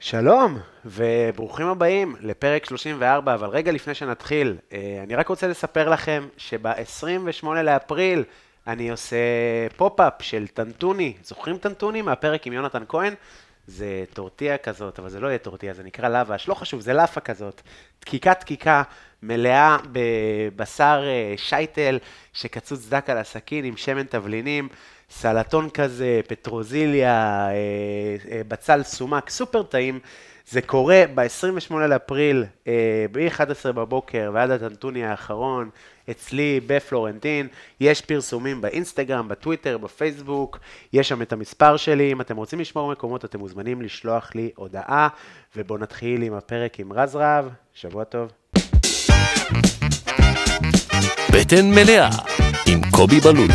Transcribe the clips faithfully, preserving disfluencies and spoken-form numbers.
שלום, וברוכים הבאים לפרק שלושים וארבע, אבל רגע לפני שנתחיל, אני רק רוצה לספר לכם שב-עשרים ושמונה לאפריל אני עושה פופ-אפ של טנטוני. זוכרים טנטוני מהפרק עם יונתן כהן? זה טורטיה כזאת, אבל זה לא יהיה טורטיה, זה נקרא לבש, לא חשוב, זה לאפה כזאת. דקיקה דקיקה, מלאה בבשר שייטל שקצוץ דק על הסכין עם שמן תבלינים, סלטון כזה, פטרוזיליה, בצל סומק, סופר טעים. זה קורה ב-עשרים ושמונה לאפריל, ב-אחת עשרה בבוקר ועד הטנטוני האחרון, אצלי בפלורנטין. יש פרסומים באינסטגרם, בטוויטר, בפייסבוק, יש שם את המספר שלי. אם אתם רוצים לשמור מקומות, אתם מוזמנים לשלוח לי הודעה, ובואו נתחיל עם הפרק עם רז רב. שבוע טוב. בטן מלאה עם קובי בלולו.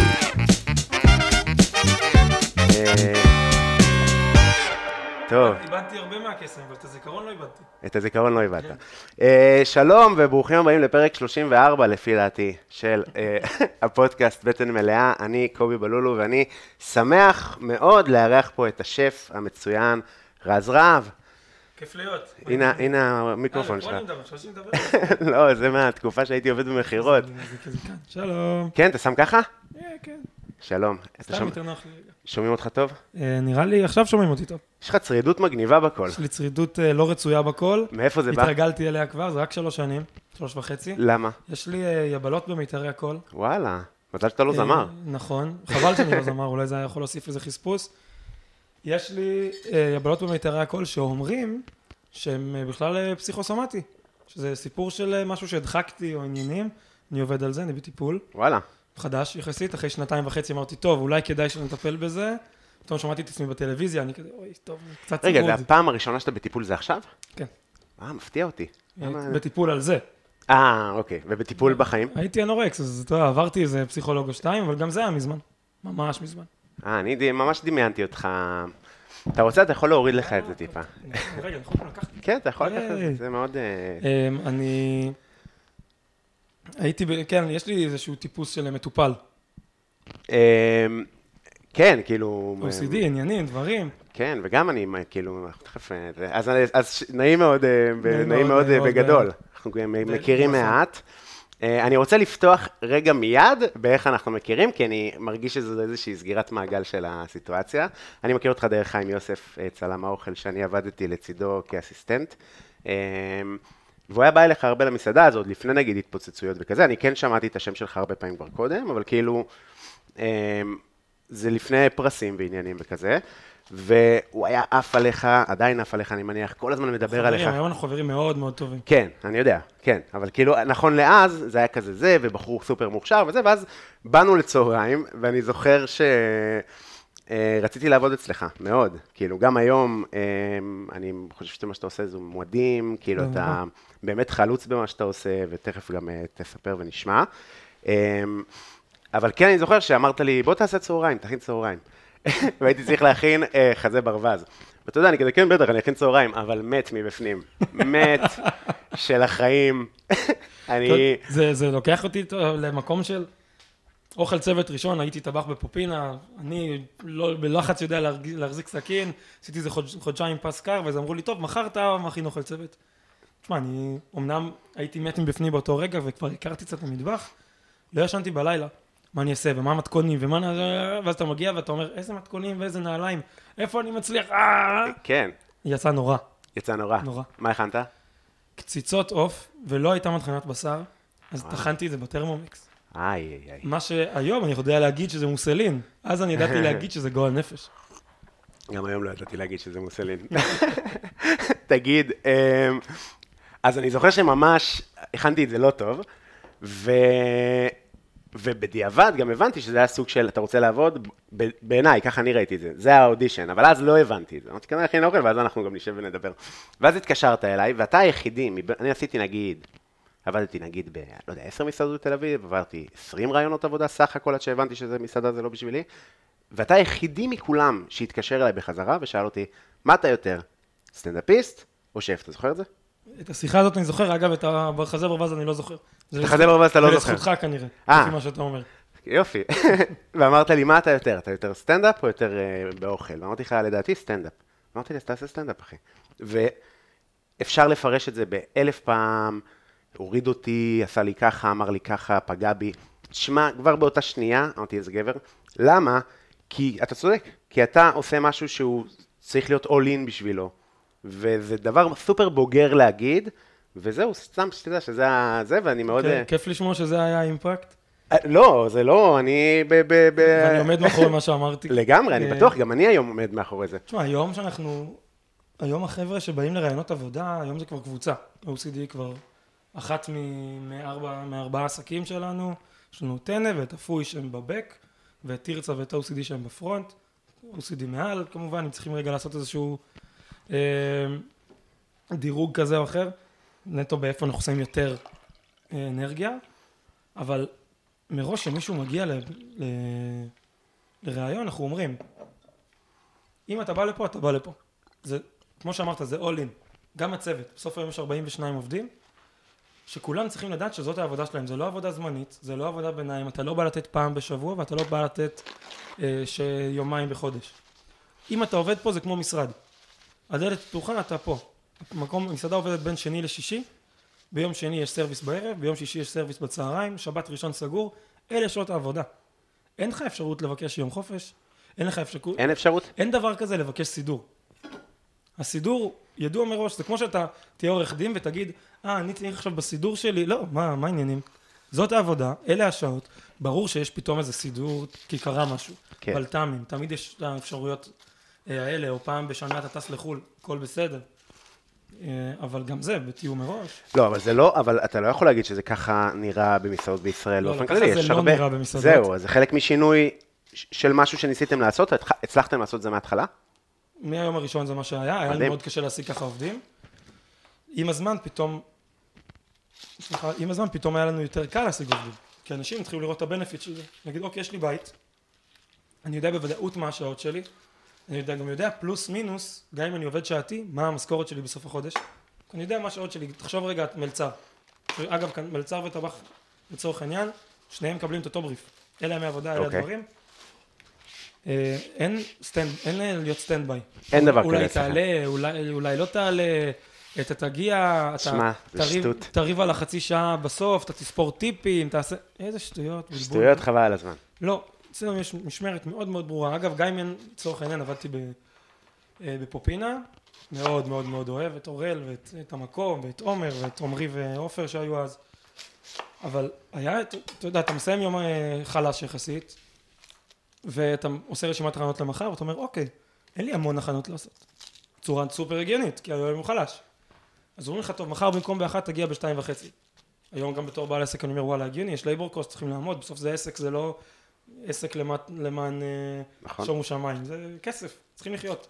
טוב. איבדתי הרבה מהקסם, אבל את הזיכרון לא איבדתי. את הזיכרון לא איבדת. שלום וברוכים הבאים לפרק שלושים וארבע לפי דעתי של הפודקאסט בטן מלאה. אני קובי בלולו ואני שמח מאוד לארח פה את השף המצוין רז רב. כיף להיות. הנה המיקרופון שלך. אה, לפה אני מדבר, חושב שאני מדבר. לא, זה מהתקופה שהייתי עובד במחירות. זה כזה כאן. שלום. כן, אתה שם ככה? אה, כן. שלום. סתם יותר נוח לי רגע. שומעים אותך טוב? נראה לי, עכשיו שומעים אותי טוב. יש לך צרידות מגניבה בכל. יש לי צרידות לא רצויה בקול. מאיפה זה בא? התרגלתי אליה כבר, זה רק שלוש שנים, שלוש וחצי. למה? יש לי יבלות במיתרי הקול. וואלה, מזל שאתה לא זמר. נכון, חבל שאני לא זמר, אולי זה היה יכול להוסיף איזה חספוס. יש לי יבלות במיתרי הקול שאומרים שהם בכלל פסיכוסומטי, שזה סיפור של משהו שהדחקתי או עניינים. אני עובד על זה, אני בטיפול. וואלה. חדש יחסית, אחרי שנתיים וחצי אמרתי, טוב, אולי כדאי שנטפל בזה. פתאום שמעתי את עצמי בטלוויזיה, אני כזה, אוי, טוב, קצת רגע, צמוד. זה הפעם הראשונה שאתה בטיפול זה עכשיו? כן. אה, מפתיע אותי. בטיפול על זה. אה, אוקיי. ובטיפול בחיים? הייתי אנורקס, אז אתה יודע, עברתי איזה פסיכולוג או שתיים, אבל גם זה היה מזמן. ממש מזמן. אה, אני ממש דמיינתי אותך. אתה רוצה, אתה יכול להוריד לך את זה טיפה. רגע, נכון, לקחתי. כן, אתה יכול לקחת את זה, זה מאוד... אני... הייתי, כן, יש לי איזשהו טיפוס של מטופל. כן, כאילו... או סי די, עניינים, דברים. כן, וגם אני, כאילו, תכף... אז נעים מאוד, נעים מאוד בגדול. אנחנו מכירים מעט. אני רוצה לפתוח רגע מיד באיך אנחנו מכירים, כי אני מרגיש שזו איזושהי סגירת מעגל של הסיטואציה. אני מכיר אותך דרך חיים יוסף, צלם האוכל, שאני עבדתי לצידו כאסיסטנט. והוא היה בא אליך הרבה למסעדה הזאת, לפני נגיד התפוצצויות וכזה. אני כן שמעתי את השם שלך הרבה פעמים כבר קודם, אבל כאילו, זה לפני פרסים ועניינים וכזה. והוא היה אף עליך, עדיין אף עליך, אני מניח, כל הזמן מדבר עליך. היום אנחנו חברים מאוד מאוד טובים. כן, אני יודע, כן. אבל כאילו, נכון לאז, זה היה כזה זה, ובחור סופר מוכשר וזה, ואז באנו לצהריים, ואני זוכר ש... רציתי לעבוד אצלך, מאוד. כאילו, גם היום, אני חושב שמה שאתה עושה זה מועדים, כאילו, אתה באמת חלוץ במה שאתה עושה, ותכף גם תספר ונשמע. אבל כן, אני זוכר שאמרת לי, בוא תעשה צהריים, תכין צהריים. והייתי צריך להכין חזה ברווז. ואתה יודע, אני כזה, כן, בטח, אני אכין צהריים, אבל מת מבפנים. מת של החיים. אני... זה לוקח אותי למקום של... אוכל צוות ראשון, הייתי טבח בפופינה, אני לא, בלחץ יודע להחזיק סכין, עשיתי איזה חוד, חודשיים פס קר, ואז אמרו לי, טוב, מחר אתה מכין אוכל צוות. תשמע, אני אמנם הייתי מת מבפני באותו רגע, וכבר הכרתי קצת במטבח, לא ישנתי בלילה, מה אני אעשה, ומה המתכונים, ומה... ואז אתה מגיע ואתה אומר, איזה מתכונים ואיזה נעליים, איפה אני מצליח, כן. יצא נורא. יצא נורא. נורא. מה הכנת? קציצות עוף, ולא הייתה מטחנת בשר, אז טחנתי את זה בטרמומיקס. איי, איי, איי. מה שהיום אני יודע להגיד שזה מוסלין, אז אני ידעתי להגיד שזה גועל נפש. גם היום לא ידעתי להגיד שזה מוסלין. תגיד, אז אני זוכר שממש הכנתי את זה לא טוב, ו... ובדיעבד גם הבנתי שזה היה סוג של, אתה רוצה לעבוד, בעיניי, ככה אני ראיתי את זה, זה האודישן, אבל אז לא הבנתי את זה. אמרתי, כנראה הכין אוכל, ואז אנחנו גם נשב ונדבר. ואז התקשרת אליי, ואתה היחידי, אני עשיתי נגיד, עבדתי נגיד ב, לא יודע, עשר מסעדות בתל אביב, עברתי עשרים רעיונות עבודה, סך הכל עד שהבנתי שזה מסעדה, זה לא בשבילי, ואתה היחידי מכולם שהתקשר אליי בחזרה ושאל אותי, מה אתה יותר, סטנדאפיסט או שף, אתה זוכר את זה? את השיחה הזאת אני זוכר, אגב, את החזה ברווז אני לא זוכר. את החזה ברווז אתה לא זוכר. זה לזכותך כנראה, לפי מה שאתה אומר. יופי. ואמרת לי, מה אתה יותר? אתה יותר סטנדאפ או יותר באוכל? ואמרתי לך, לדעתי סטנדאפ. אמרתי לי, תעשה סטנדאפ, אחי. ואפשר לפרש את זה באלף פעם, הוריד אותי, עשה לי ככה, אמר לי ככה, פגע בי. תשמע, כבר באותה שנייה, אמרתי, איזה גבר, למה? כי אתה צודק, כי אתה עושה משהו שהוא צריך להיות all in בשבילו, וזה דבר סופר בוגר להגיד, וזהו, סתם שתדע שזה זה, ואני מאוד... כיף לשמוע שזה היה האימפקט. לא, זה לא, אני ב... ואני עומד מאחורי מה שאמרתי. לגמרי, אני בטוח, גם אני היום עומד מאחורי זה. תשמע, היום שאנחנו, היום החבר'ה שבאים לרעיונות עבודה, היום זה כבר קבוצה. O C D כבר אחת מארבעה עסקים שלנו, יש לנו טנא ואת אפוי שהם בבק, ואת תירצה ואת O C D שהם בפרונט, O C D מעל, כמובן, אם צריכים רגע לעשות איזשהו אה, דירוג כזה או אחר, נטו באיפה אנחנו שמים יותר אה, אנרגיה, אבל מראש שמישהו מגיע ל, ל, לרעיון, אנחנו אומרים, אם אתה בא לפה, אתה בא לפה. זה, כמו שאמרת, זה all in. גם הצוות, בסוף היום יש ארבעים ושניים עובדים, שכולם צריכים לדעת שזאת העבודה שלהם. זה לא עבודה זמנית, זה לא עבודה ביניים, אתה לא בא לתת פעם בשבוע, ואתה לא בא לתת אה, שיומיים בחודש. אם אתה עובד פה, זה כמו משרד. הדלת פתוחה, אתה פה. מקום, מסעדה עובדת בין שני לשישי, ביום שני יש סרוויס בערב, ביום שישי יש סרוויס בצהריים, שבת ראשון סגור, אלה שעות העבודה. אין לך אפשרות לבקש יום חופש, אין לך אפשרות... אין אפשרות? אין דבר כזה לבקש סידור. הסידור ידוע מראש, זה כמו שאתה תהיה עורך דין ותגיד, אה, אני צריך עכשיו בסידור שלי, לא, מה, מה העניינים? זאת העבודה, אלה השעות, ברור שיש פתאום איזה סידור, כי קרה משהו, כן. בלת"מים, תמיד יש את האפשרויות האלה, או פעם בשנה אתה טס לחול, הכל בסדר. אבל גם זה, בתיאום מראש. לא, אבל זה לא, אבל אתה לא יכול להגיד שזה ככה נראה במסעדות בישראל. לא, ככה זה לא נראה במסעדות. זהו, זה חלק משינוי של משהו שניסיתם לעשות, הצלחתם לעשות זה מההתחלה? מהיום הראשון זה מה שהיה, היה לי מאוד קשה להשיג ככה עובדים. עם הזמן פתאום, סליחה, עם הזמן פתאום היה לנו יותר קל להשיג עובדים. כי אנשים התחילו לראות את הבנפיט של זה. נגיד, אוקיי, יש לי בית, אני יודע בוודאות מה השעות שלי, אני יודע, גם יודע פלוס מינוס, גם אם אני עובד שעתי, מה המשכורת שלי בסוף החודש. אני יודע מה השעות שלי, תחשוב רגע, מלצר. אגב, מלצר וטבח לצורך העניין, שניהם מקבלים את אותו בריף. אלה ימי עבודה, אלה הדברים. אין סטנד, אין להיות סטנד ביי. אין דבר כזה. אולי תעלה, אולי לא תעלה, אתה תגיע, שמה, זה שטות. תריב על החצי שעה בסוף, אתה תספור טיפים, תעשה, איזה שטויות. שטויות חבל על הזמן. לא. אצלנו יש משמרת מאוד מאוד ברורה. אגב, גם אם צורך העניין עבדתי בפופינה, מאוד מאוד מאוד אוהב את אורל ואת המקום ואת עומר ואת עומרי ואופר שהיו אז. אבל היה, אתה יודע, אתה מסיים יום חלש יחסית, ואתה עושה רשימת הכנות למחר, ואתה אומר, אוקיי, אין לי המון הכנות לעשות. צורה סופר הגיונית, כי היום הוא חלש. אז אומרים לך, טוב, מחר במקום באחת תגיע בשתיים וחצי. היום גם בתור בעל עסק אני אומר, וואלה, הגיוני, יש לייבור קוסט, צריכים לעמוד, בסוף זה עסק, זה לא... עסק למען נכון. שומו שמיים, זה כסף, צריכים לחיות.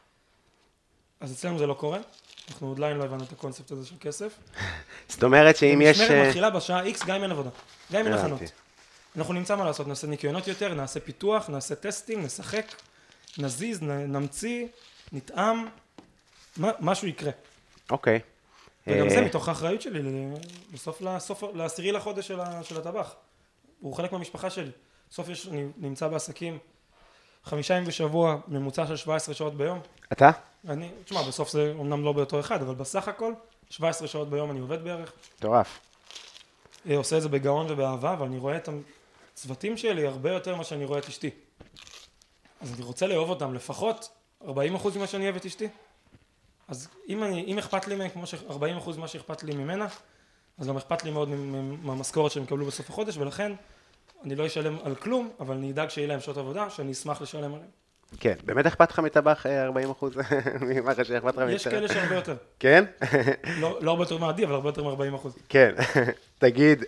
אז אצלנו זה לא קורה, אנחנו עדיין לא הבנו את הקונספט הזה של כסף. זאת אומרת שאם יש... משמרת מתחילה בשעה X, גם אם אין עבודה, גם אם אין הכנות. אנחנו נמצא מה לעשות, נעשה ניקיונות יותר, נעשה פיתוח, נעשה טסטים, נשחק, נזיז, נמציא, נטעם, משהו יקרה. אוקיי. וגם זה מתוך האחריות שלי, בסוף לעשירי לחודש של הטבח. הוא חלק מהמשפחה שלי. בסוף יש, אני נמצא בעסקים חמישה ימים בשבוע, ממוצע של שבע עשרה שעות ביום. אתה? אני, תשמע, בסוף זה אומנם לא באותו אחד, אבל בסך הכל, שבע עשרה שעות ביום אני עובד בערך. מטורף. עושה את זה בגאון ובאהבה, אבל אני רואה את הצוותים שלי הרבה יותר ממה שאני רואה את אשתי. אז אני רוצה לאהוב אותם לפחות ארבעים אחוז ממה שאני אוהב את אשתי. אז אם, אני, אם אכפת לי מהם, כמו ש-ארבעים אחוז ממה שאכפת לי ממנה, אז גם אכפת לי מאוד מהמשכורת שהם יקבלו בסוף החודש, ולכן אני לא אשלם על כלום, אבל אני אדאג שיהיה להם שעות עבודה, שאני אשמח לשלם עליהם. כן, באמת אכפת לך מטבח ארבעים אחוז ממה שאכפת לך? יש כאלה שהרבה יותר. כן? לא, לא הרבה יותר מעדי, אבל הרבה יותר מ-ארבעים אחוז. כן, תגיד,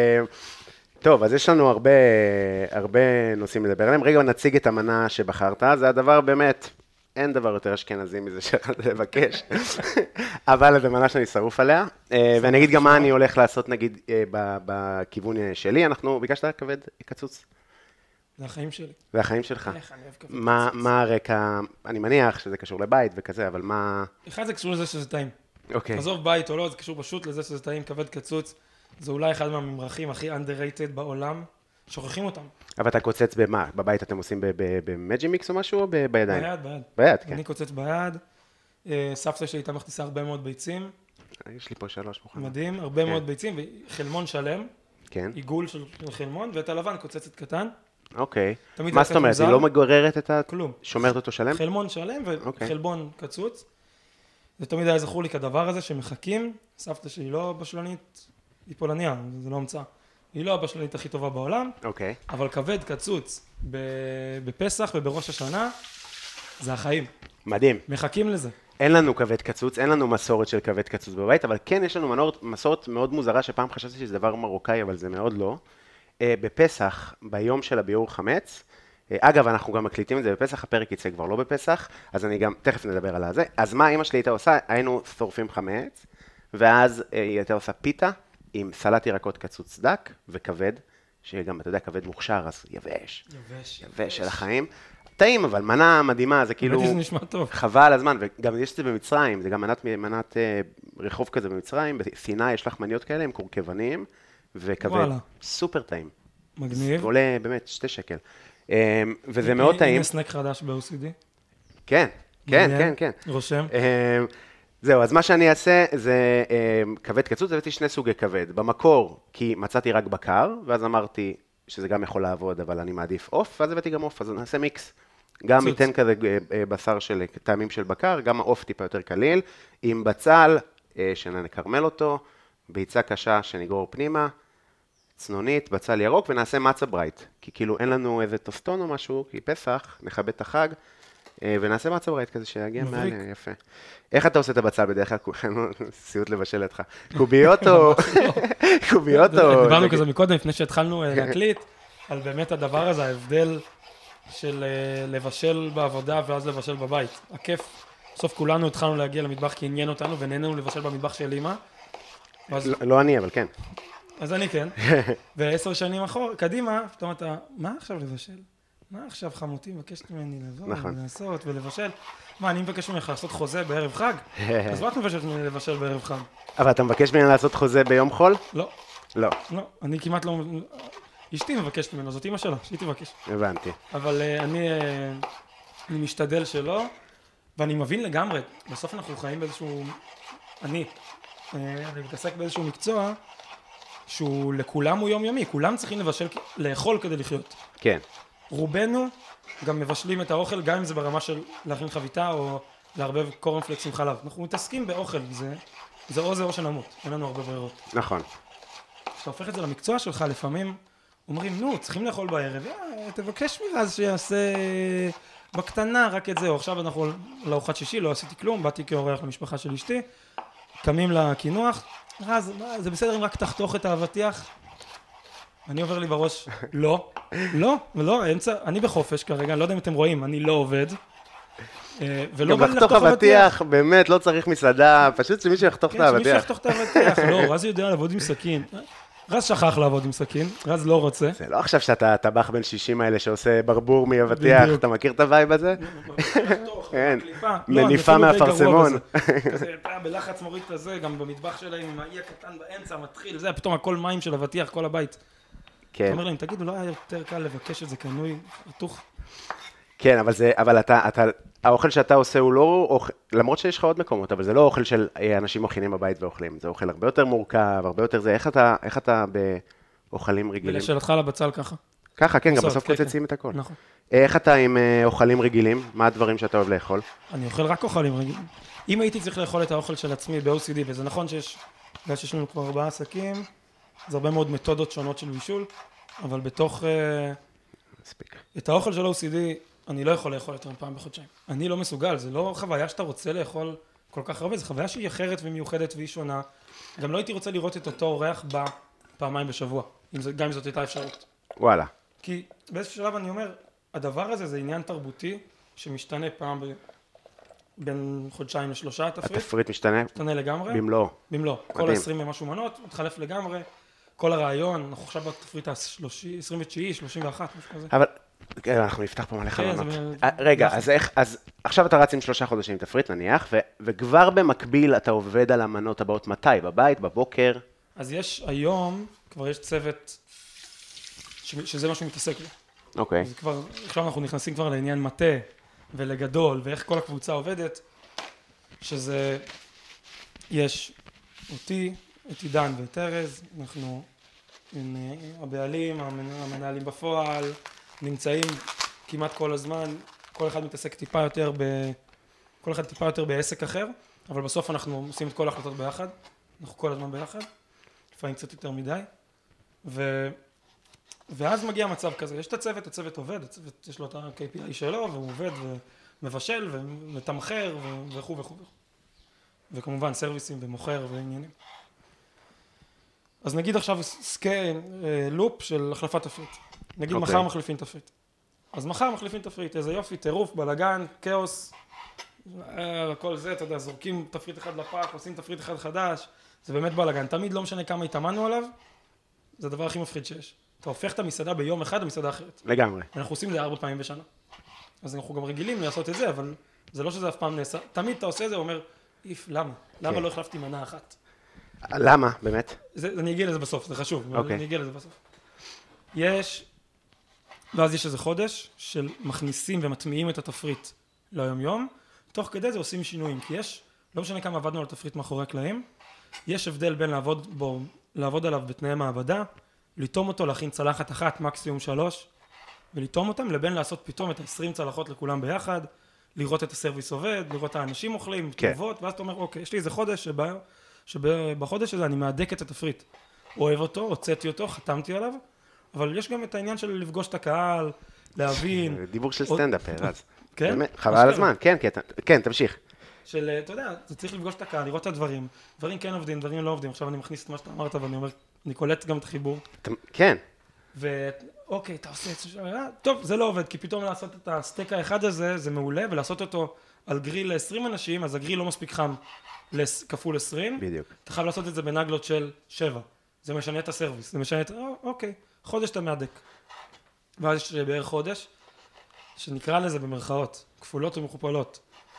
טוב, אז יש לנו הרבה, הרבה נושאים לדבר עליהם. רגע, נציג את המנה שבחרת, זה הדבר באמת, אין דבר יותר אשכנזי מזה שיכולת לבקש, אבל זה מנה שאני שרוף עליה, ואני אגיד גם מה אני הולך לעשות, נגיד, בכיוון שלי, אנחנו, ביקשת כבד קצוץ? זה החיים שלי. זה החיים שלך. איך, אני אוהב כבד מה, קצוץ. מה הרקע, אני מניח שזה קשור לבית וכזה, אבל מה... אחד זה קשור לזה שזה טעים. אוקיי. עזוב בית או לא, זה קשור פשוט לזה שזה טעים כבד קצוץ. זה אולי אחד מהממרחים הכי underrated בעולם, שוכחים אותם. אבל אתה קוצץ במה? בבית אתם עושים במג'י מיקס או משהו או בידיים? ביד, ביד. ביד, כן. אני קוצץ ביד. אה, סבתא שלי הייתה מכניסה הרבה מאוד ביצים. יש לי פה שלוש מוכנות. מדהים, הרבה כן. מאוד ביצים, וחלמון שלם, כן. עיגול של חלמון, ואת הלבן קוצצת קטן. אוקיי. תמיד מה זה זאת אומרת? מוזר. היא לא מגוררת את ה... כלום. שומרת אותו שלם? חלמון שלם אוקיי. וחלבון קצוץ. זה תמיד היה זכור לי כדבר הזה שמחכים. סבתא שלי לא בשלנית, היא פולניה, זה לא המצאה. היא לא הבשלנית הכי טובה בעולם, אוקיי. אבל כבד קצוץ ב- בפסח ובראש השנה, זה החיים. מדהים. מחכים לזה. אין לנו כבד קצוץ, אין לנו מסורת של כבד קצוץ בבית, אבל כן יש לנו מנורת, מסורת מאוד מוזרה, שפעם חשבתי שזה דבר מרוקאי, אבל זה מאוד לא. אה, בפסח, ביום של הביאור חמץ, אה, אגב, אנחנו גם מקליטים את זה בפסח, הפרק יצא כבר לא בפסח, אז אני גם, תכף נדבר על זה. אז מה אמא שלי הייתה עושה? היינו שורפים חמץ, ואז אה, היא הייתה עושה פיתה עם סלט ירקות קצוץ דק וכבד, שגם, אתה יודע, כבד מוכשר, אז יבש. יבש. יבש של החיים. טעים, אבל מנה מדהימה, זה כאילו... באמת זה נשמע טוב. חבל על הזמן, וגם יש את זה במצרים, זה גם מנת, מנת אה, רחוב כזה במצרים, בסיני יש לחמניות כאלה עם קורקבנים, וכבד. וואלה. סופר טעים. מגניב. זה עולה באמת שתי שקל. אה, וזה מאוד טעים. הנה סנק חדש ב-או סי די. כן, כן, מעניין. כן, כן. רושם. אה, זהו, אז מה שאני אעשה זה אה, כבד קצוץ, הבאתי שני סוגי כבד. במקור, כי מצאתי רק בקר, ואז אמרתי שזה גם יכול לעבוד, אבל אני מעדיף עוף, ואז הבאתי גם עוף, אז נעשה מיקס. גם ניתן כזה בשר של טעמים של בקר, גם העוף טיפה יותר קליל, עם בצל שנקרמל אותו, ביצה קשה שנגרור פנימה, צנונית, בצל ירוק, ונעשה מצה ברייט, כי כאילו אין לנו איזה טוסטון או משהו, כי פסח, נכבד את החג, ונעשה מצה ברייט כזה שיגיע מעל, יפה. איך אתה עושה את הבצל בדרך כלל? סיוט לבשל אותך. קוביות או... קוביות או... דיברנו כזה מקודם, לפני שהתחלנו להקליט, על באמת הדבר הזה, ההבדל של לבשל בעבודה ואז לבשל בבית. הכיף, בסוף כולנו התחלנו להגיע למטבח כי עניין אותנו ונהנינו לבשל במטבח של אמא. לא אני, אבל כן. אז אני כן. ועשר שנים אחורה, קדימה, פתאום אתה, מה עכשיו לבשל? מה עכשיו חמותי מבקשת ממני לבוא ולעשות ולבשל? מה, אני מבקש ממך לעשות חוזה בערב חג? אז מה את מבקשת ממני לבשל בערב חג? אבל אתה מבקש ממני לעשות חוזה ביום חול? לא. לא. לא, אני כמעט לא... אשתי מבקשת ממנו, זאת אמא שלה, שהיא תבקש. הבנתי. אבל uh, אני, uh, אני משתדל שלא, ואני מבין לגמרי, בסוף אנחנו חיים באיזשהו, אני, uh, אני מתעסק באיזשהו מקצוע, שהוא לכולם הוא יומיומי, כולם צריכים לבשל, לאכול כדי לחיות. כן. רובנו גם מבשלים את האוכל, גם אם זה ברמה של להכין חביתה, או לערבב קורנפלקס עם חלב. אנחנו מתעסקים באוכל, זה, זה או זה או שנמות, אין לנו הרבה ברירות. נכון. כשאתה הופך את זה למקצוע שלך, לפעמים אומרים, נו, צריכים לאכול בערב, יא, תבקש מרז שיעשה בקטנה רק את זה, או עכשיו אנחנו לארוחת שישי, לא עשיתי כלום, באתי כאורח למשפחה של אשתי, קמים לקינוח, רז, זה בסדר אם רק תחתוך את האבטיח? אני עובר לי בראש, לא, לא, לא, אמצע, אני בחופש כרגע, לא יודע אם אתם רואים, אני לא עובד, ולא בא לי לחתוך אבטיח. באמת, לא צריך מסעדה, פשוט שמישהו יחתוך את האבטיח. כן, שמישהו יחתוך את האבטיח, לא, רז יודע לעבוד עם סכין. רז שכח לעבוד עם סכין, רז לא רוצה. זה לא עכשיו שאתה טבח בן שישים האלה שעושה ברבור מאבטיח, אתה מכיר את הווייב הזה? כן, מניפה מהפרסמון. כזה, אתה בלחץ מוריד כזה, גם במטבח שלהם, עם האי הקטן באמצע, מתחיל, זה פתאום הכל מים של אבטיח, כל הבית. אתה אומר להם, תגידו, לא היה יותר קל לבקש את זה קנוי, רתוך? כן, אבל זה, אבל אתה, אתה, האוכל שאתה עושה הוא לא אוכל, למרות שיש לך עוד מקומות, אבל זה לא אוכל של אנשים מכינים בבית ואוכלים, זה אוכל הרבה יותר מורכב, הרבה יותר זה, איך אתה, איך אתה באוכלים רגילים? ולשאלתך על הבצל ככה. ככה, כן, גם בסוף קוצצים את הכל. נכון. איך אתה עם אוכלים רגילים? מה הדברים שאתה אוהב לאכול? אני אוכל רק אוכלים רגילים. אם הייתי צריך לאכול את האוכל של עצמי ב-או סי די, וזה נכון שיש, בגלל שיש לנו כבר ארבעה עסקים, זה הרבה מאוד מתודות שונות של בישול, אבל בתוך, מספיק. את האוכל של או סי די, אני לא יכול לאכול יותר פעם בחודשיים. אני לא מסוגל, זה לא חוויה שאתה רוצה לאכול כל כך הרבה, זה חוויה שהיא אחרת ומיוחדת והיא שונה. גם לא הייתי רוצה לראות את אותו אורח בה פעמיים בשבוע, אם זה, גם אם זאת הייתה אפשרות. וואלה. כי באיזשהו שלב אני אומר, הדבר הזה זה עניין תרבותי שמשתנה פעם ב... בין חודשיים לשלושה התפריט. התפריט משתנה? משתנה לגמרי. במלוא. במלוא. כל ה-עשרים ומשהו מנות, מתחלף לגמרי. כל הרעיון, אנחנו עכשיו בתפריט ה-עשרים ותשע, שלושים ואחת, משהו כזה. אבל אנחנו נפתח פה מלא חלונות. רגע, אז איך, אז עכשיו אתה רץ עם שלושה חודשים תפריט נניח, וכבר במקביל אתה עובד על המנות הבאות מתי? בבית, בבוקר? אז יש היום, כבר יש צוות ש- שזה מה שהוא מתעסק בו. אוקיי. אז כבר, עכשיו אנחנו נכנסים כבר לעניין מטה ולגדול ואיך כל הקבוצה עובדת, שזה, יש אותי, את עידן ואת ארז, אנחנו עם אה, הבעלים, המנ- המנהלים בפועל, נמצאים כמעט כל הזמן, כל אחד מתעסק טיפה יותר ב... כל אחד טיפה יותר בעסק אחר, אבל בסוף אנחנו עושים את כל ההחלטות ביחד, אנחנו כל הזמן ביחד, לפעמים קצת יותר מדי, ו... ואז מגיע מצב כזה, יש את הצוות, הצוות עובד, הצוות יש לו את ה-קיי פי איי שלו, והוא עובד ומבשל ומתמחר וכו' וכו'. וכמובן סרוויסים ומוכר ועניינים. אז נגיד עכשיו סקי, לופ של החלפת תפריט. נגיד okay. מחר מחליפים תפריט. אז מחר מחליפים תפריט, איזה יופי, טירוף, בלגן, כאוס, כל זה, אתה יודע, זורקים תפריט אחד לפח, עושים תפריט אחד חדש, זה באמת בלגן. תמיד לא משנה כמה התאמנו עליו, זה הדבר הכי מפחיד שיש. אתה הופך את המסעדה ביום אחד למסעדה אחרת. לגמרי. אנחנו עושים את זה ארבע פעמים בשנה. אז אנחנו גם רגילים לעשות את זה, אבל זה לא שזה אף פעם נעשה. תמיד אתה עושה את זה ואומר, איף, למה? למה לא החלפתי מנה אחת? למה, באמת? זה, אני אגיע לזה בסוף, זה חשוב, אוקיי. אני אגיע לזה בסוף. יש, ואז יש איזה חודש של מכניסים ומטמיעים את התפריט ליום יום, תוך כדי זה עושים שינויים, כי יש, לא משנה כמה עבדנו על תפריט מאחורי הקלעים, יש הבדל בין לעבוד בו, לעבוד עליו בתנאי מעבדה, לטום אותו, להכין צלחת אחת, מקסימום שלוש, ולטום אותם, לבין לעשות פתאום את ה-עשרים צלחות לכולם ביחד, לראות את הסרוויס עובד, לראות את האנשים אוכלים, תגובות, ואז אתה אומר, אוקיי, יש לי איזה חודש שבה, שבחודש הזה אני מעדק את התפריט. אוהב אותו, הוצאתי אותו, חתמתי עליו, אבל יש גם את העניין של לפגוש את הקהל, להבין. דיבור של סטנדאפ, אז. כן? חבל על הזמן, כן, כן, תמשיך. של, אתה יודע, אתה צריך לפגוש את הקהל, לראות את הדברים, דברים כן עובדים, דברים לא עובדים, עכשיו אני מכניס את מה שאתה אמרת ואני אומר, אני קולט גם את החיבור. כן. ואוקיי, אתה עושה את זה, טוב, זה לא עובד, כי פתאום לעשות את הסטייק האחד הזה, זה מעולה, ולעשות אותו על גריל ל-עשרים אנשים, אז הגריל לא מספיק חם כפול עשרים. בדיוק. אתה חייב לעשות את זה בנגלות של שבע. זה משנה את הסרוויס, זה משנה את, אוקיי, חודש אתה מהדק. ואז יש בערך חודש, שנקרא לזה במרכאות, כפולות ומכופלות.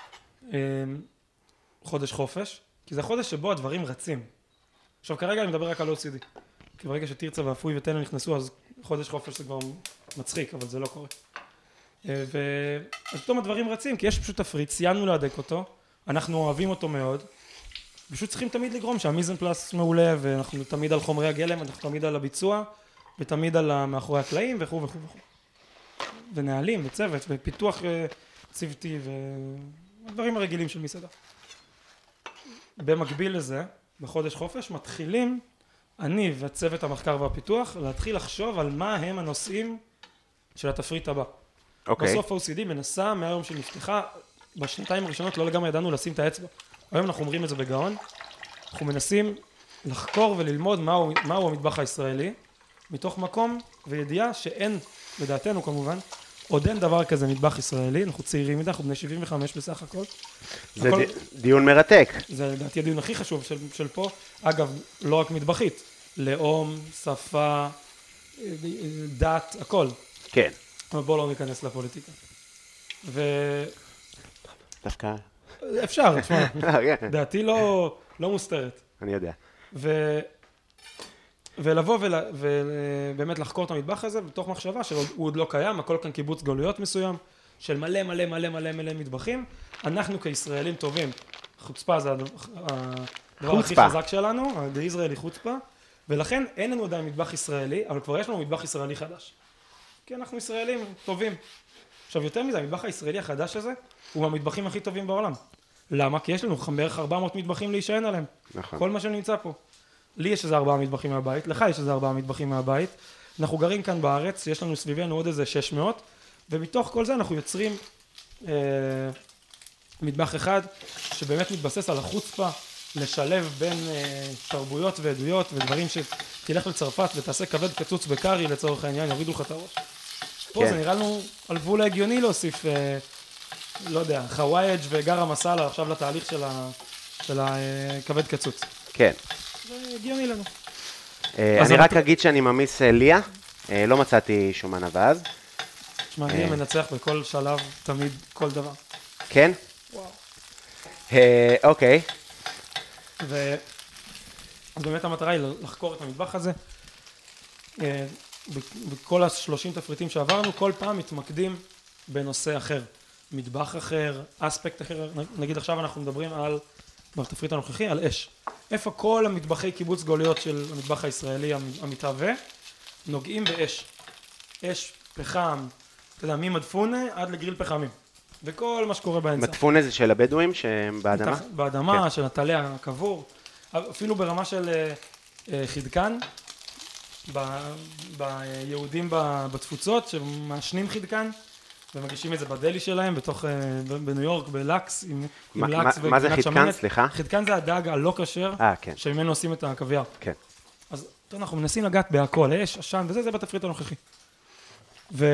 חודש חופש, כי זה חודש שבו הדברים רצים. עכשיו כרגע אני מדבר רק על או סי די, כי ברגע שתרצה ואפוי וטנא נכנסו, אז חודש חופש זה כבר מצחיק, אבל זה לא קורה. ופתאום הדברים רצים, כי יש פשוט תפריט, סיימנו להדק אותו, אנחנו אוהבים אותו מאוד, פשוט צריכים תמיד לגרום שהמיזן פלס מעולה, ואנחנו תמיד על חומרי הגלם, אנחנו תמיד על הביצוע, ותמיד על מאחורי הקלעים וכו' וכו' וכו'. ונהלים וצוות ופיתוח צוותי ודברים הרגילים של מסעדה. במקביל לזה, בחודש חופש, מתחילים אני וצוות המחקר והפיתוח להתחיל לחשוב על מה הם הנושאים של התפריט הבא. אוקיי. בסוף ה-או סי די מנסה מהיום שנפתחה, בשנתיים הראשונות לא לגמרי ידענו לשים את האצבע. היום אנחנו אומרים את זה בגאון. אנחנו מנסים לחקור וללמוד מהו, מהו המטבח הישראלי, מתוך מקום וידיעה שאין, לדעתנו כמובן, עוד אין דבר כזה מטבח ישראלי, אנחנו צעירים מדי, אנחנו בני שבעים וחמש בסך הכל. זה הכל, ד... דיון מרתק. זה לדעתי הדיון הכי חשוב של, של פה. אגב, לא רק מטבחית, לאום, שפה, דת, הכל. כן. אבל בואו לא ניכנס לפוליטיקה. ו... דווקא... אפשר, תשמע. דעתי לא, לא מוסתרת. אני יודע. ו... ולבוא ול... ובאמת לחקור את המטבח הזה, בתוך מחשבה שהוא עוד לא קיים, הכל כאן קיבוץ גלויות מסוים, של מלא מלא מלא מלא מלא מטבחים. אנחנו כישראלים טובים, חוצפה זה הדבר הכי חזק שלנו, הישראלי חוצפה, ולכן אין לנו עדיין מטבח ישראלי, אבל כבר יש לנו מטבח ישראלי חדש. כי אנחנו ישראלים טובים. עכשיו יותר מזה, המטבח הישראלי החדש הזה, הוא המטבחים הכי טובים בעולם. למה? כי יש לנו בערך ארבע מאות מטבחים להישען עליהם. נכון. כל מה שנמצא פה. לי יש איזה ארבעה מטבחים מהבית, לך יש איזה ארבעה מטבחים מהבית. אנחנו גרים כאן בארץ, יש לנו סביבנו עוד איזה שש מאות, ומתוך כל זה אנחנו יוצרים אה, מטבח אחד, שבאמת מתבסס על החוצפה, לשלב בין אה, תרבויות ועדויות, ודברים שתלך לצרפת ותעשה כבד קצוץ בקרי לצורך העניין, יורידו לך את הראש. פה כן. זה נראה לנו על גבול ההגיוני להוסיף, אה, לא יודע, חווייג' וגרה מסאלה עכשיו לתהליך של, ה, של הכבד קצוץ. כן. זה הגיוני לנו. אני רק אגיד שאני ממיס ליה, לא מצאתי שומן אבז. תשמע, ליה מנצח בכל שלב, תמיד, כל דבר. כן? וואו. אוקיי. ו... אז באמת המטרה היא לחקור את המטבח הזה. בכל השלושים תפריטים שעברנו, כל פעם מתמקדים בנושא אחר, מטבח אחר, אספקט אחר, נגיד עכשיו אנחנו מדברים על, בתפריט הנוכחי, על אש. איפה כל המטבחי קיבוץ גוליות של המטבח הישראלי המתהווה, נוגעים באש. אש, פחם, אתה יודע, ממדפונה עד לגריל פחמים. וכל מה שקורה באמצע. מדפונה זה של הבדואים שהם באדמה? באדמה, כן. של הטלה הקבור. אפילו ברמה של חדקן, ביהודים בתפוצות שמעשנים חדקן, ומגישים את זה בדלי שלהם, בתוך, בניו יורק, בלקס, עם, עם לקס מה זה חדקן? סליחה? חדקן זה הדג הלא כשר, כן. שממנו עושים את הקוויאר. כן. אז טוב, אנחנו מנסים לגעת בהכל, אש, עשן, וזה, זה בתפריט הנוכחי. ו...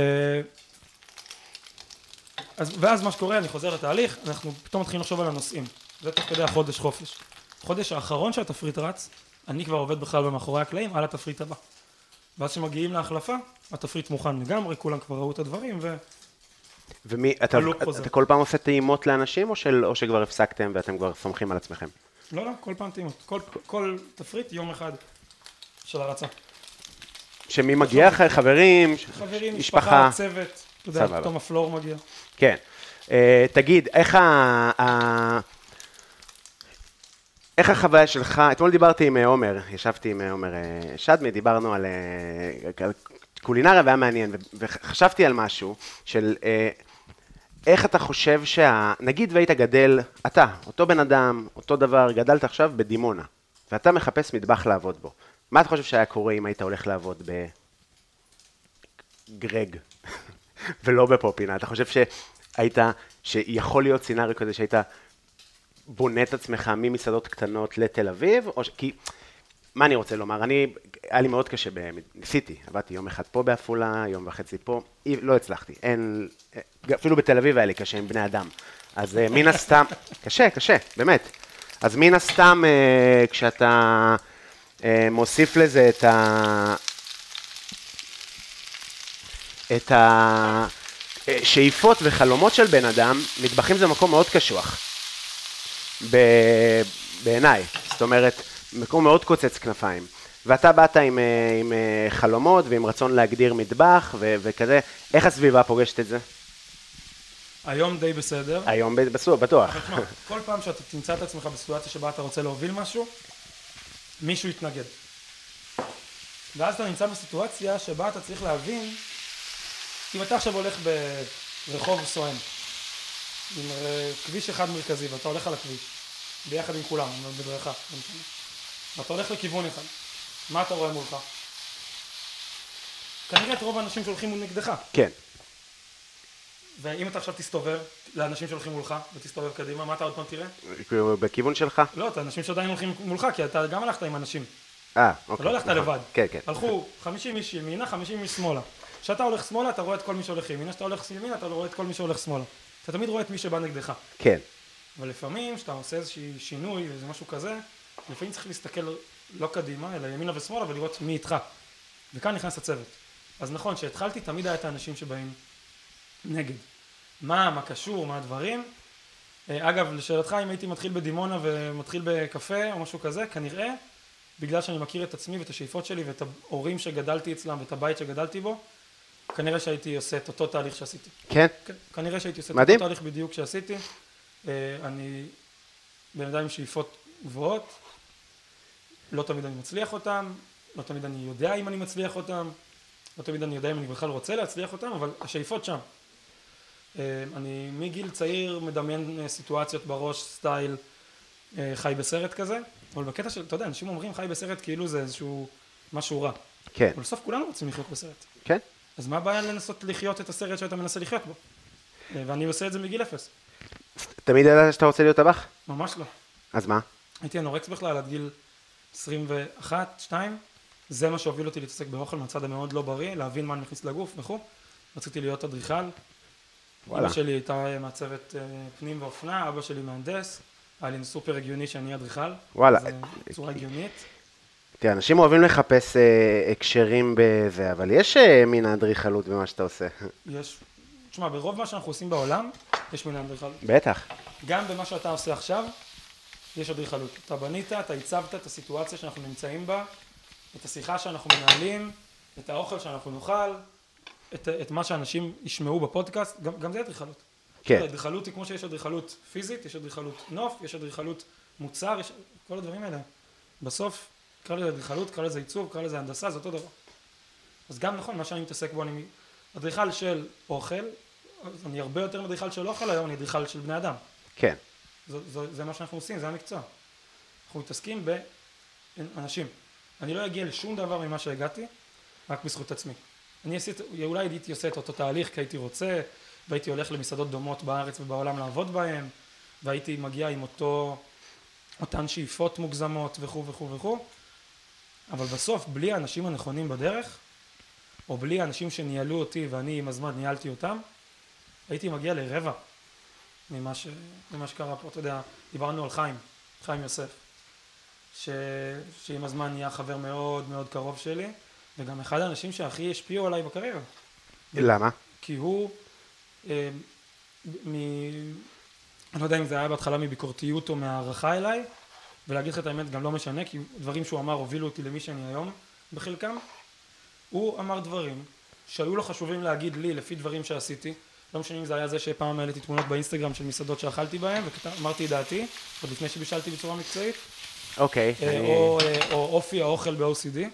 אז, ואז מה שקורה, אני חוזר לתהליך, אנחנו פתאום מתחילים לחשוב על הנושאים. זה תוך כדי החודש חופש. חודש האחרון שהתפריט רץ, אני כבר עובד בכלל במאחורי הקלעים על התפריט הבא. ואז שמגיעים להחלפה, התפריט מוכן לגמרי, כולם כבר ראו את הדברים, ו... ומי, אתה, אתה כל פעם עושה טעימות לאנשים, או, של, או שכבר הפסקתם ואתם כבר סומכים על עצמכם? לא, לא, כל פעם טעימות. כל, כל תפריט יום אחד של הרצה. שמי מגיע אחרי חברים, חברים, משפחה, צוות, אתה יודע, פתאום הפלור מגיע. כן. Uh, תגיד, איך ה... איך החוויה שלך, אתמול דיברתי עם עומר, ישבתי עם עומר שדמי, דיברנו על, על קולינריה והיה מעניין, וחשבתי על משהו של איך אתה חושב שה... נגיד והיית גדל, אתה, אותו בן אדם, אותו דבר, גדלת עכשיו בדימונה, ואתה מחפש מטבח לעבוד בו. מה אתה חושב שהיה קורה אם היית הולך לעבוד בגרג ולא בפופינה? אתה חושב שהיית, שיכול להיות סינריו כזה שהיית בונה את עצמך ממסעדות קטנות לתל אביב, או ש... כי, מה אני רוצה לומר? אני, היה לי מאוד קשה, ב... ניסיתי, עבדתי יום אחד פה באפולה, יום וחצי פה, לא הצלחתי, אין, אפילו בתל אביב היה לי קשה עם בני אדם, אז מן הסתם, קשה, קשה, באמת, אז מן הסתם, כשאתה מוסיף לזה את ה... את השאיפות וחלומות של בן אדם, מטבחים זה מקום מאוד קשוח. בעיניי, זאת אומרת, מקום מאוד קוצץ כנפיים, ואתה באת עם, עם חלומות ועם רצון להגדיר מטבח ו- וכזה, איך הסביבה פוגשת את זה? היום די בסדר. היום בסדר, בטוח. תשמע, כל פעם שאתה תמצא את עצמך בסיטואציה שבה אתה רוצה להוביל משהו, מישהו יתנגד. ואז אתה נמצא בסיטואציה שבה אתה צריך להבין, אם אתה עכשיו הולך ברחוב סואן, עם כביש אחד מרכזי, ואתה הולך על הכביש, ביחד עם כולם, בדרכה, ואתה הולך לכיוון אחד, מה אתה רואה מולך? כנראה את רוב האנשים שהולכים מול נגדך. כן. ואם אתה עכשיו תסתובב לאנשים שהולכים מולך, ותסתובב קדימה, מה אתה עוד פעם תראה? בכיוון שלך? לא, את האנשים שעדיין הולכים מולך, כי אתה גם הלכת עם אנשים. אה, אוקיי. אתה לא הלכת לבד. כן, כן. הלכו חמישים איש ימינה, חמישים איש שמאלה. כשאתה הולך שמאלה, אתה רואה את כל מי שהולך ימינה, כשאתה הולך ימינה, אתה רואה את כל מי שהולך שמאלה. אתה תמיד רואה את מי שבא נגדך. כן. אבל לפעמים, כשאתה עושה איזשהו שינוי, איזה משהו כזה, לפעמים צריך להסתכל לא קדימה, אלא ימינה ושמאלה, ולראות מי איתך. וכאן נכנס הצוות. אז נכון, שהתחלתי, תמיד היה את האנשים שבאים נגד. מה, מה קשור, מה הדברים. אגב, לשאלתך, אם הייתי מתחיל בדימונה ומתחיל בקפה או משהו כזה, כנראה, בגלל שאני מכיר את עצמי ואת השאיפות שלי ואת ההורים שגדלתי אצלם ואת הבית שגדלתי בו, כנראה שהייתי עושה את אותו תהליך שעשיתי. כן? כן, כנראה שהייתי עושה מדהים. את אותו תהליך בדיוק שעשיתי. אני בן אדם עם שאיפות גבוהות, לא תמיד אני מצליח אותם, לא תמיד אני יודע אם אני מצליח אותם, לא תמיד אני יודע אם אני בכלל רוצה להצליח אותם, אבל השאיפות שם. אני מגיל צעיר מדמיין סיטואציות בראש, סטייל חי בסרט כזה, אבל בקטע של, אתה יודע, אנשים אומרים חי בסרט כאילו זה איזשהו משהו רע. כן. אבל בסוף כולנו רוצים לחיות בסרט. כן. אז מה הבעיה לנסות לחיות את הסרט שאתה מנסה לחיות בו? ואני עושה את זה מגיל אפס. תמיד ידעת שאתה רוצה להיות טבח? ממש לא. אז מה? הייתי אנורקס בכלל עד גיל עשרים ואחת, שתיים. זה מה שהוביל אותי להתעסק באוכל מהצד המאוד לא בריא, להבין מה אני מכניס לגוף וכו'. רציתי להיות אדריכל. וואלה. אמא שלי הייתה מעצבת פנים ואופנה, אבא שלי מהנדס. היה לי סופר הגיוני שאני אדריכל. וואלה. זה צורה הגיונית. תראה, אנשים אוהבים לחפש אה, הקשרים בזה, אבל יש אה, מין האדריכלות במה שאתה עושה. יש, תשמע, ברוב מה שאנחנו עושים בעולם, יש מין האדריכלות. בטח. גם במה שאתה עושה עכשיו, יש אדריכלות. אתה בנית, אתה הצבת את הסיטואציה שאנחנו נמצאים בה, את השיחה שאנחנו מנהלים, את האוכל שאנחנו נאכל, את, את מה שאנשים ישמעו בפודקאסט, גם, גם זה אדריכלות. כן. אדריכלות היא כמו שיש אדריכלות פיזית, יש אדריכלות נוף, יש אדריכלות מוצר, יש כל הדברים האלה. בסוף, קרא לזה אדריכלות, קרא לזה עיצוב, קרא לזה הנדסה, זה אותו דבר. אז גם נכון, מה שאני מתעסק בו, אני אדריכל של אוכל, אז אני הרבה יותר אדריכל של אוכל היום, אני אדריכל של בני אדם. כן. זה, זה, זה מה שאנחנו עושים, זה המקצוע. אנחנו מתעסקים באנשים. אני לא אגיע לשום דבר ממה שהגעתי, רק בזכות עצמי. אני עשית, אולי הייתי עושה את אותו תהליך כי הייתי רוצה, והייתי הולך למסעדות דומות בארץ ובעולם לעבוד בהם, והייתי מגיע עם אותו, אותן שאיפות מוגזמות וכו' וכו' וכו'. אבל בסוף, בלי האנשים הנכונים בדרך, או בלי האנשים שניהלו אותי ואני עם הזמן ניהלתי אותם, הייתי מגיע לרבע ממה, ש... ממה שקרה פה. אתה יודע, דיברנו על חיים, חיים יוסף, ש... שעם הזמן נהיה חבר מאוד מאוד קרוב שלי, וגם אחד האנשים שהכי השפיעו עליי בקריירה. למה? כי הוא, אה, מ... אני לא יודע אם זה היה בהתחלה מביקורתיות או מהערכה אליי, ולהגיד לך את האמת גם לא משנה, כי דברים שהוא אמר הובילו אותי למי שאני היום בחלקם. הוא אמר דברים שהיו לו חשובים להגיד לי לפי דברים שעשיתי, לא משנה אם זה היה זה שפעם העליתי תמונות באינסטגרם של מסעדות שאכלתי בהם, ואמרתי את דעתי, עוד לפני שבישלתי בצורה מקצועית, אוקיי. אה, אני- או, אה, או אופי האוכל ב-או סי די,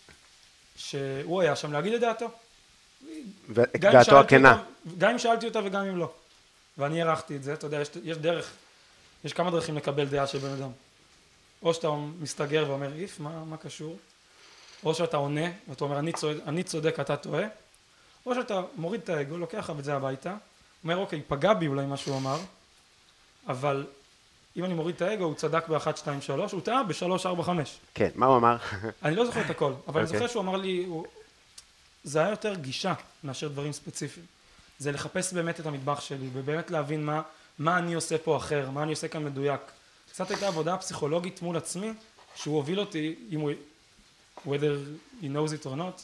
שהוא היה שם להגיד את דעתו. גם אם ודעתו שאלתי הכנה. אותה- גם אם שאלתי אותה וגם אם לא. ואני ערכתי את זה, אתה יודע, יש, יש דרך, יש כמה דרכים לקבל דעה של בן אדם. או שאתה מסתגר ואומר, איף, מה, מה קשור? או שאתה עונה, ואתה אומר, אני צודק, אני צודק, אתה טועה. או שאתה מוריד את האגו, לוקח את זה הביתה, אומר, אוקיי, פגע בי אולי מה שהוא אמר, אבל אם אני מוריד את האגו, הוא צדק ב-אחת, שתיים, שלוש, הוא טעה ב-שלוש, ארבע, חמש. כן, מה הוא אמר? אני לא זוכר את הכל, אבל אני אוקיי. זוכר שהוא אמר לי, הוא... זה היה יותר גישה מאשר דברים ספציפיים. זה לחפש באמת את המטבח שלי, ובאמת להבין מה, מה אני עושה פה אחר, מה אני עושה כאן מדויק. קצת הייתה עבודה פסיכולוגית מול עצמי, שהוא הוביל אותי, אם הוא, whether he knows it or not,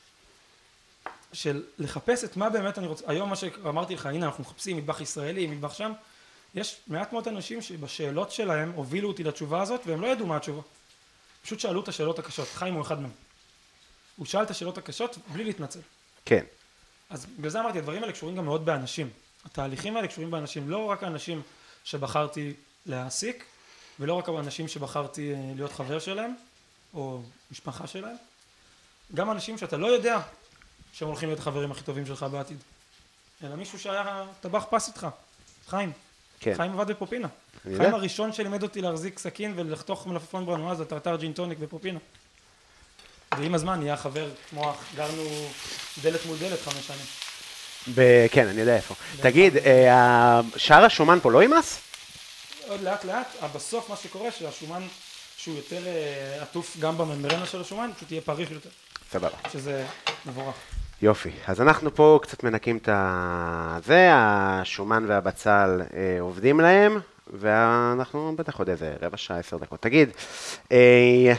של לחפש את מה באמת אני רוצה. היום מה שאמרתי לך, הנה אנחנו מחפשים מטבח ישראלי, מטבח שם, יש מעט מאוד אנשים שבשאלות שלהם הובילו אותי לתשובה הזאת, והם לא ידעו מה התשובה. פשוט שאלו את השאלות הקשות, חיים הוא אחד מהם. הוא שאל את השאלות הקשות בלי להתנצל. כן. אז בגלל זה אמרתי, הדברים האלה קשורים גם מאוד באנשים. התהליכים האלה קשורים באנשים, לא רק האנשים שבחרתי להעסיק, ולא רק האנשים שבחרתי להיות חבר שלהם, או משפחה שלהם, גם אנשים שאתה לא יודע שהם הולכים להיות החברים הכי טובים שלך בעתיד. אלא מישהו שהיה טבח פס איתך, חיים. כן. חיים עבד בפופינה. אני חיים יודע. הראשון שלימד אותי להחזיק סכין ולחתוך מלפפון ברנואז לטרטר ג'ין טוניק בפופינה. ועם הזמן נהיה חבר, כמו אח, גרנו דלת מול דלת חמש שנים. ב- כן, אני יודע איפה. תגיד, אה, שער השומן פה לא יימס? עוד לאט לאט, אבל בסוף מה שקורה שהשומן שהוא יותר אה, עטוף גם בממברנה של השומן, פשוט יהיה פריך יותר, סבבה. שזה מבורך. יופי. אז אנחנו פה קצת מנקים את ה... זה, השומן והבצל אה, עובדים להם, ואנחנו בטח עוד איזה רבע שעה, עשר דקות. תגיד, אה,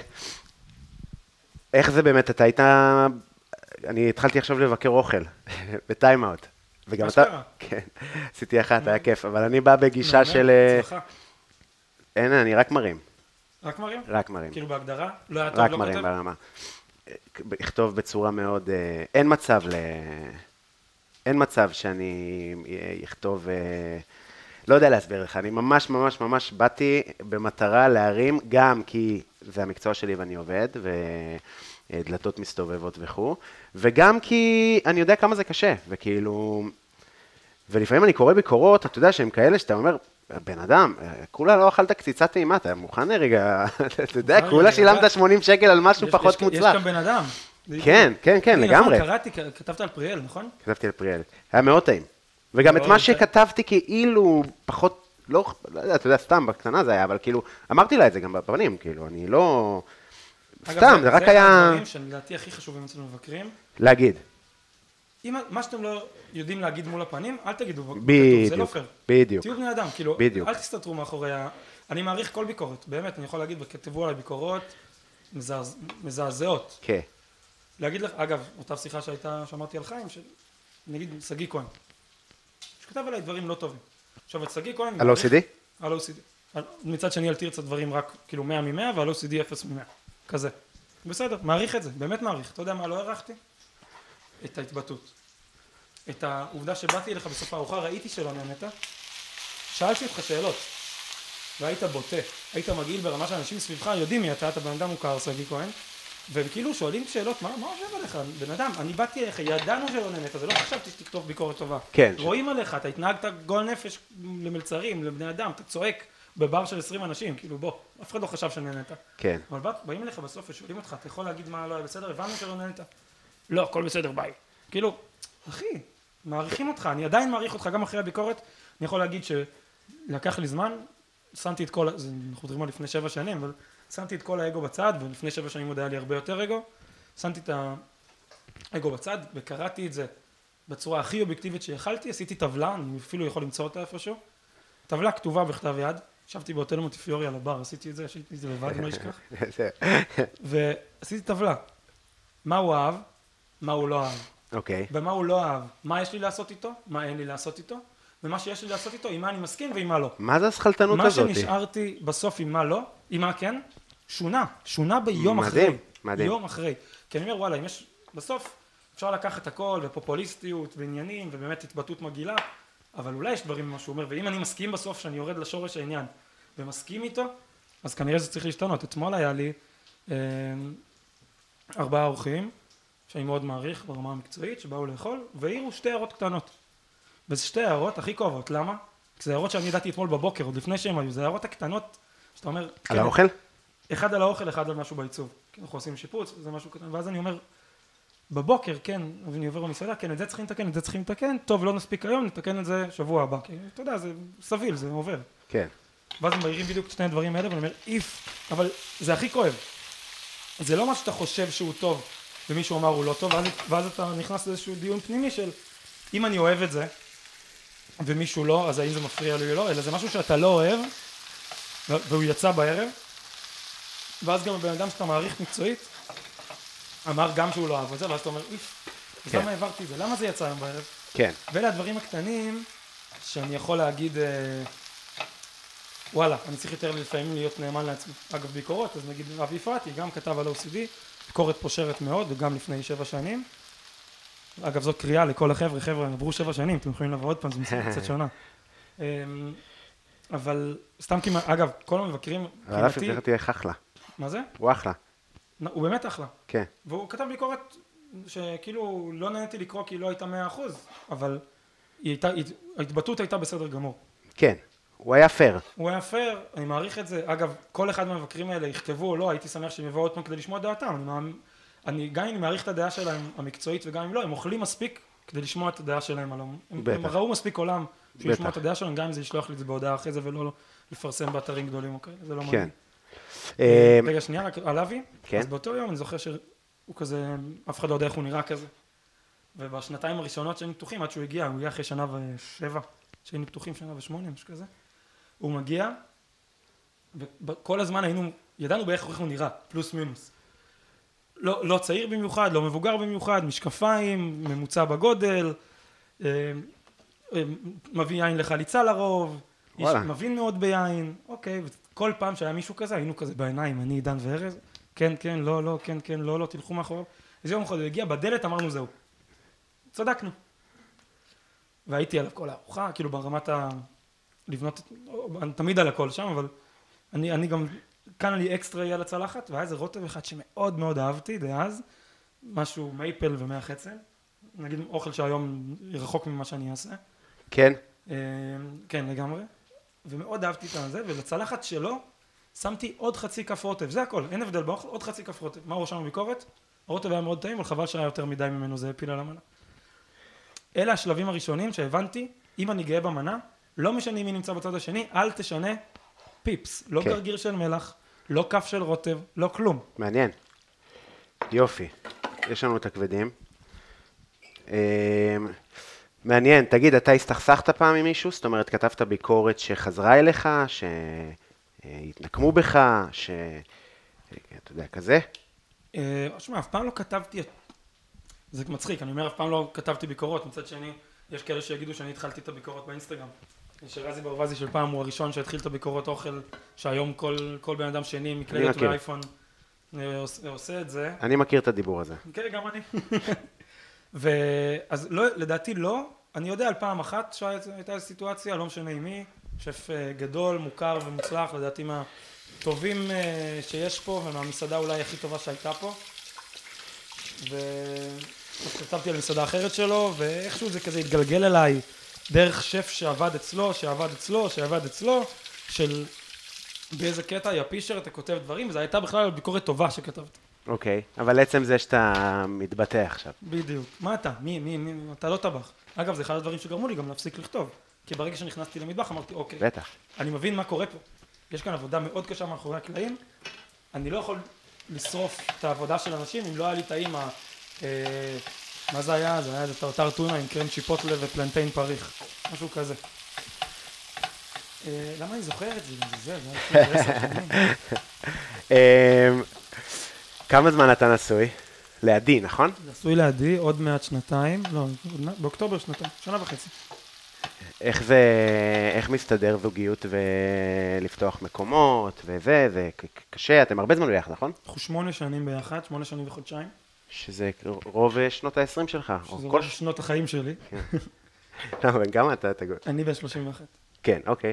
איך זה באמת, אתה היית... אני התחלתי עכשיו לבקר אוכל, בטיימאוט. וגם אתה... אשכרה. כן, עשיתי אחת, היה כיף, אבל אני בא בגישה של... אה, הצלחה. אין, אני רק מרים, רק מרים? רק מרים. כאילו בהגדרה? לא היה טוב, רק לא מרים כותב? ברמה. לכתוב בצורה מאוד... אה, אין מצב ל... אין מצב שאני אכתוב... אה, לא יודע להסביר לך, אני ממש ממש ממש באתי במטרה להרים, גם כי זה המקצוע שלי ואני עובד, ודלתות מסתובבות וכו', וגם כי אני יודע כמה זה קשה, וכאילו... ולפעמים אני קורא ביקורות, אתה יודע שהם כאלה שאתה אומר, בן אדם, כולה לא אכלת קציצת טעימה, אתה מוכן רגע, אתה יודע, מוכן כולה רגע, שילמת שמונים שקל על משהו יש- פחות יש- מוצלח. יש גם בן אדם. כן, כן, כן, הנה, לגמרי. נכון, קראתי, כתבת על פריאל, נכון? כתבתי על פריאל. היה מאוד טעים. וגם את מאוד מה טעים. שכתבתי כאילו פחות, לא, לא יודע, אתה יודע, סתם, בקטנה זה היה, אבל כאילו, אמרתי לה את זה גם בפנים, כאילו, אני לא... אגב, סתם, זה רק אחד היה... הדברים שלדעתי הכי חשובים אצל מבקרים. להגיד. אם מה שאתם לא יודעים להגיד מול הפנים, אל תגידו, כתוב, זה לא בדיוק, פייר. בדיוק. תהיו בני אדם, כאילו, בדיוק. אל תסתתרו מאחורי ה... אני מעריך כל ביקורת, באמת, אני יכול להגיד, כתבו עליי ביקורות מזעז- מזעזעות. כן. להגיד לך, אגב, אותה שיחה שהייתה, שאמרתי על חיים, של, נגיד, סגי כהן, שכתב עליי דברים לא טובים. עכשיו, את סגי כהן... על או סי די? על או סי די. מצד שני, על תרצה דברים רק, כאילו, מאה ממאה, ועל או סי די אפס ממאה. כזה. בסדר, מעריך את זה, באמת מעריך. אתה יודע מה לא הערכתי? את ההתבטאות. את העובדה שבאתי אליך בסוף הארוחה, ראיתי שלא נהנית, שאלתי אותך שאלות, והיית בוטה, היית מגעיל ברמה שאנשים סביבך יודעים מי אתה, אתה בן אדם מוכר, סגי כהן, והם כאילו שואלים שאלות, מה, מה עובר עליך? בן אדם, אני באתי אליך, ידענו שלא נהנית, זה לא חשבתי שתכתוב ביקורת טובה. כן. רואים עליך, אתה התנהגת גול נפש למלצרים, לבני אדם, אתה צועק בבר של עשרים אנשים, כאילו בוא, אף אחד לא חשב שנהנית. כן. אבל בא, באים אליך בסוף ושואלים אותך, אתה יכול להגיד מה לא היה בסדר, הבנו שלא נהנית? לא, הכל בסדר, ביי. כאילו, אחי, מעריכים אותך, אני עדיין מעריך אותך גם אחרי הביקורת, אני יכול להגיד שלקח לי זמן, שמתי את כל, אנחנו מדברים על לפני שבע שנים, אבל שמתי את כל האגו בצד, ולפני שבע שנים עוד היה לי הרבה יותר אגו, שמתי את האגו בצד, וקראתי את זה בצורה הכי אובייקטיבית שיכלתי, עשיתי טבלה, אני אפילו יכול למצוא אותה איפשהו, טבלה כתובה בכתב יד, ישבתי בהוטל מונטיפיורי על הבר, עשיתי את זה, עשיתי את זה לבד, אם לא אשכח, ועשיתי טבלה, מה הוא אהב, מה הוא לא אהב, אוקיי. במה הוא לא אהב, מה יש לי לעשות איתו, מה אין לי לעשות איתו, ומה שיש לי לעשות איתו, עם מה אני מסכים ועם מה לא. מה זה הסחלטנות הזאת? מה שנשארתי בסוף עם מה לא, עם מה כן, שונה, שונה ביום מדהים, אחרי. מדהים. יום אחרי. כי אני אומר, וואלה, אם יש, בסוף אפשר לקחת הכל, ופופוליסטיות, ועניינים, ובאמת התבטאות מגעילה, אבל אולי יש דברים ממה שהוא אומר, ואם אני מסכים בסוף שאני יורד לשורש העניין, ומסכים איתו, אז כנראה זה צריך להשתנות. אתמול היה לי אה, ארבעה אורחים, שאני מאוד מעריך ברמה המקצועית, שבאו לאכול, והעירו שתי הערות קטנות. וזה שתי הערות הכי כואבות, למה? כי זה הערות שאני ידעתי אתמול בבוקר, עוד לפני שהם היו, זה הערות הקטנות, שאתה אומר... על כן, האוכל? אחד על האוכל, אחד על משהו בעיצוב. כי אנחנו עושים שיפוץ, זה משהו קטן, ואז אני אומר, בבוקר, כן, ואני עובר במסעדה, כן, את זה צריכים לתקן, את זה צריכים לתקן, טוב, לא נספיק היום, נתקן את זה שבוע הבא. כי אתה יודע, זה סביל, זה עובר. כן. ואז הם מעירים בדיוק את שני הדברים האלה, ואני אומר, איף, אבל זה הכי כואב. זה לא מה שאתה חושב שהוא טוב, ומישהו אמר הוא לא טוב, ואז, ואז אתה נכנס לאיזשהו דיון פנימי של, אם אני אוהב את זה, ומישהו לא, אז האם זה מפריע לי או לא, אלא זה משהו שאתה לא אוהב, והוא יצא בערב, ואז גם הבן אדם שאתה מעריך מקצועית, אמר גם שהוא לא אהב את זה, ואז אתה אומר, איף, אז למה העברתי את זה? למה זה יצא היום בערב? כן. ואלה הדברים הקטנים, שאני יכול להגיד, וואלה, אני צריך יותר לפעמים להיות נאמן לעצמי. אגב, ביקורות, אז נגיד, אבי יפרתי, גם כתב על או סי די, ביקורת פושרת מאוד, וגם לפני שבע שנים. אגב, זאת קריאה לכל החבר'ה, חבר'ה, עברו שבע שנים, אתם יכולים לבוא עוד פעם, זו מסורת קצת שונה. אבל סתם כמעט, אגב, כל המבקרים... אבל אף אחד תהיה אחלה. מה זה? הוא אחלה. הוא באמת אחלה. כן. והוא כתב ביקורת שכאילו לא נהניתי לקרוא כי היא לא הייתה מאה אחוז, אבל ההתבטאות הייתה בסדר גמור. כן, הוא היה פייר. הוא היה פייר, אני מעריך את זה. אגב, כל אחד מהמבקרים האלה יכתבו או לא, הייתי שמח שהם יבואו עוד פעם כדי לשמוע דעתם. אני, אני, גם אם אני מעריך את הדעה שלהם המקצועית וגם אם לא, הם אוכלים מספיק כדי לשמוע את הדעה שלהם. הם, הם ראו מספיק עולם בשביל לשמוע את הדעה שלהם, גם אם זה לשלוח לי את זה בהודעה אחרי זה ולא לפרסם באתרים גדולים או כאלה, זה לא כן. מדהים. רגע, שנייה, רק על אבי, כן. אז באותו יום אני זוכר שהוא כזה, אף אחד לא יודע איך הוא נראה כזה. ובשנתיים הראשונות שהיינו פתוחים, עד שהוא הגיע, הוא הגיע אחרי שנה ושבע, שהיינו פתוחים שנה ושמונה, משהו כזה. הוא מגיע, וכל הזמן היינו, ידענו באיך הוא נראה, פלוס מינוס. לא, לא צעיר במיוחד, לא מבוגר במיוחד, משקפיים, ממוצע בגודל, מביא יין לחליצה לרוב, איש מבין מאוד ביין, אוקיי, וכל פעם שהיה מישהו כזה, היינו כזה בעיניים, אני, עידן וארז, כן, כן, לא, לא, כן, כן, לא, לא, תלכו מאחוריו. איזה יום אחד הוא הגיע בדלת, אמרנו זהו. צדקנו. והייתי עליו כל הארוחה, כאילו ברמת ה... לבנות, אני תמיד על הכל שם, אבל אני, אני גם, כאן לי אקסטרה יהיה על הצלחת, והיה איזה רוטב אחד שמאוד מאוד אהבתי, דאז, משהו מייפל ומח עצם, נגיד אוכל שהיום רחוק ממה שאני אעשה. כן. כן, לגמרי. ומאוד אהבתי את זה, ולצלחת שלו, שמתי עוד חצי כף רוטב, זה הכל, אין הבדל באוכל, עוד חצי כף רוטב. מה הוא רשם בביקורת? הרוטב היה מאוד טעים, אבל חבל שהיה יותר מדי ממנו, זה הפיל על המנה. אלה השלבים הראשונים שהבנתי, אם אני גאה במנה, לא משנה מי נמצא בצד השני, אל תשנה פיפס, לא כן. גרגיר של מלח, לא כף של רוטב, לא כלום. מעניין. יופי. יש לנו את הכבדים. מעניין, תגיד, אתה הסתכסכת פעם עם מישהו? זאת אומרת, כתבת ביקורת שחזרה אליך, שהתנקמו בך, ש... אתה יודע, כזה? שמע, אף פעם לא כתבתי... זה מצחיק, אני אומר, אף פעם לא כתבתי ביקורות, מצד שני, יש כאלה שיגידו שאני התחלתי את הביקורות באינסטגרם. שרזי ברווזי של פעם הוא הראשון שהתחיל את הביקורות אוכל, שהיום כל, כל בן אדם שני מקלדת ואייפון אני עושה, עושה את זה. אני מכיר את הדיבור הזה. כן, גם אני. ואז לא, לדעתי לא, אני יודע על פעם אחת שהייתה סיטואציה, לא משנה עם מי, שף גדול, מוכר ומוצלח, לדעתי מהטובים שיש פה, ומהמסעדה אולי הכי טובה שהייתה פה. וכתבתי על מסעדה אחרת שלו, ואיכשהו זה כזה התגלגל אליי, דרך שף שעבד אצלו, שעבד אצלו, שעבד אצלו, של באיזה קטע, יא פישר, אתה כותב דברים, וזו הייתה בכלל ביקורת טובה שכתבתי. אוקיי, אבל עצם זה שאתה מתבטא עכשיו. בדיוק. מה אתה? מי, מי, מי? אתה לא טבח. אגב, זה אחד הדברים שגרמו לי גם להפסיק לכתוב. כי ברגע שנכנסתי למטבח אמרתי, אוקיי, בטח. אני מבין מה קורה פה. יש כאן עבודה מאוד קשה מאחורי הקלעים. אני לא יכול לשרוף את העבודה של אנשים אם לא היה לי טעים ה... אה, מה זה היה? זה היה איזה טרטר טונה עם קרם צ'יפוטלה ופלנטיין פריך. משהו כזה. אה, למה אני זוכר את זה? זה זה, זה היה עשר שנים. כמה זמן אתה נשוי? לידי, נכון? נשוי לידי, עוד מעט שנתיים, לא, באוקטובר שנתיים, שנה וחצי. איך זה, איך מסתדר זוגיות ולפתוח מקומות וזה, זה קשה, אתם הרבה זמן ביחד, נכון? אנחנו שמונה שנים ביחד, שמונה שנים וחודשיים. שזה רוב שנות ה-עשרים שלך. שזה רוב שנות החיים שלי. לא, וגם אתה, אתה... אני ב-שלושים ואחת. כן, אוקיי.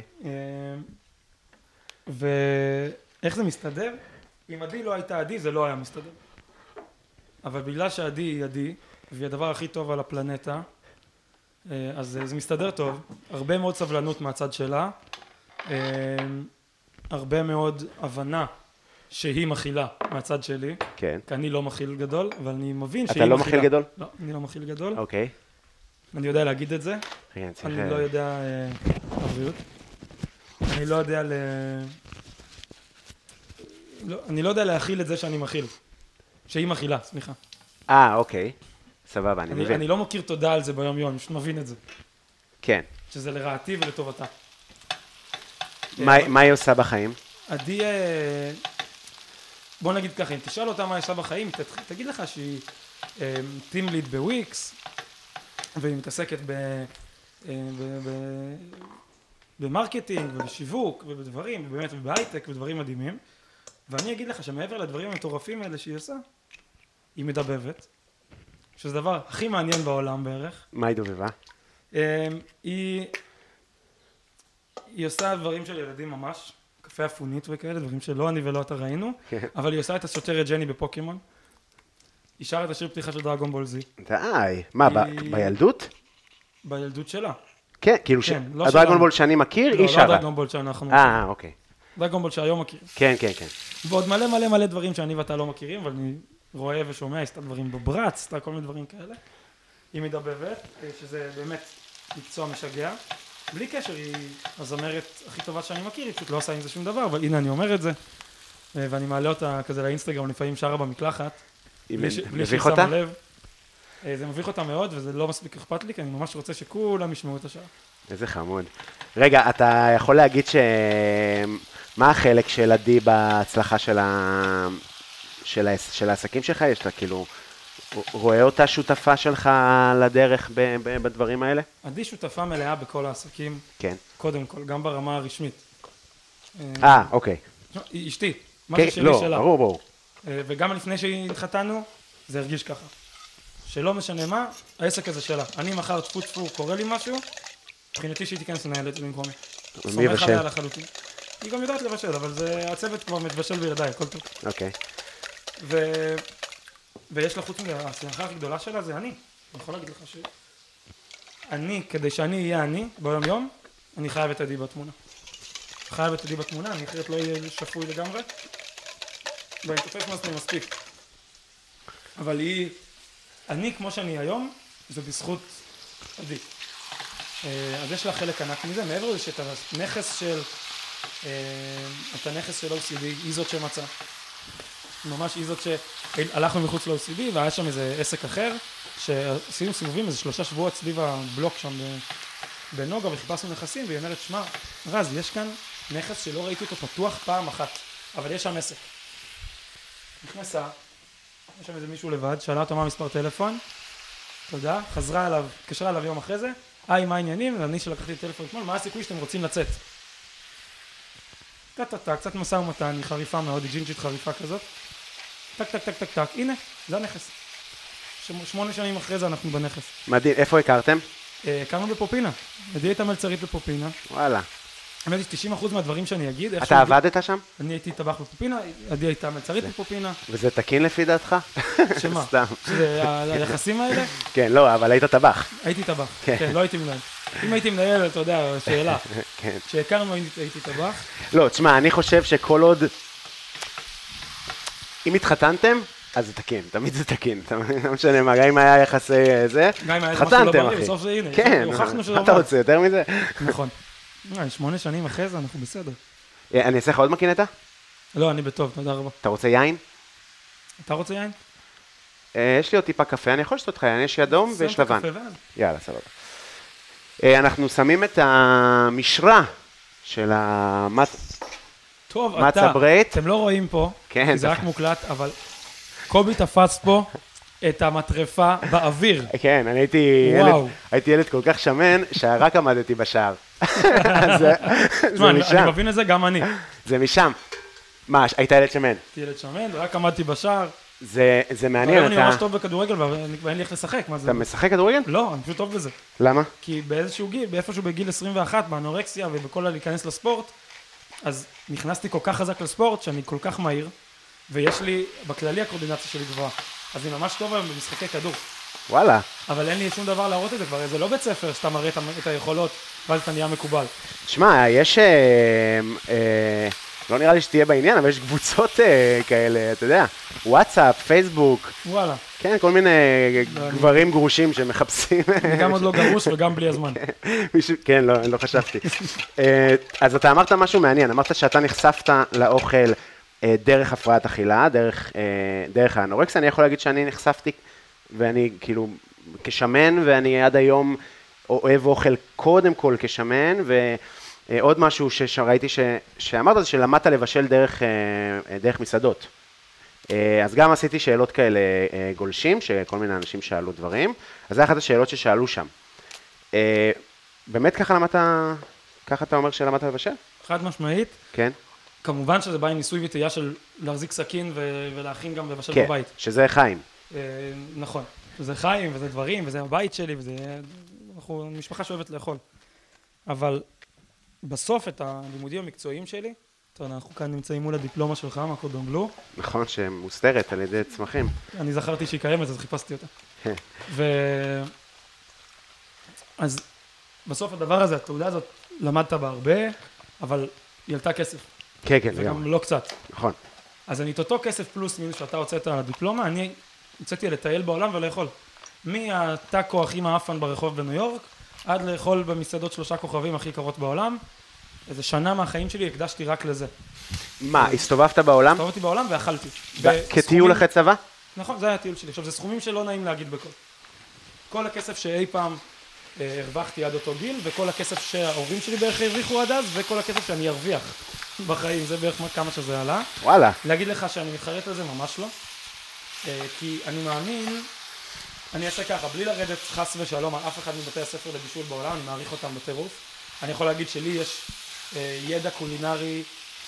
ואיך זה מסתדר? אם עדי לא הייתה עדי, זה לא היה מסתדר. אבל בגלל שעדי היא עדי, והיא הדבר הכי טוב על הפלנטה, אז זה מסתדר טוב. הרבה מאוד סבלנות מהצד שלה, הרבה מאוד הבנה שהיא מכילה מהצד שלי. כן. כי אני לא מכיל גדול, אבל אני מבין שהיא מכילה. אתה לא מכיל גדול? לא, אני לא מכיל גדול. אוקיי. אני יודע להגיד את זה. כן, צריך... אני לא יודע... ערביות. אני לא יודע ל... לא, אני לא יודע להכיל את זה שאני מכיל. שהיא מכילה, סליחה. אה, אוקיי. סבבה, אני אני, מבין. אני לא מכיר תודה על זה ביום יום, אני פשוט מבין את זה. כן. שזה לרעתי ולטובתה. מה, מה היא עושה בחיים? עדי, בוא נגיד ככה, אם תשאל אותה מה היא עושה בחיים, ת, תגיד לך שהיא טים ליד בוויקס, והיא מתעסקת ב, ב, ב, במרקטינג ובשיווק ובדברים, ובאמת ובהייטק ודברים מדהימים. ואני אגיד לך שמעבר לדברים המטורפים האלה שהיא עושה, היא מדבבת, שזה דבר הכי מעניין בעולם בערך. מה היא דובבה? היא, היא עושה דברים של ילדים ממש, קפה אפונית וכאלה, דברים שלא אני ולא אתה ראינו, אבל היא עושה את השוטרת ג'ני בפוקימון. היא שרה את השיר פתיחה של דרגון בול זי. די, מה, בילדות? בילדות שלה. כן, כאילו הדרגון בול שאני מכיר, היא שרה. לא, לא הדרגון בול שאנחנו מכירים. אה, אוקיי. דרגון בול שהיום מכיר. כן, כן, כן. ועוד מלא מלא מלא דברים שאני ואתה לא מכירים, אבל אני רואה ושומע, עשתה דברים בברץ, עשתה כל מיני דברים כאלה. היא מדבבת, שזה באמת מקצוע משגע. בלי קשר, היא הזמרת הכי טובה שאני מכיר, היא פשוט לא עושה עם זה שום דבר, אבל הנה אני אומר את זה. ואני מעלה אותה כזה לאינסטגרם, לפעמים שרה במקלחת. מביך אותה? זה מביך אותה מאוד, וזה לא מספיק אכפת לי, כי אני ממש רוצה שכולם ישמעו את השעה. איזה חמוד. רגע, אתה יכול להגיד ש... מה החלק של עדי בהצלחה של, ה... של, ה... של העסקים שלך? יש אתה כאילו, רואה אותה שותפה שלך לדרך ב... ב... בדברים האלה? עדי שותפה מלאה בכל העסקים. כן. קודם כל, גם ברמה הרשמית. אה, אוקיי. היא אשתי, מה כן, ששלי לא, שלה. ברור, ברור. וגם לפני שהתחתנו, זה הרגיש ככה. שלא משנה מה, העסק הזה שלה. אני מחר טפו טפו, קורא לי משהו, מבחינתי שהיא תיכנס לנהל את זה במקומי. מי יבשל? סומך עליה לחלוטין. היא גם יודעת לבשל, אבל זה, הצוות כבר מתבשל בידיי, הכל טוב. אוקיי. ו... ויש לה חוץ מזה, ההצלחה הכי גדולה שלה זה אני. אני יכול להגיד לך ש... אני, כדי שאני אהיה אני, ביום יום, אני חייב את עדי בתמונה. חייב את עדי בתמונה, אני אחרת לא אהיה שפוי לגמרי. ואני תופס מעצמי מספיק. אבל היא... אני, כמו שאני היום, זה בזכות עדי. אז יש לה חלק ענק מזה, מעבר לזה שאת הנכס של... את הנכס של או סי די, היא זאת שמצא. ממש היא זאת שהלכנו מחוץ ל-או סי די, והיה שם איזה עסק אחר, שעשינו סיבובים, איזה שלושה שבועות סביב הבלוק שם בנוגה, וחיפשנו נכסים, והיא אומרת, שמע, רז, יש כאן נכס שלא ראיתי אותו פתוח פעם אחת, אבל יש שם עסק. נכנסה, יש שם איזה מישהו לבד, שאלה אותו מה מספר טלפון, תודה, חזרה אליו, התקשרה אליו יום אחרי זה, היי, מה העניינים? ואני שלקחתי את טלפון אתמול, מה הסיכוי שאתם רוצים לצאת? טה-טה-טה, קצת מסע ומתן, היא חריפה מאוד, היא ג'ינג'ית חריפה כזאת. טק, טק, טק, טק, טק, הנה, זה הנכס. שמונה שנים אחרי זה אנחנו בנכס. מדהים, איפה הכרתם? הכרנו בפופינה, עדי הייתה מלצרית בפופינה. וואלה. האמת היא תשעים אחוז מהדברים שאני אגיד. אתה עבדת שם? אני הייתי טבח בפופינה, עדי הייתה מלצרית בפופינה. וזה תקין לפי דעתך? שמה? סתם. שזה היחסים האלה? כן, לא, אבל היית טבח. הייתי טבח, כן, לא הייתי מנהל. אם הייתי מנהל, אתה יודע, שאלה. כן. כשהכרנו הייתי טבח. לא, תשמע, אני חושב שכל עוד... אם התחתנתם, אז זה תקין, תמיד זה תקין. לא משנה מה, גם אם היה יחסי זה, התחתנתם, אחי. בסוף זה הנה, כן, הוכחנו שזה מה אתה רוצה, יותר מזה? נכון. שמונה שנים אחרי זה, אנחנו בסדר. אני אעשה לך עוד מקינטה? לא, אני בטוב, תודה רבה. אתה רוצה יין? אתה רוצה יין? יש לי עוד טיפה קפה, אני יכול לשתות לך יין, יש אדום ויש לבן. יאללה, סבבה. אנחנו שמים את המשרה של המצ... טוב, אתה, ברייט. אתם לא רואים פה, כן, כי זה רק מוקלט, אבל קובי תפס פה את המטרפה באוויר. כן, אני הייתי ילד, הייתי ילד כל כך שמן, שרק עמדתי בשער. זה משם. אני מבין את זה, גם אני. זה משם. מה, היית ילד שמן? הייתי ילד שמן, רק עמדתי בשער. זה מעניין, אתה... אני ממש טוב בכדורגל, ואין לי איך לשחק, מה זה? אתה משחק כדורגל? לא, אני פשוט טוב בזה. למה? כי באיזשהו גיל, באיפשהו בגיל עשרים ואחת, באנורקסיה ובכל להיכנס לספורט, אז נכנסתי כל כך חזק לספורט, שאני כל כך מהיר, ויש לי, בכללי הקורדינציה שלי גבוהה. אז אני ממש טוב היום במשחקי כדור. וואלה. אבל אין לי שום דבר להראות את זה כבר, זה לא בית ספר שאתה מראה את היכולות, ואז אתה נהיה מקובל. שמע, יש... לא נראה לי שתהיה בעניין, אבל יש קבוצות כאלה, אתה יודע, וואטסאפ, פייסבוק. וואלה. כן, כל מיני גברים גרושים שמחפשים. גם עוד לא גרוש וגם בלי הזמן. כן, לא חשבתי. אז אתה אמרת משהו מעניין, אמרת שאתה נחשפת לאוכל דרך הפרעת אכילה, דרך האנורקסיה. אני יכול להגיד שאני נחשפתי, ואני כאילו כשמן, ואני עד היום אוהב אוכל קודם כל כשמן, ועוד משהו שראיתי שאמרת זה שלמדת לבשל דרך מסעדות. אז גם עשיתי שאלות כאלה גולשים, שכל מיני אנשים שאלו דברים, אז זה אחת השאלות ששאלו שם. באמת ככה למדת, ככה אתה אומר שלמדת לבשל? חד משמעית. כן. כמובן שזה בא עם ניסוי וטעייה של להחזיק סכין ולהכין גם לבשל בבית. כן, שזה חיים. נכון, שזה חיים וזה דברים וזה הבית שלי וזה... אנחנו משפחה שאוהבת לאכול. אבל בסוף את הלימודים המקצועיים שלי, טוב, אנחנו כאן נמצאים מול הדיפלומה שלך, מהקורדון בלו. נכון, שמוסתרת על ידי צמחים. אני זכרתי שהיא קיימת, אז חיפשתי אותה. ו... אז בסוף הדבר הזה, התעודה הזאת, למדת בה הרבה, אבל היא עלתה כסף. כן, כן, וגם לא קצת. נכון. אז אני את אותו כסף פלוס מינוס שאתה הוצאת על הדיפלומה, אני הוצאתי לטייל בעולם ולאכול. מהטאקו הכי מאפן ברחוב בניו יורק, עד לאכול במסעדות שלושה כוכבים הכי קרות בעולם. איזה שנה מהחיים שלי הקדשתי רק לזה. מה, הסתובבת בעולם? הסתובבתי בעולם ואכלתי. כטיול אחרי צבא? נכון, זה היה הטיול שלי. עכשיו, זה סכומים שלא נעים להגיד בכל. כל הכסף שאי פעם הרווחתי עד אותו גיל, וכל הכסף שההורים שלי בערך הרוויחו עד אז, וכל הכסף שאני ארוויח בחיים. זה בערך כמה שזה עלה. וואלה. להגיד לך שאני מתחרט על זה, ממש לא. כי אני מאמין, אני אעשה ככה, בלי לרדת חס ושלום על אף אחד מבתי הספר לבישול בעולם, אני מעריך אותם בטירוף. אני יכול להגיד שלי יש ידע קולינרי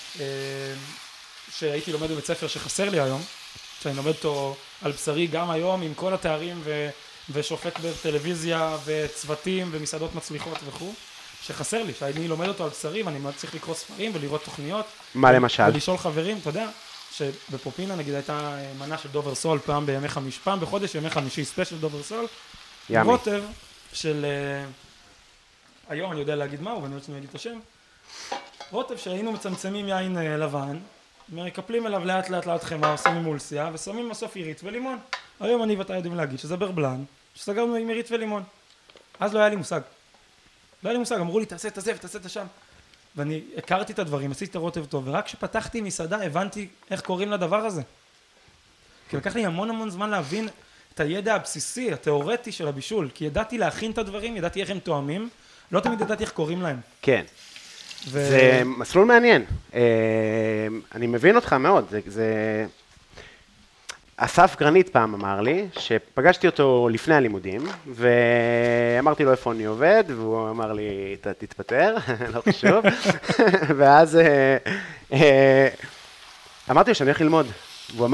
שהייתי לומד בבית ספר שחסר לי היום, שאני לומד אותו על בשרי גם היום עם כל התארים ו- ושופט בטלוויזיה וצוותים ומסעדות מצליחות וכו', שחסר לי, שאני לומד אותו על בשרי ואני צריך לקרוא ספרים ולראות תוכניות. מה למשל? ולשאול חברים, אתה יודע, שבפופינה נגיד הייתה מנה של דובר סול פעם בימי חמישי, פעם בחודש ימי חמישי ספיישל דובר סול. ימי. רוטב של... היום אני יודע להגיד מהו ואני רוצה להגיד את השם. רוטב שהיינו מצמצמים יין לבן, מקפלים אליו לאט לאט לאט חמה, עושים אמולסיה ושמים בסוף עירית ולימון. היום אני ואתה יודעים להגיד שזה ברבלן, שסגרנו עם עירית ולימון. אז לא היה לי מושג. לא היה לי מושג, אמרו לי תעשה את הזה ותעשה את השם. ואני הכרתי את הדברים, עשיתי את הרוטב טוב, ורק כשפתחתי מסעדה הבנתי איך קוראים לדבר הזה. כי לקח לי המון המון זמן להבין את הידע הבסיסי, התיאורטי של הבישול, כי ידעתי להכין את הדברים, ידעתי איך הם תואמים, לא תמיד ידעתי איך קוראים להם. כן. ו... זה מסלול מעניין. אני מבין אותך מאוד. זה, זה... אסף גרנית פעם אמר לי, שפגשתי אותו לפני הלימודים, ואמרתי לו איפה אני עובד, והוא אמר לי, תתפטר, לא חשוב. ואז אמרתי לו שאני הולך ללמוד. והוא אמר,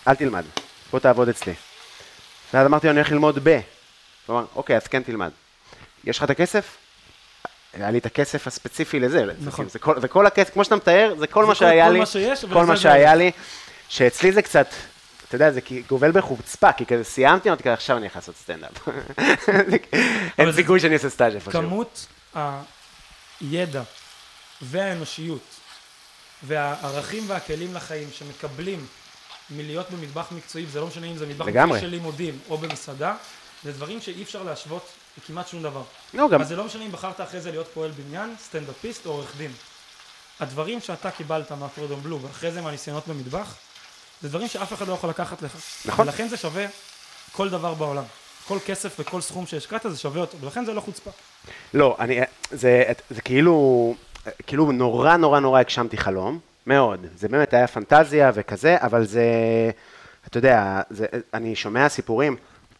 אל תלמד, בוא תעבוד אצלי. ואז אמרתי לו, אני הולך ללמוד ב. הוא אמר, אוקיי, אז כן תלמד. יש לך את הכסף? היה לי את הכסף הספציפי לזה. נכון. זה כל, וכל הכסף, כמו שאתה מתאר, זה כל זה מה שהיה כל לי. מה שיש, כל מה שהיה לי. שאצלי זה קצת, אתה יודע, זה גובל בחוצפה, כי כזה סיימתי, אמרתי כזה, עכשיו אני הולך לעשות סטנדאפ. אין סיכוי שאני אעשה סטאז' איפשהו. כמות הידע והאנושיות והערכים והכלים לחיים שמקבלים מלהיות במטבח מקצועי, זה לא משנה אם זה מטבח מקצועי של לימודים או במסעדה, זה דברים שאי אפשר להשוות לכמעט שום דבר. אז זה לא משנה אם בחרת אחרי זה להיות פועל בניין, סטנדאפיסט או עורך דין. הדברים שאתה קיבלת מהפרדון בלו ואחרי זה מהניסיונות במטבח, זה דברים שאף אחד לא יכול לקחת לך. נכון. ולכן זה שווה כל דבר בעולם. כל כסף וכל סכום שהשקעת זה שווה אותו, ולכן זה לא חוצפה. לא, אני, זה, זה כאילו, כאילו נורא נורא נורא הגשמתי חלום, מאוד. זה באמת היה פנטזיה וכזה, אבל זה, אתה יודע, זה, אני שומע סיפורים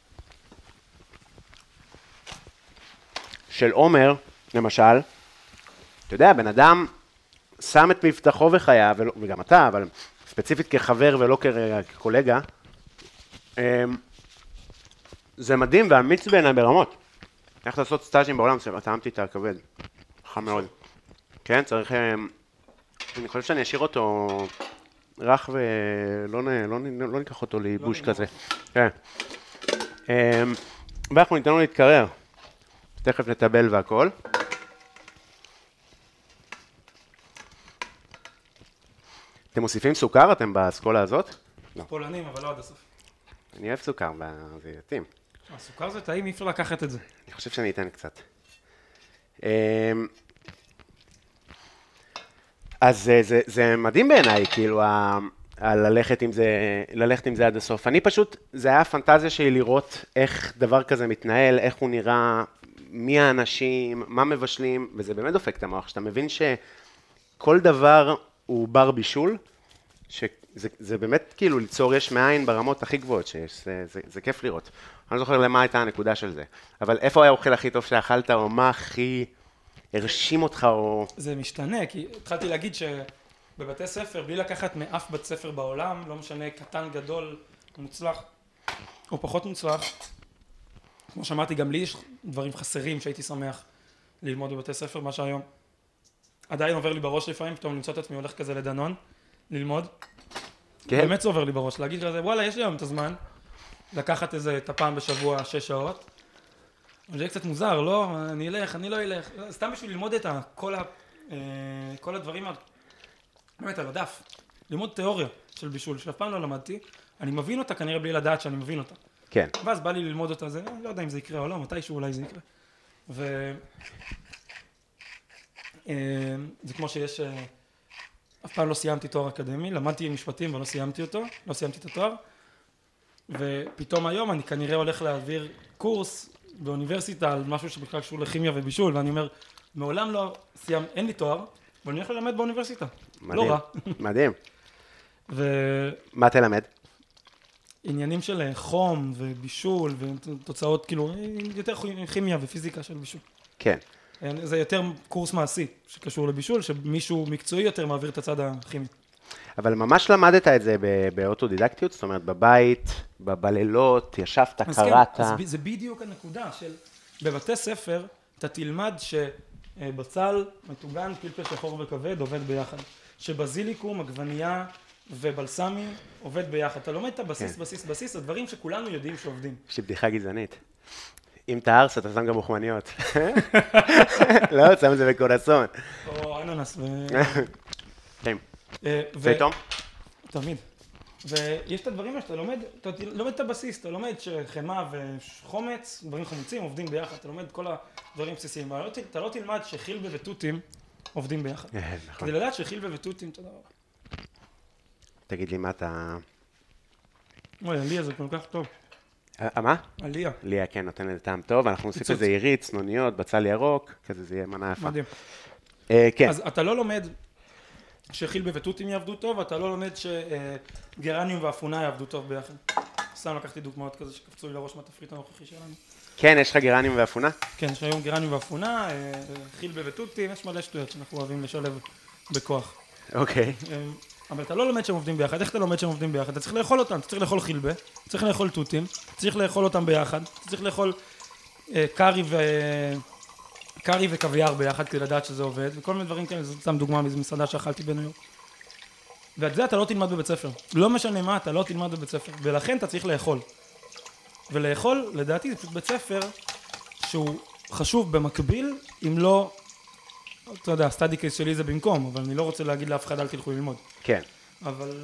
של עומר, למשל, אתה יודע, בן אדם שם את מבטחו וחייו, וגם אתה, אבל ספציפית כחבר ולא כקולגה, זה מדהים ואמיץ בעיניי ברמות. איך לעשות סטאז'ים בעולם, טעמתי את הכבד, חם מאוד. כן, צריך, אני חושב שאני אשאיר אותו רך ולא לא, לא ניקח אותו לייבוש כזה. כן. ואנחנו ניתן לו להתקרר. תכף נטבל והכל. אתם מוסיפים סוכר, אתם באסכולה הזאת? לא. פולנים, אבל לא עד הסוף. אני אוהב סוכר, זה יתאים. הסוכר זה טעים, אי אפשר לקחת את זה. אני חושב שאני אתן קצת. אז זה, זה, זה מדהים בעיניי, כאילו, ה, ה, ללכת עם זה, ללכת עם זה עד הסוף. אני פשוט, זה היה הפנטזיה שלי לראות איך דבר כזה מתנהל, איך הוא נראה, מי האנשים, מה מבשלים, וזה באמת דופק את המוח, שאתה מבין שכל דבר הוא בר בישול, שזה זה באמת כאילו ליצור יש מאין ברמות הכי גבוהות שיש, זה, זה, זה כיף לראות. אני לא זוכר למה הייתה הנקודה של זה, אבל איפה היה האוכל הכי טוב שאכלת, או מה הכי הרשים אותך, או... זה משתנה, כי התחלתי להגיד שבבתי ספר, בלי לקחת מאף בית ספר בעולם, לא משנה קטן, גדול, מוצלח, או פחות מוצלח, כמו שאמרתי, גם לי יש דברים חסרים שהייתי שמח ללמוד בבתי ספר, מה שהיום עדיין עובר לי בראש לפעמים, פתאום למצוא את עצמי הולך כזה לדנון, ללמוד. כן. באמת זה עובר לי בראש, להגיד לזה, וואלה, יש לי היום את הזמן, לקחת איזה את הפעם בשבוע, שש שעות, אבל זה קצת מוזר, לא? אני אלך, אני לא אלך, סתם בשביל ללמוד את כל, ה, כל הדברים, באמת על הדף, ללמוד תיאוריה של בישול, שאף פעם לא למדתי, אני מבין אותה כנראה בלי לדעת שאני מבין אותה. כן. ואז בא לי ללמוד אותה, זה, לא יודע אם זה יקרה או לא, מתישהו אולי זה יקרה. ו... זה כמו שיש, אף פעם לא סיימתי תואר אקדמי, למדתי משפטים ולא סיימתי אותו, לא סיימתי את התואר, ופתאום היום אני כנראה הולך להעביר קורס באוניברסיטה על משהו שבכלל קשור לכימיה ובישול, ואני אומר, מעולם לא סיים, אין לי תואר, ואני הולך ללמד באוניברסיטה. מדהים, לא רע. מדהים. ו... מה תלמד? עניינים של חום ובישול ותוצאות, כאילו, יותר כימיה ופיזיקה של בישול. כן. זה יותר קורס מעשי שקשור לבישול, שמישהו מקצועי יותר מעביר את הצד הכימי. אבל ממש למדת את זה באוטודידקטיות, זאת אומרת, בבית, בלילות, ישבת, קראת. אז כן, אז זה בדיוק הנקודה של, בבתי ספר, אתה תלמד שבצל, מטוגן, פלפל שחור וכבד עובד ביחד. שבזיליקום, עגבנייה ובלסמי עובד ביחד. אתה לומד את הבסיס, בסיס, בסיס, הדברים שכולנו יודעים שעובדים. יש לי בדיחה גזענית. אם אתה ארס, אתה שם גם מוחמניות. לא, שם את זה בקורסון. או אננס ו... כן. זה טוב? תמיד. ויש את הדברים האלה שאתה לומד, אתה לומד את הבסיס, אתה לומד שחמה וחומץ, דברים חמוצים עובדים ביחד, אתה לומד כל הדברים בסיסיים. אתה לא תלמד שחילבה ותותים עובדים ביחד. כדי לדעת שחילבה ותותים, תודה רבה. תגיד לי מה אתה... אוי, עליה זה כל כך טוב. מה? עליה. עליה, כן, נותן לזה טעם טוב, אנחנו נוסיף לזה יריץ, צנוניות, בצל ירוק, כזה זה יהיה מנה יפה. מדהים. כן. אז אתה לא לומד שחילבה ותותים יעבדו טוב, אתה לא לומד שגרניום ואפונה יעבדו טוב ביחד. סתם לקחתי דוגמאות כזה שקפצו לי לראש מהתפריט הנוכחי שלנו. כן, יש לך גרניום ואפונה? כן, יש היום גרניום ואפונה, חילבה ותותים, יש מלא שטויות שאנחנו אוהבים לשלב בכוח. אוקיי. אבל אתה לא לומד שהם עובדים ביחד. איך אתה לומד שהם עובדים ביחד? אתה צריך לאכול אותם, אתה צריך לאכול חילבה, אתה צריך לאכול תותים, אתה צריך לאכול אותם ביחד, אתה צריך לאכול אה, קארי ו... קארי וקוויאר ביחד כדי לדעת שזה עובד, וכל מיני דברים כאלה, זאת סתם דוגמה מאיזו מסעדה שאכלתי בניו יורק. ואת זה אתה לא תלמד בבית ספר. לא משנה מה, אתה לא תלמד בבית ספר, ולכן אתה צריך לאכול. ולאכול, לדעתי, זה פשוט בית ספר שהוא חשוב במקביל, אם לא, אתה יודע, הסטאדי קייס שלי זה במקום, אבל אני לא רוצה להגיד לאף אחד אל תלכו ללמוד. כן. אבל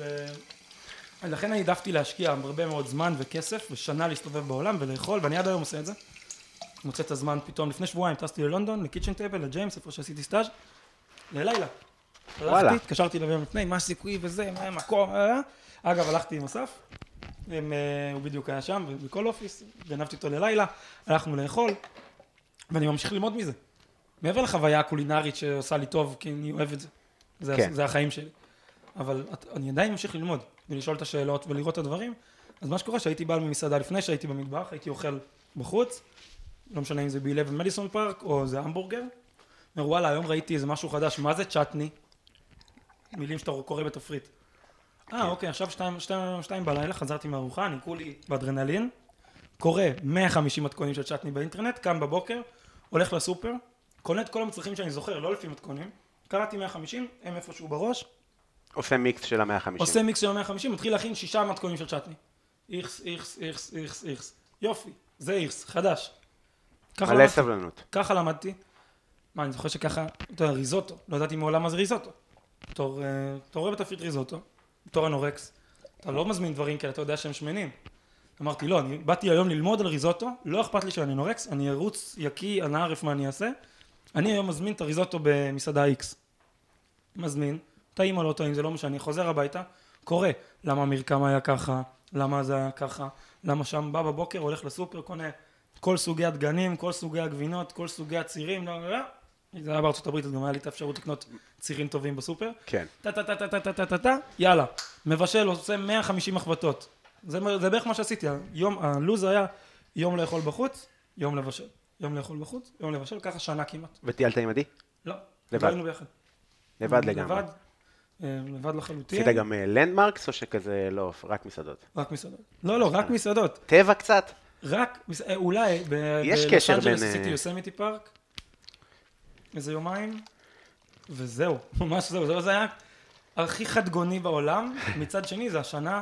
uh, לכן אני העדפתי להשקיע הרבה מאוד זמן וכסף, ושנה להסתובב בעולם ולאכול, ואני עד היום עושה את זה. מוצא את הזמן פתאום, לפני שבועיים טסתי ללונדון, לקיצ'ן טייבל, לג'יימס, איפה שעשיתי סטאז' ללילה. וואלה. הלכתי, התקשרתי לביום לפני, מה סיכוי וזה, מה מקום, אה? אגב, הלכתי עם אסף, הם, uh, הוא בדיוק היה שם, בכל אופיס, גנבתי אותו ללילה, הלכנו לאכול, ואני ממשיך ללמוד מזה. מעבר לחוויה הקולינרית שעושה לי טוב, כי אני אוהב את זה. זה, כן. זה החיים שלי. אבל אני עדיין ממשיך ללמוד, ולשאול את השאלות ולראות את הדברים. אז מה שקורה, שהייתי בעל ממסעדה לפני שהייתי במטבח, הייתי אוכל בחוץ, לא משנה אם זה ב-אחת עשר מדיסון פארק, או זה המבורגר. אומר, וואלה, היום ראיתי איזה משהו חדש, מה זה צ'טני? מילים שאתה קורא בתפריט. אה, אוקיי, עכשיו שתיים, שתיים, שתיים בלילה, חזרתי מהארוחה, אני כולי באדרנלין, קורא מאה וחמישים מתכונים של צ'טני באינטרנט, קם בבוקר, הולך לסופר, קונה את כל המצרכים שאני זוכר, לא לפי מתכונים, קראתי מאה וחמישים, הם איפשהו בראש. עושה מיקס של ה-מאה וחמישים. עושה מיקס של ה-מאה וחמישים, מתחיל להכין שישה מתכונים של צ'טני. איכס, איכס, איכס, איכס, איכס. יופי, זה איכס, חדש. מלא סבלנות. ככה למדתי. מה, אני זוכר שככה, אתה יודע, ריזוטו, לא ידעתי מעולם מה זה ריזוטו. בתור, אתה רואה בתפריט ריזוטו, בתור אנורקס, אתה לא מזמין דברים כאלה, אתה יודע שהם שמנים. אמרתי, לא, אני באתי היום ללמוד על ריזוטו, לא אכפת לי שאני אנורקס, אני ארוץ יקי, אני אערף מה אני אעשה. אני היום מזמין את הריזוטו במסעדה X. מזמין, טעים או לא טעים, זה לא משנה, חוזר הביתה, קורא למה המרקם היה ככה, למה זה היה ככה, למה שם בא בבוקר, הולך לסופר, קונה כל סוגי הדגנים, כל סוגי הגבינות, כל סוגי הצירים, לא, לא, לא. זה היה בארצות הברית, אז גם היה לי את האפשרות לקנות צירים טובים בסופר. כן. טה טה טה טה טה טה טה טה, יאללה, מבשל, עושה מאה וחמישים מחבטות. זה, זה בערך מה שעשיתי, היום, הלוז היה יום לאכול בחוץ, יום לבשל. יום לאכול בחוץ, יום לבשל, ככה שנה כמעט. וטיילת עם עדי? לא. לבד? היינו ביחד. לבד לגמרי. לבד, לבד לחלוטין. עשית גם לנדמרקס או שכזה לא, רק מסעדות? רק מסעדות. לא, לא, רק מסעדות. טבע קצת? רק, אולי, יש קשר בין... עשיתי יוסמיטי פארק, איזה יומיים, וזהו, ממש זהו, זה היה הכי חדגוני בעולם. מצד שני, זה השנה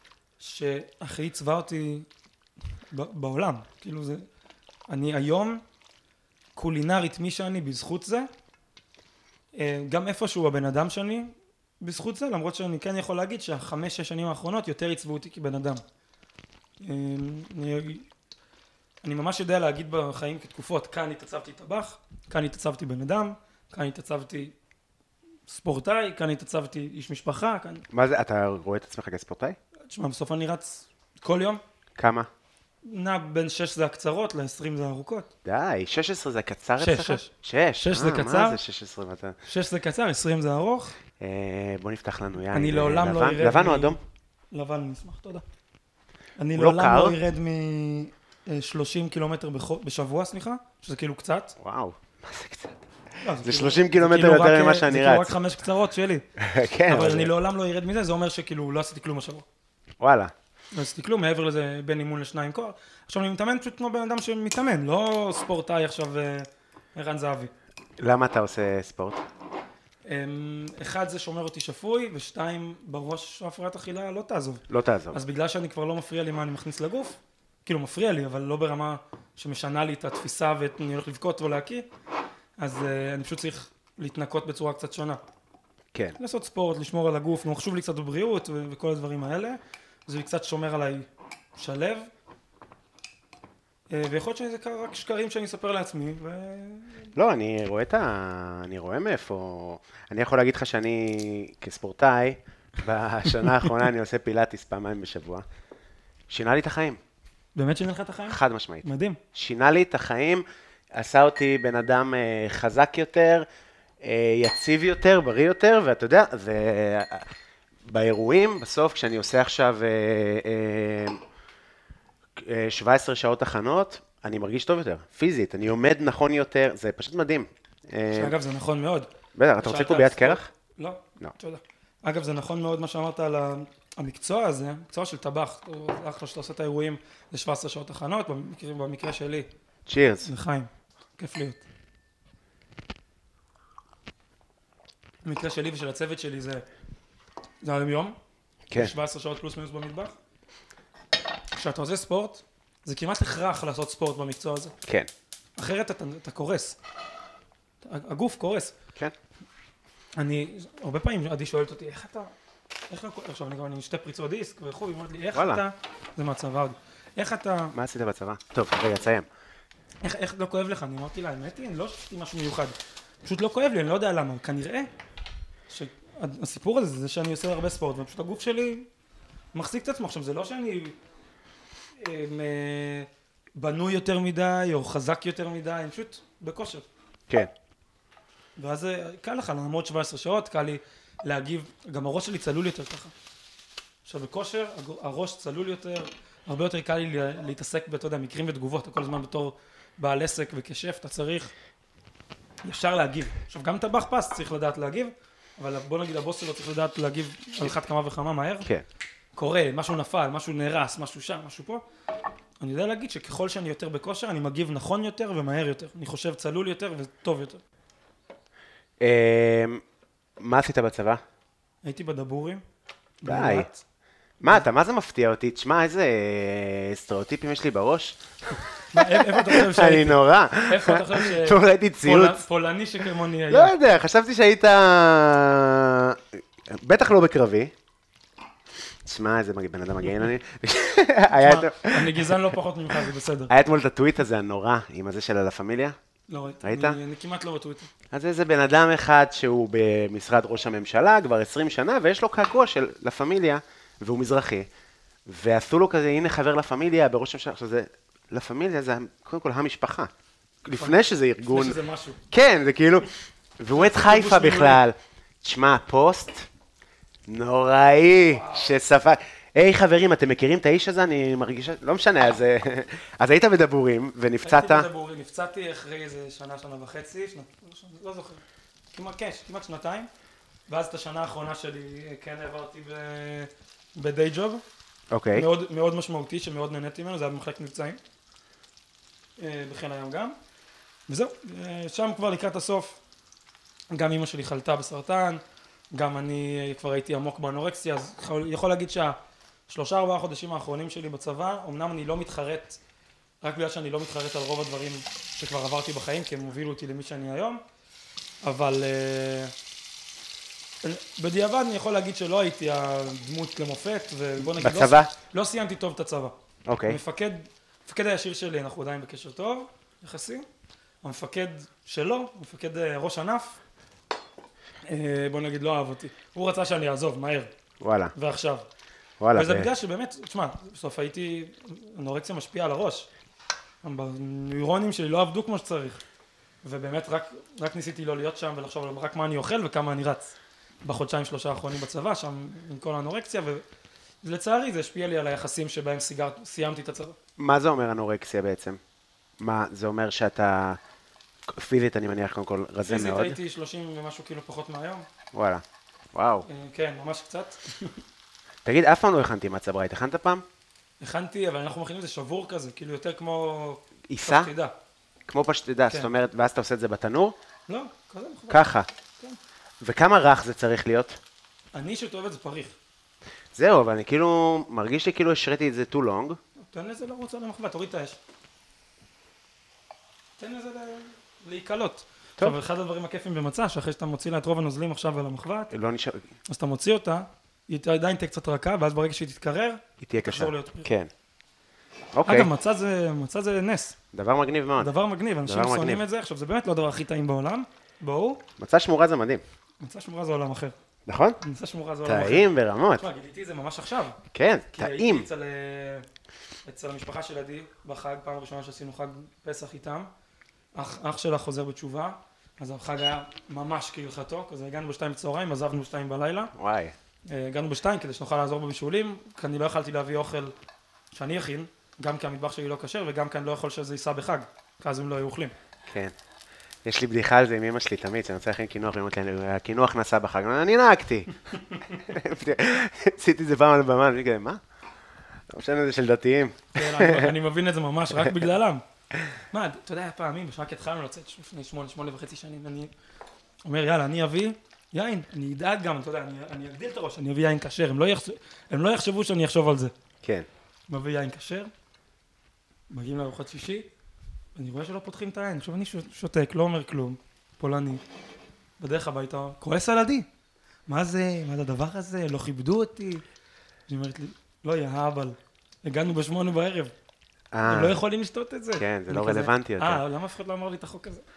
שהכי עיצבה אותי בעולם. כאילו זה, אני היום קולינרית מי שאני בזכות זה, גם איפשהו הבן אדם שאני בזכות זה, למרות שאני כן יכול להגיד שהחמש, שש שנים האחרונות יותר עיצבו אותי כבן אדם. אני, אני ממש יודע להגיד בחיים כתקופות, כאן התעצבתי טבח, כאן התעצבתי בן אדם, כאן התעצבתי ספורטאי, כאן התעצבתי איש משפחה. כאן... מה זה, אתה רואה את עצמך כספורטאי? תשמע, בסוף אני רץ כל יום. כמה? נע בין שש זה הקצרות, ל-עשרים זה ארוכות. די, שש עשרה זה קצר שש, אצלך? שש. שש. שש זה אה, קצר. מה זה שש עשרה? ואתה... שש זה קצר, עשרים זה ארוך. אה, בוא נפתח לנו יין. אני לעולם לא לבן, ירד לבן מ... או אדום? לבן, אני אשמח, תודה. אני הוא לא לעולם קר? לא ירד מ-שלושים קילומטר בח- בשבוע, סליחה, שזה כאילו קצת. וואו, מה זה קצת? לא, זה כאילו- שלושים זה קילומטר כאילו יותר רק- ממה שאני זה כאילו רץ. רק חמש קצרות שלי. כן, אבל אבל אני זה- לעולם לא ירד מזה, זה אומר שכאילו לא עשיתי כלום השבוע. וואלה. לא עשיתי כלום, מעבר לזה בין אימון לשניים כוח. עכשיו אני מתאמן פשוט כמו בן אדם שמתאמן, לא ספורטאי עכשיו אה, ערן זהבי. למה אתה עושה ספורט? אמ, אחד זה שומר אותי שפוי, ושתיים בראש הפרעת אכילה לא תעזוב. לא תעזוב. אז בגלל שאני כבר לא מפריע לי מה אני מכניס לגוף, כאילו מפריע לי, אבל לא ברמה שמשנה לי את התפיסה ואני הולך לבכות או להקיא, אז uh, אני פשוט צריך להתנקות בצורה קצת שונה. כן. לעשות ספורט, לשמור על הגוף, נו, חשוב לי קצת בבריאות ו- וכל הדברים האלה. זה קצת שומר עליי שלב. Uh, ויכול להיות שזה רק שקרים שאני אספר לעצמי. ו... לא, אני רואה את ה... אני רואה מאיפה... אני יכול להגיד לך שאני כספורטאי, בשנה האחרונה אני עושה פילאטיס פעמיים בשבוע. שינה לי את החיים. באמת שינה לך את החיים? חד משמעית. מדהים. שינה לי את החיים, עשה אותי בן אדם אה, חזק יותר, אה, יציב יותר, בריא יותר, ואתה יודע, זה... אה, באירועים, בסוף, כשאני עושה עכשיו אה, אה, אה, שבע עשרה שעות הכנות, אני מרגיש טוב יותר, פיזית, אני עומד נכון יותר, זה פשוט מדהים. אה, שאגב, זה נכון מאוד. בטח, אתה רוצה קוביית קרח? לא, לא. תודה. אגב, זה נכון מאוד מה שאמרת על המקצוע הזה, מקצוע של טבח, אחלה שאתה עושה את האירועים, זה שבע עשרה שעות הכנות, במקרה, במקרה שלי. צ'ירס. לחיים, כיף להיות. במקרה שלי ושל הצוות שלי זה, זה היום יום, כן. שבע עשרה שעות פלוס מינוס במטבח. כשאתה עושה ספורט, זה כמעט הכרח לעשות ספורט במקצוע הזה. כן. אחרת אתה, אתה קורס. הגוף קורס. כן. אני, הרבה פעמים עדי שואלת אותי, איך אתה, איך לא, עכשיו אני גם, אני שתי פריצות דיסק וכו', היא אומרת לי, איך וואלה. אתה, זה מהצבא עוד, איך אתה, מה עשית בצבא? טוב, רגע, תסיים. איך, איך לא כואב לך? אני אמרתי לה, האמת היא, אני לא שפתי משהו מיוחד. פשוט לא כואב לי, אני לא יודע למה. כנראה שהסיפור הזה זה שאני עושה הרבה ספורט, ופשוט הגוף שלי מחזיק את עצמו. עכשיו, זה לא שאני הם, אה, בנוי יותר מדי, או חזק יותר מדי, אני פשוט בכושר. כן. ואז זה קל לך, לעמוד שבע עשרה שעות, קל לי להגיב, גם הראש שלי צלול יותר ככה. עכשיו, בכושר, הראש צלול יותר, הרבה יותר קל לי להתעסק באתה יודע, מקרים ותגובות, כל הזמן בתור בעל עסק וכשף, אתה צריך ישר להגיב. עכשיו, גם טבח פס צריך לדעת להגיב, אבל בוא נגיד, הבוס שלו צריך לדעת להגיב על אחת כמה וכמה מהר. כן. קורה, משהו נפל, משהו נהרס, משהו שם, משהו פה. אני יודע להגיד שככל שאני יותר בכושר, אני מגיב נכון יותר ומהר יותר. אני חושב צלול יותר וטוב יותר. מה עשית בצבא? הייתי בדבורים. די. באילת. מה, אתה מה זה מפתיע אותי? תשמע, איזה סטריאוטיפים יש לי בראש. מה, איפה אתה חושב שהייתי? אני נורא. איפה אתה חושב ש... טוב, ראיתי ציוץ. פולני שכמוני היה. לא יודע, חשבתי שהיית... בטח לא בקרבי. תשמע, איזה בן אדם מגעין אני. היה את- אני גזען לא פחות ממך, זה בסדר. היה אתמול את הטוויט הזה הנורא, עם הזה של הלה פמיליה. לא ראיתי. ראית? אני אני כמעט לא בטוויטר. אז איזה בן אדם אחד שהוא במשרד ראש הממשלה כבר עשרים שנה, ויש לו קעקוע של לה פמיליה, והוא מזרחי. ועשו לו כזה, הנה חבר לה פמיליה בראש הממשלה. עכשיו זה, לה פמיליה זה קודם כל המשפחה. לפני שזה ארגון. לפני שזה משהו. כן, זה כאילו, והוא את חיפה בכלל. תשמע, פוסט נוראי, שספק. היי חברים, אתם מכירים את האיש הזה? אני מרגיש, לא משנה, אז, אז היית בדבורים ונפצעת. הייתי בדבורים, נפצעתי אחרי איזה שנה, שנה וחצי, שנה, לא זוכר, כמעט, כן, כמעט שנתיים. ואז את השנה האחרונה שלי כן העברתי בדיי ג'וב. אוקיי. מאוד, מאוד משמעותי, שמאוד נהניתי ממנו, זה היה במחלקת מבצעים. בחיל הים גם. וזהו, שם כבר לקראת הסוף, גם אמא שלי חלתה בסרטן, גם אני כבר הייתי עמוק באנורקסיה, אז יכול, יכול להגיד שהשלושה ארבעה חודשים האחרונים שלי בצבא, אמנם אני לא מתחרט, רק בגלל שאני לא מתחרט על רוב הדברים שכבר עברתי בחיים, כי הם הובילו אותי למי שאני היום, אבל uh, בדיעבד אני יכול להגיד שלא הייתי הדמות למופת, ובוא נגיד, בצבא? לא, לא סיימתי טוב את הצבא. אוקיי. המפקד, המפקד הישיר שלי, אנחנו עדיין בקשר טוב, יחסי. המפקד שלו, המפקד ראש ענף, בוא נגיד, לא אהב אותי. הוא רצה שאני אעזוב, מהר. וואלה. ועכשיו. וואלה. וזה ב- בגלל שבאמת, תשמע, בסוף הייתי, אנורקסיה משפיעה על הראש. הנוירונים שלי לא עבדו כמו שצריך. ובאמת רק, רק ניסיתי לא להיות שם ולחשוב רק מה אני אוכל וכמה אני רץ. בחודשיים שלושה האחרונים בצבא, שם עם כל האנורקסיה, ולצערי זה השפיע לי על היחסים שבהם סיגר, סיימתי את הצבא. מה זה אומר אנורקסיה בעצם? מה, זה אומר שאתה, פיזית אני מניח קודם כל רזה פיזית מאוד? הייתי שלושים ומשהו קילו פחות מהיום. וואלה. וואו. אה, כן, ממש קצת. תגיד, אף פעם לא הכנתי מצה ברית, הכנת פעם? הכנתי, אבל אנחנו מכינים את זה שבור כזה, כאילו יותר כמו... עיסה? פשטידה. כמו פשטידה, כן. זאת אומרת, ואז אתה עושה את זה בתנור? לא, כזה מכובד. ככה. כן. וכמה רך זה צריך להיות? אני אישית אוהב את זה פריך. זהו, אבל אני כאילו, מרגיש לי כאילו השריתי את זה too long. תן לזה לא רוצה למחווה, תוריד את האש. תן לזה ל- להיקלות. טוב. עכשיו, אחד הדברים הכיפים במצה, שאחרי שאתה מוציא לה את רוב הנוזלים עכשיו על המחבת, לא נשאר, אז אתה מוציא אותה, היא עדיין תהיה קצת רכה, ואז ברגע שהיא תתקרר, היא תהיה קשה. תחזור להיות פריך. כן. אוקיי, אגב, מצה זה, מצה זה נס. דבר מגניב מאוד. דבר מגניב, אנשים דבר שונאים מגניב. את זה, עכשיו זה באמת לא הדבר הכי טעים בעולם, בואו, מצה שמורה זה מדהים, מצה שמורה זה עולם אחר. נכון? מצה שמורה זה עולם אחר. טעים ברמות. תשמע, גיליתי את זה ממש עכשיו. כן, כי הייתי טעים. אצל, אה, אצל המשפחה של עדי בחג, פעם ראשונה שעשינו חג פסח איתם. אח, אח שלה חוזר בתשובה, אז החג היה ממש כהלכתו, כזה הגענו בשתיים בצהריים, עזבנו בשתיים בלילה. וואי. אה, הגענו בשתיים כדי שנוכל לעזור בבישולים, כי אני לא יכלתי להביא אוכל שאני אכין, גם כי המטבח שלי לא כשר וגם כי אני לא יכול שזה ייסע בחג, כי אז הם לא היו אוכלים. כן. יש לי בדיחה על זה עם אמא שלי תמיד, שאני רוצה להכין קינוח, היא אומרת לי, הקינוח נסע בחג, אני נהגתי. עשיתי את זה פעם על הבמה, אני כזה, מה? לא משנה, זה של דתיים. אני מבין את זה ממש, רק בגללם. מה, אתה יודע, פעמים, שרק התחלנו לצאת לפני שמונה, שמונה וחצי שנים, אני אומר, יאללה, אני אביא יין, אני אדאג גם, אתה יודע, אני אגדיל את הראש, אני אביא יין כשר, הם לא יחשבו שאני אחשוב על זה. כן. מביא יין כשר, מגיעים לארוחת שישי, אני רואה שלא פותחים את העין, שוב אני שותק, לא אומר כלום, פולני, בדרך הביתה, כועס על עדי. מה זה, מה זה הדבר הזה, לא כיבדו אותי? היא אומרת לי, לא, יא אבל, הגענו בשמונה בערב, הם לא יכולים לשתות את זה. כן, זה לא רלוונטי יותר. אה, למה אף אחד לא אמר לי את החוק הזה?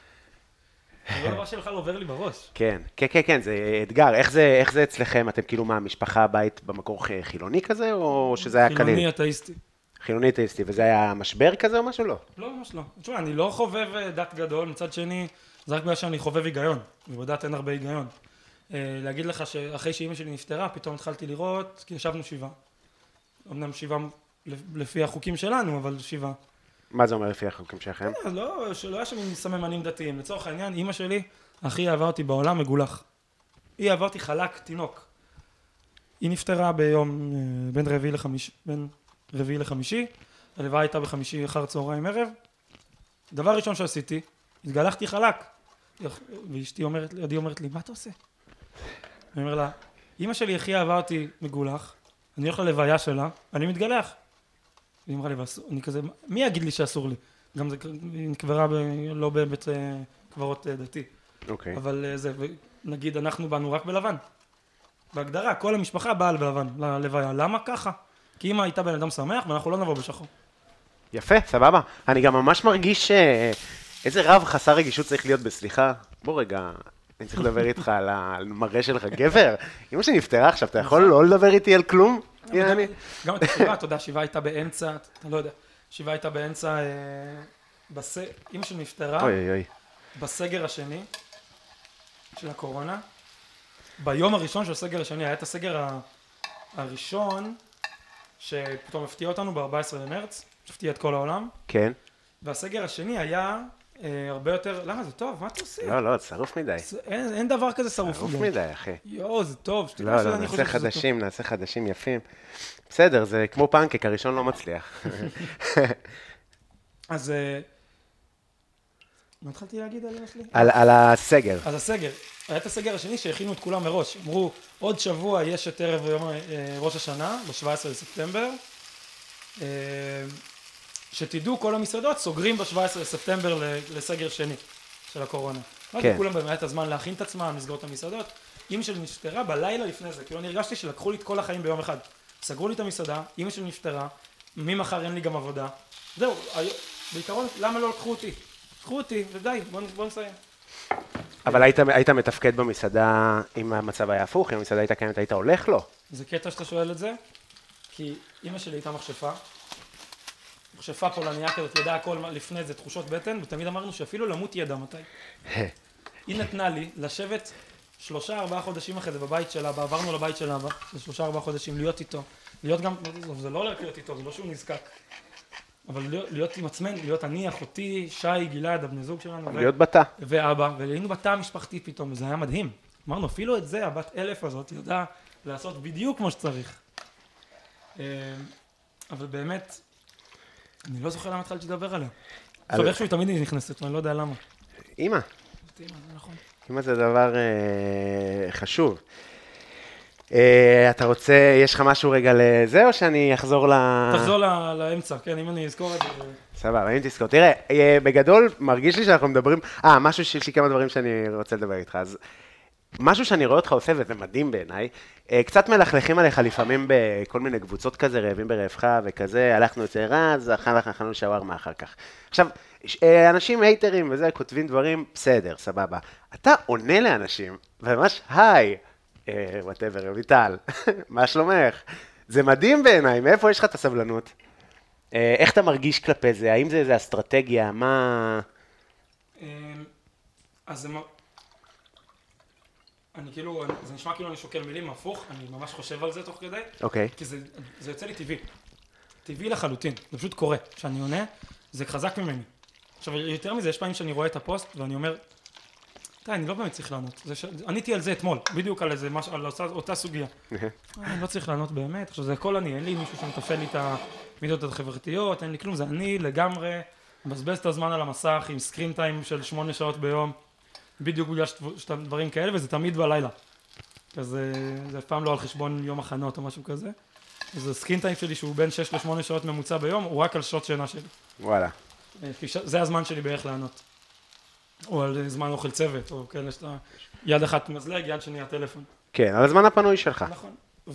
זה לא דבר שבכלל עובר לי בראש. כן, כן, כן, כן, זה אתגר. איך זה, איך זה אצלכם? אתם כאילו מה, משפחה, בית במקור חילוני כזה, או שזה היה קליל? חילוני אתאיסטי. חילוני אתאיסטי, וזה היה משבר כזה או משהו? לא. לא, ממש לא. תשמע, אני לא חובב דת גדול, מצד שני, זה רק בגלל שאני חובב היגיון, ובדת אין הרבה היגיון. להגיד לך שאחרי שאימא שלי נפטרה, פתאום התחלתי לראות, כי ישבנו שבעה. אמנם שבעה לפי החוקים שלנו, אבל שבעה. מה זה אומר לפי החוקים שלכם? לא, שלא היה שם סממנים דתיים. לצורך העניין, אימא שלי, הכי אהבה אותי בעולם מגולח. היא אהבה אותי חלק, תינוק. היא נפטרה ביום בין רביעי לחמישי, בין רביעי לחמישי, הלוויה הייתה בחמישי אחר צהריים ערב. דבר ראשון שעשיתי, התגלחתי חלק. ואשתי אומרת, עדי אומרת לי, מה אתה עושה? אני אומר לה, אמא שלי הכי אהבה אותי מגולח, אני הולך ללוויה שלה, אני מתגלח. היא אמרה לי, אני כזה, מי יגיד לי שאסור לי? גם זה נקברה ב, לא בבית קברות דתי. אוקיי. אבל זה, נגיד, אנחנו באנו רק בלבן. בהגדרה, כל המשפחה באה בלבן, ללוויה. למה ככה? כי אמא הייתה בן אדם שמח, ואנחנו לא נבוא בשחור. יפה, סבבה. אני גם ממש מרגיש איזה רב חסר רגישות צריך להיות בסליחה. בוא רגע, אני צריך לדבר איתך על המראה שלך, גבר. אמא שנפטרה עכשיו, אתה יכול לא לדבר איתי על כלום? גם את השבעה, אתה יודע, השבעה הייתה באמצע, אתה לא יודע, השבעה הייתה באמצע, אמא שנפטרה, בסגר השני של הקורונה, ביום הראשון של הסגר השני, היה את הסגר הראשון, שפתאום הפתיע אותנו ב-ארבעה עשר למרץ, הפתיע את כל העולם. כן. והסגר השני היה הרבה יותר, למה זה טוב? מה אתה עושה? לא, לא, שרוף מדי. אין דבר כזה שרוף מדי. שרוף מדי, אחי. יואו, זה טוב. לא, לא, נעשה חדשים, נעשה חדשים יפים. בסדר, זה כמו פנקק, הראשון לא מצליח. אז מה התחלתי להגיד על שלי? על הסגר. אז הסגר. היה את הסגר השני שהכינו את כולם מראש. אמרו, עוד שבוע יש את ערב יום ראש השנה, ב-שבעה עשר לספטמבר. שתדעו, כל המסעדות סוגרים ב-שבעה עשר לספטמבר לסגר שני של הקורונה. כן. כולם באמת את הזמן להכין את עצמם, לסגור את המסעדות. אמא שלי נפטרה בלילה לפני זה, כאילו אני הרגשתי שלקחו לי את כל החיים ביום אחד. סגרו לי את המסעדה, אמא שלי נפטרה, ממחר אין לי גם עבודה. זהו, בעיקרון, למה לא לקחו אותי? לקחו אותי, ודי, בוא, בוא נסיים. אבל היית, היית מתפקד במסעדה, אם המצב היה הפוך, אם המסעדה הייתה קיימת, היית הולך לו? זה קטע שאתה שואל את זה, כי אמא שלי הייתה מכשפה, מכשפה פולניה כזאת, ידעה הכל לפני זה, תחושות בטן, ותמיד אמרנו שאפילו למות ידע מתי. היא נתנה לי לשבת שלושה, ארבעה חודשים אחרי זה בבית שלה, עברנו לבית של אבא, לשלושה, ארבעה חודשים, להיות איתו, להיות גם, זה לא להיות איתו, זה לא שהוא נזקק, אבל להיות, להיות עם עצמנו, להיות אני, אחותי, שי, גלעד, הבני זוג שלנו, להיות בתא. ואבא, ולהיינו בתא המשפחתי פתאום, וזה היה מדהים. אמרנו, אפילו את זה, הבת אלף הזאת, ידעה לעשות בדיוק כמו שצריך. אבל באמת, אני לא זוכר למה התחלתי לדבר עליה. עכשיו, איכשהו תמיד היא נכנסת, ואני לא יודע למה. אמא. אמא, זה נכון. אמא זה דבר חשוב. אתה רוצה, יש לך משהו רגע לזה, או שאני אחזור ל... תחזור לאמצע, כן, אם אני אזכור את זה. סבבה, אם תזכור. תראה, בגדול, מרגיש לי שאנחנו מדברים... אה, משהו שיש לי כמה דברים שאני רוצה לדבר איתך, אז... משהו שאני רואה אותך עושה, וזה מדהים בעיניי, קצת מלכלכים עליך לפעמים בכל מיני קבוצות כזה, רעבים ברעבך וכזה, הלכנו יוצא רז, אכלנו שווארמה אחר כך. עכשיו, אנשים הייטרים וזה, כותבים דברים, בסדר, סבבה. אתה עונה לאנשים, וממש, היי, whatever, רויטל, מה שלומך? זה מדהים בעיניי, מאיפה יש לך את הסבלנות? איך אתה מרגיש כלפי זה? האם זה איזו אסטרטגיה? מה... אז זה... אני כאילו, זה נשמע כאילו אני שוקל מילים הפוך, אני ממש חושב על זה תוך כדי. אוקיי. כי זה, זה יוצא לי טבעי. טבעי לחלוטין, זה פשוט קורה. כשאני עונה, זה חזק ממני. עכשיו, יותר מזה, יש פעמים שאני רואה את הפוסט ואני אומר, תראה, אני לא באמת צריך לענות. ש... עניתי על זה אתמול, בדיוק על, איזה מש... על אותה, אותה סוגיה. אני לא צריך לענות באמת, עכשיו זה הכל אני, אין לי מישהו שמטפל לי את המידות החברתיות, אין לי כלום, זה אני לגמרי מבזבז את הזמן על המסך עם סקרין טיים של שמונה שעות ביום, בדיוק בגלל שאתה דברים כאלה, וזה תמיד בלילה. אז זה אף פעם לא על חשבון יום הכנות או משהו כזה. אז הסקרין טיים שלי שהוא בין שש לשמונה שעות ממוצע ביום, הוא רק על שעות שינה שלי. וואלה. זה הזמן שלי בערך לענות. או על זמן אוכל צוות, או כאלה שאתה יד אחת מזלג, יד שני הטלפון. כן, על הזמן הפנוי שלך. נכון.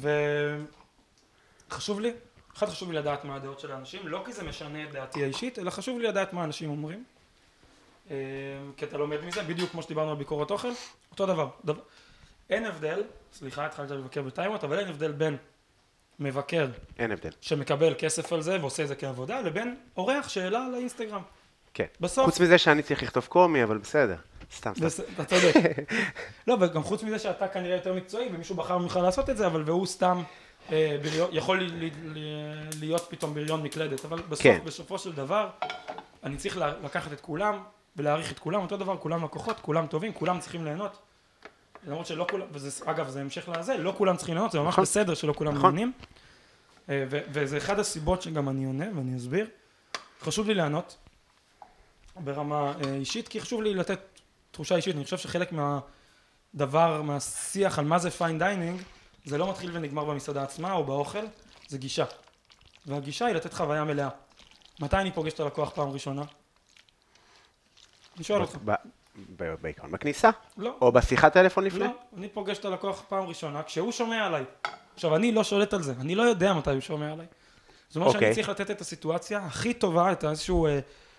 וחשוב לי, אחד חשוב לי לדעת מה הדעות של האנשים, לא כי זה משנה את דעתי האישית, אלא חשוב לי לדעת מה האנשים אומרים. כי אתה לומד מזה, בדיוק כמו שדיברנו על ביקורת אוכל, אותו דבר. אין הבדל, סליחה, התחלתי לבקר בטיימות, אבל אין הבדל בין מבקר, אין הבדל. שמקבל כסף על זה ועושה את זה כעבודה, לבין אורח שאלה לאינסטגרם. כן. בסוף... חוץ מזה שאני צריך לכתוב קומי, אבל בסדר. סתם, סתם. אתה צודק. לא, וגם חוץ מזה שאתה כנראה יותר מקצועי, ומישהו בחר ממך לעשות את זה, אבל והוא סתם יכול להיות פתאום בריון מקלדת. אבל בסוף, בסופו של דבר, אני צריך לקחת את כולם, ולהעריך את כולם, אותו דבר, כולם לקוחות, כולם טובים, כולם צריכים ליהנות. למרות שלא כולם, ואגב, זה המשך לזה, לא כולם צריכים ליהנות, זה ממש בסדר שלא כולם נהנים. וזה אחד הסיבות שגם אני עונה, ואני אסביר. חשוב לי לענות. ברמה אישית, כי חשוב לי לתת תחושה אישית. אני חושב שחלק מהדבר, מהשיח על מה זה פיין דיינינג, זה לא מתחיל ונגמר במסעדה עצמה או באוכל, זה גישה. והגישה היא לתת חוויה מלאה. מתי אני פוגש את הלקוח פעם ראשונה? אני שואל אותך. בעיקרון בכניסה? לא. או בשיחת טלפון לפני? לא, אני פוגש את הלקוח פעם ראשונה כשהוא שומע עליי. עכשיו, אני לא שולט על זה, אני לא יודע מתי הוא שומע עליי. זאת אומרת שאני צריך לתת את הסיטואציה הכי טובה, את איזשהו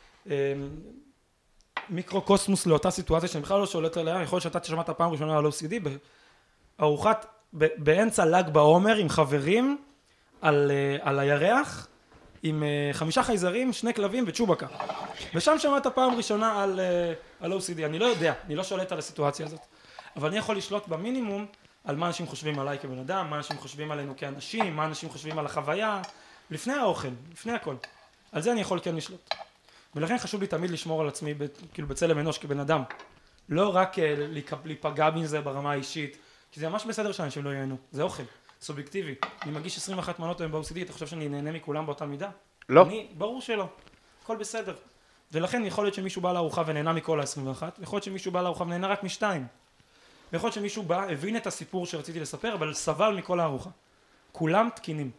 מיקרו-קוסמוס לאותה סיטואציה שאני בכלל לא שולט עליה. יכול להיות שאתה תשמעת פעם ראשונה על או סי די, בארוחת, באמצע ל"ג בעומר עם חברים, על, על הירח, עם חמישה חייזרים, שני כלבים וצ'ובקה. ושם שמעת פעם ראשונה על, על או סי די. אני לא יודע, אני לא שולט על הסיטואציה הזאת. אבל אני יכול לשלוט במינימום על מה אנשים חושבים עליי כבן אדם, מה אנשים חושבים עלינו כאנשים, מה אנשים חושבים על החוויה, לפני האוכל, לפני הכל. על זה אני יכול כן לשלוט. ולכן חשוב לי תמיד לשמור על עצמי, כאילו בצלם אנוש כבן אדם. לא רק להיפגע מזה ברמה האישית, כי זה ממש בסדר שאנשים לא ייהנו. זה אוכל, סובייקטיבי. אני מגיש עשרים ואחת מנות היום ב-או סי די, אתה חושב שאני נהנה מכולם באותה מידה? לא. אני, ברור שלא. הכל בסדר. ולכן יכול להיות שמישהו בא לארוחה ונהנה מכל ה-עשרים ואחת, ויכול להיות שמישהו בא לארוחה ונהנה רק משתיים. ויכול להיות שמישהו בא, הבין את הסיפור שרציתי לספר, אבל סבל מכל הארוחה. כולם תקינים.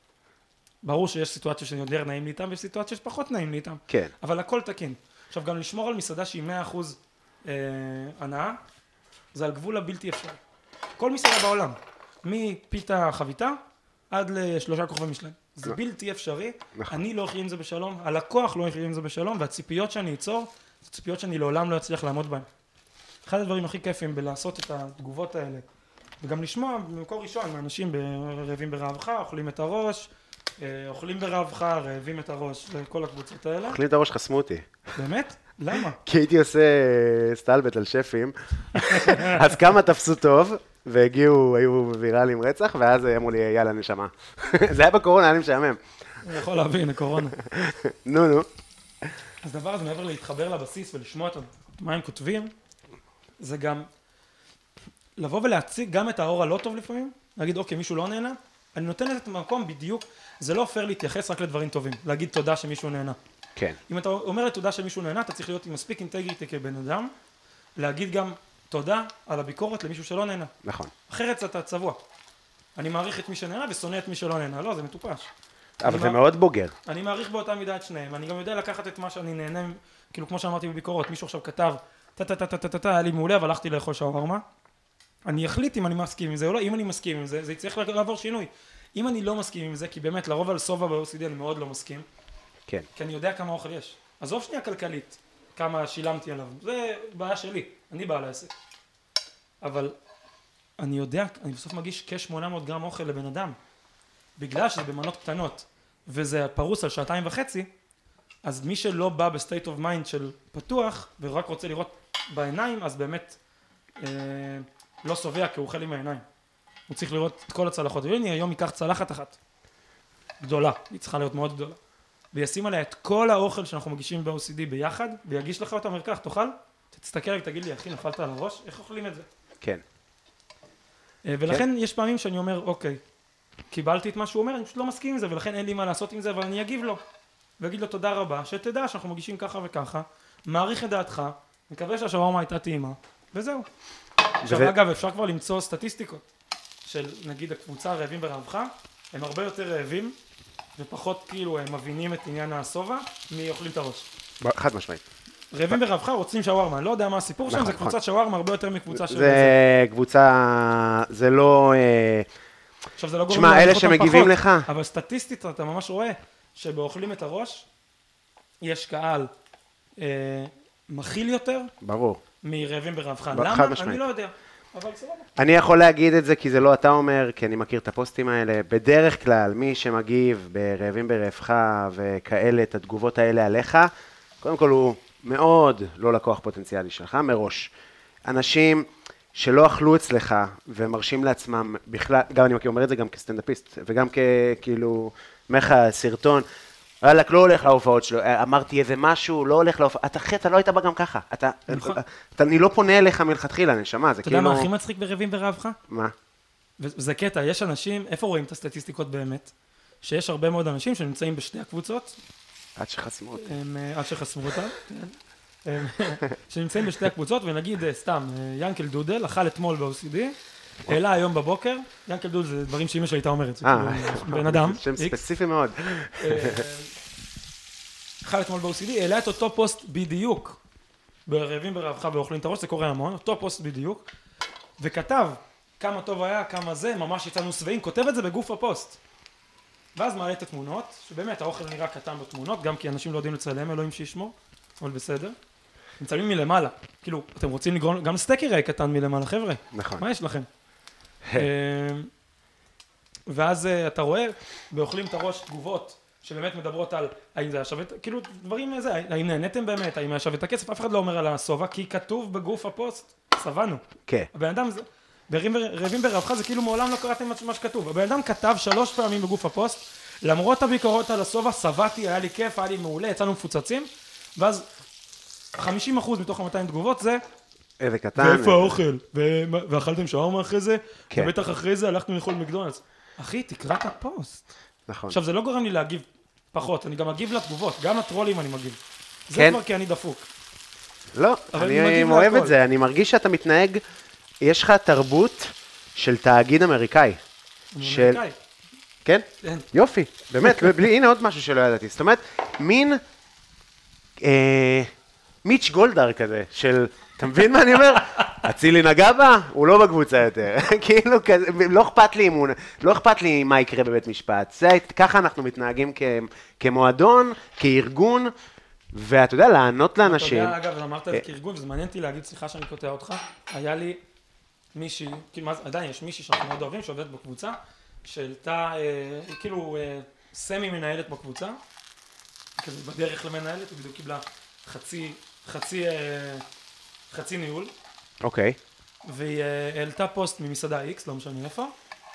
ברור שיש סיטואציה שאני יותר נעים לי איתם, ויש סיטואציה שפחות נעים לי איתם. כן. אבל הכל תקין. עכשיו, גם לשמור על מסעדה שהיא מאה אחוז אה, הנאה, זה על גבול הבלתי אפשרי. כל מסעדה בעולם, מפיתה חביתה עד לשלושה כוכבי משלן. זה בלתי אפשרי. נכון. אני לא אחיה עם זה בשלום, הלקוח לא אחיה עם זה בשלום, והציפיות שאני אצור, זה ציפיות שאני לעולם לא אצליח לעמוד בהן. אחד הדברים הכי כיפים בלעשות את התגובות האלה, וגם לשמוע במקור ראשון, מאנשים רעבים ברעבך, אוכלים את הראש, אוכלים ברעבך, רעבים את הראש, כל הקבוצות האלה. אוכלים את הראש, חסמו אותי. באמת? למה? כי הייתי עושה סטלבט על שפים, אז כמה תפסו טוב, והגיעו, היו ויראליים רצח, ואז אמרו לי, יאללה, נשמה. זה היה בקורונה, היה לי משעמם. אני יכול להבין, הקורונה. נו, נו. אז דבר הזה, מעבר להתחבר לבסיס ולשמוע את מה הם כותבים, זה גם לבוא ולהציג גם את האור הלא טוב לפעמים, להגיד, אוקיי, מישהו לא נהנה, אני נותן את המקום בדיוק, זה לא פייר להתייחס רק לדברים טובים, להגיד תודה שמישהו נהנה. כן. אם אתה אומר לתודה שמישהו נהנה, אתה צריך להיות עם מספיק אינטגריטי כבן אדם, להגיד גם תודה על הביקורת למישהו שלא נהנה. נכון. אחרת אתה צבוע. אני מעריך את מי שנהנה ושונא את מי שלא נהנה, לא, זה מטופש. אבל זה מאוד בוגר. אני מעריך באותה מידה את שניהם, אני גם יודע לקחת את מה שאני נהנה, כאילו כמו שאמרתי בביקורות, מישהו עכשיו כתב, טה-טה-טה-טה-טה, היה לי מעולה, אבל הלכתי לאכול שווארמה. אני אחליט אם אני מסכים עם זה או לא, אם אני מסכים עם זה, זה יצטרך לעבור שינוי. אם אני לא מסכים עם זה, כי באמת לרוב על סובה ב-או סי די אני מאוד לא מסכים, כן. כי אני יודע כמה אוכל יש. עזוב שנייה כלכלית, כמה שילמתי עליו, זה בעיה שלי, אני בעל העסק. אבל אני יודע, אני בסוף מגיש כ-שמונה מאות גרם אוכל לבן אדם, בגלל שזה במנות קטנות, וזה פרוס על שעתיים וחצי, אז מי שלא בא בסטייט אוף מיינד של פתוח, ורק רוצה לראות בעיניים, אז באמת אה, לא סובע, כי הוא אוכל עם העיניים. הוא צריך לראות את כל הצלחות. ואני היום ייקח צלחת אחת, גדולה, היא צריכה להיות מאוד גדולה, וישים עליה את כל האוכל שאנחנו מגישים ב-או סי די ביחד, ויגיש לך אותה מרקח, תאכל, תסתכל עליי ותגיד לי, אחי, נפלת על הראש? איך אוכלים את זה? כן. ולכן יש פעמים שאני אומר, אוקיי, קיבלתי את מה שהוא אומר, אני פשוט לא מסכים עם זה, ולכן אין לי מה לעשות עם זה, אבל אני אגיב לו. ואגיד לו תודה רבה, שתדע שאנחנו מגישים ככה וככה, מעריך את דעתך, מקווה שהשווארמה הייתה טעימה, וזהו. עכשיו אגב, אפשר כבר למצוא סטטיסטיקות של נגיד הקבוצה רעבים ברעבך, הם הרבה יותר רעבים, ופחות כאילו הם מבינים את עניין הסובה, מי אוכלים את הראש. חד משמעית. רעבים ברעבך רוצים שווארמה, אני לא יודע מה הסיפור שם, זה קבוצת שווארמה הרבה יותר מקבוצה של... זה קבוצה, זה לא... עכשיו זה לא גורם תשמע, אלה שמגיבים לך. אבל סטטיסטית אתה ממש רואה שבאוכלים את הראש, יש קהל אה, מכיל יותר. ברור. מרעבים ברעבך. למה? אני לא יודע. אבל סבבה. אני יכול להגיד את זה כי זה לא אתה אומר, כי אני מכיר את הפוסטים האלה. בדרך כלל, מי שמגיב ברעבים ברעבך וכאלה, את התגובות האלה עליך, קודם כל הוא מאוד לא לקוח פוטנציאלי שלך, מראש. אנשים שלא אכלו אצלך ומרשים לעצמם בכלל, גם אני אומר את זה גם כסטנדאפיסט, וגם כאילו, מך סרטון, וואלק, לא הולך להופעות שלו, אמרתי איזה משהו, לא הולך להופעות, אתה אחי, אתה לא היית בא גם ככה, אתה, אני לא פונה אליך מלכתחילה, נשמה, זה כאילו... אתה יודע מה הכי מצחיק ברעבים ברעבך? מה? וזה קטע, יש אנשים, איפה רואים את הסטטיסטיקות באמת? שיש הרבה מאוד אנשים שנמצאים בשתי הקבוצות. עד שחסמו אותם. עד שחסמו אותם, כן. שנמצאים בשתי הקבוצות, ונגיד סתם, ינקל דודל, אכל אתמול ב-או סי די, העלה היום בבוקר, ינקל דודל זה דברים שאמא שלי הייתה אומרת, זה כאילו בן אדם. שם ספציפי מאוד. אכל אתמול ב-או סי די, העלה את אותו פוסט בדיוק, ברעבים ברעבך ואוכלים את הראש, זה קורה המון, אותו פוסט בדיוק, וכתב כמה טוב היה, כמה זה, ממש יצאנו שבעים, כותב את זה בגוף הפוסט. ואז מעלה את התמונות, שבאמת האוכל נראה קטן בתמונות, גם כי אנשים לא יודעים לצלם, אלוהים שישמור, אבל בסדר. מצלמים מלמעלה, כאילו, אתם רוצים לגרום, גם סטייק יראה קטן מלמעלה, חבר'ה. נכון. מה יש לכם? ואז אתה רואה, ואוכלים את הראש תגובות, שבאמת מדברות על האם זה היה שווה, כאילו, דברים איזה, האם נהנתם באמת, האם היה שווה את הכסף, אף אחד לא אומר על הסובה, כי כתוב בגוף הפוסט, סבנו. כן. הבן אדם, רעבים ברעבך זה כאילו מעולם לא קראתם מה שכתוב. הבן אדם כתב שלוש פעמים בגוף הפוסט, למרות הביקורות על הסובה, סבתי, היה לי כיף, היה לי מעולה, יצאנו מפוצצים, ואז חמישים אחוז מתוך ה-מאתיים תגובות זה איזה קטן. ואיפה האוכל? ואכלתם שווארמה אחרי זה? ובטח אחרי זה הלכנו לאכול מקדונלדס. אחי, תקרא את הפוסט. נכון. עכשיו, זה לא גורם לי להגיב פחות, אני גם מגיב לתגובות, גם לטרולים אני מגיב. זה כבר כי אני דפוק. לא, אני אוהב את זה, אני מרגיש שאתה מתנהג, יש לך תרבות של תאגיד אמריקאי. אמריקאי? כן? יופי, באמת, הנה עוד משהו שלא ידעתי. זאת אומרת, מין מיץ' גולדהר כזה, של, אתה מבין מה אני אומר? אצילי נגע בה, הוא לא בקבוצה יותר. כאילו, לא אכפת לי אם הוא, לא אכפת לי מה יקרה בבית משפט. זה, ככה אנחנו מתנהגים כמועדון, כארגון, ואתה יודע, לענות לאנשים. אתה יודע, אגב, אמרת את זה כארגון, וזה מעניין אותי להגיד, סליחה שאני קוטע אותך, היה לי מישהי, עדיין יש מישהי שאנחנו מאוד אוהבים, שעובדת בקבוצה, שהייתה, כאילו, סמי מנהלת בקבוצה, כזה בדרך למנהלת, היא בדיוק קיבלה חצי, חצי, חצי ניהול. אוקיי. והיא העלתה פוסט ממסעדה X, לא משנה איפה,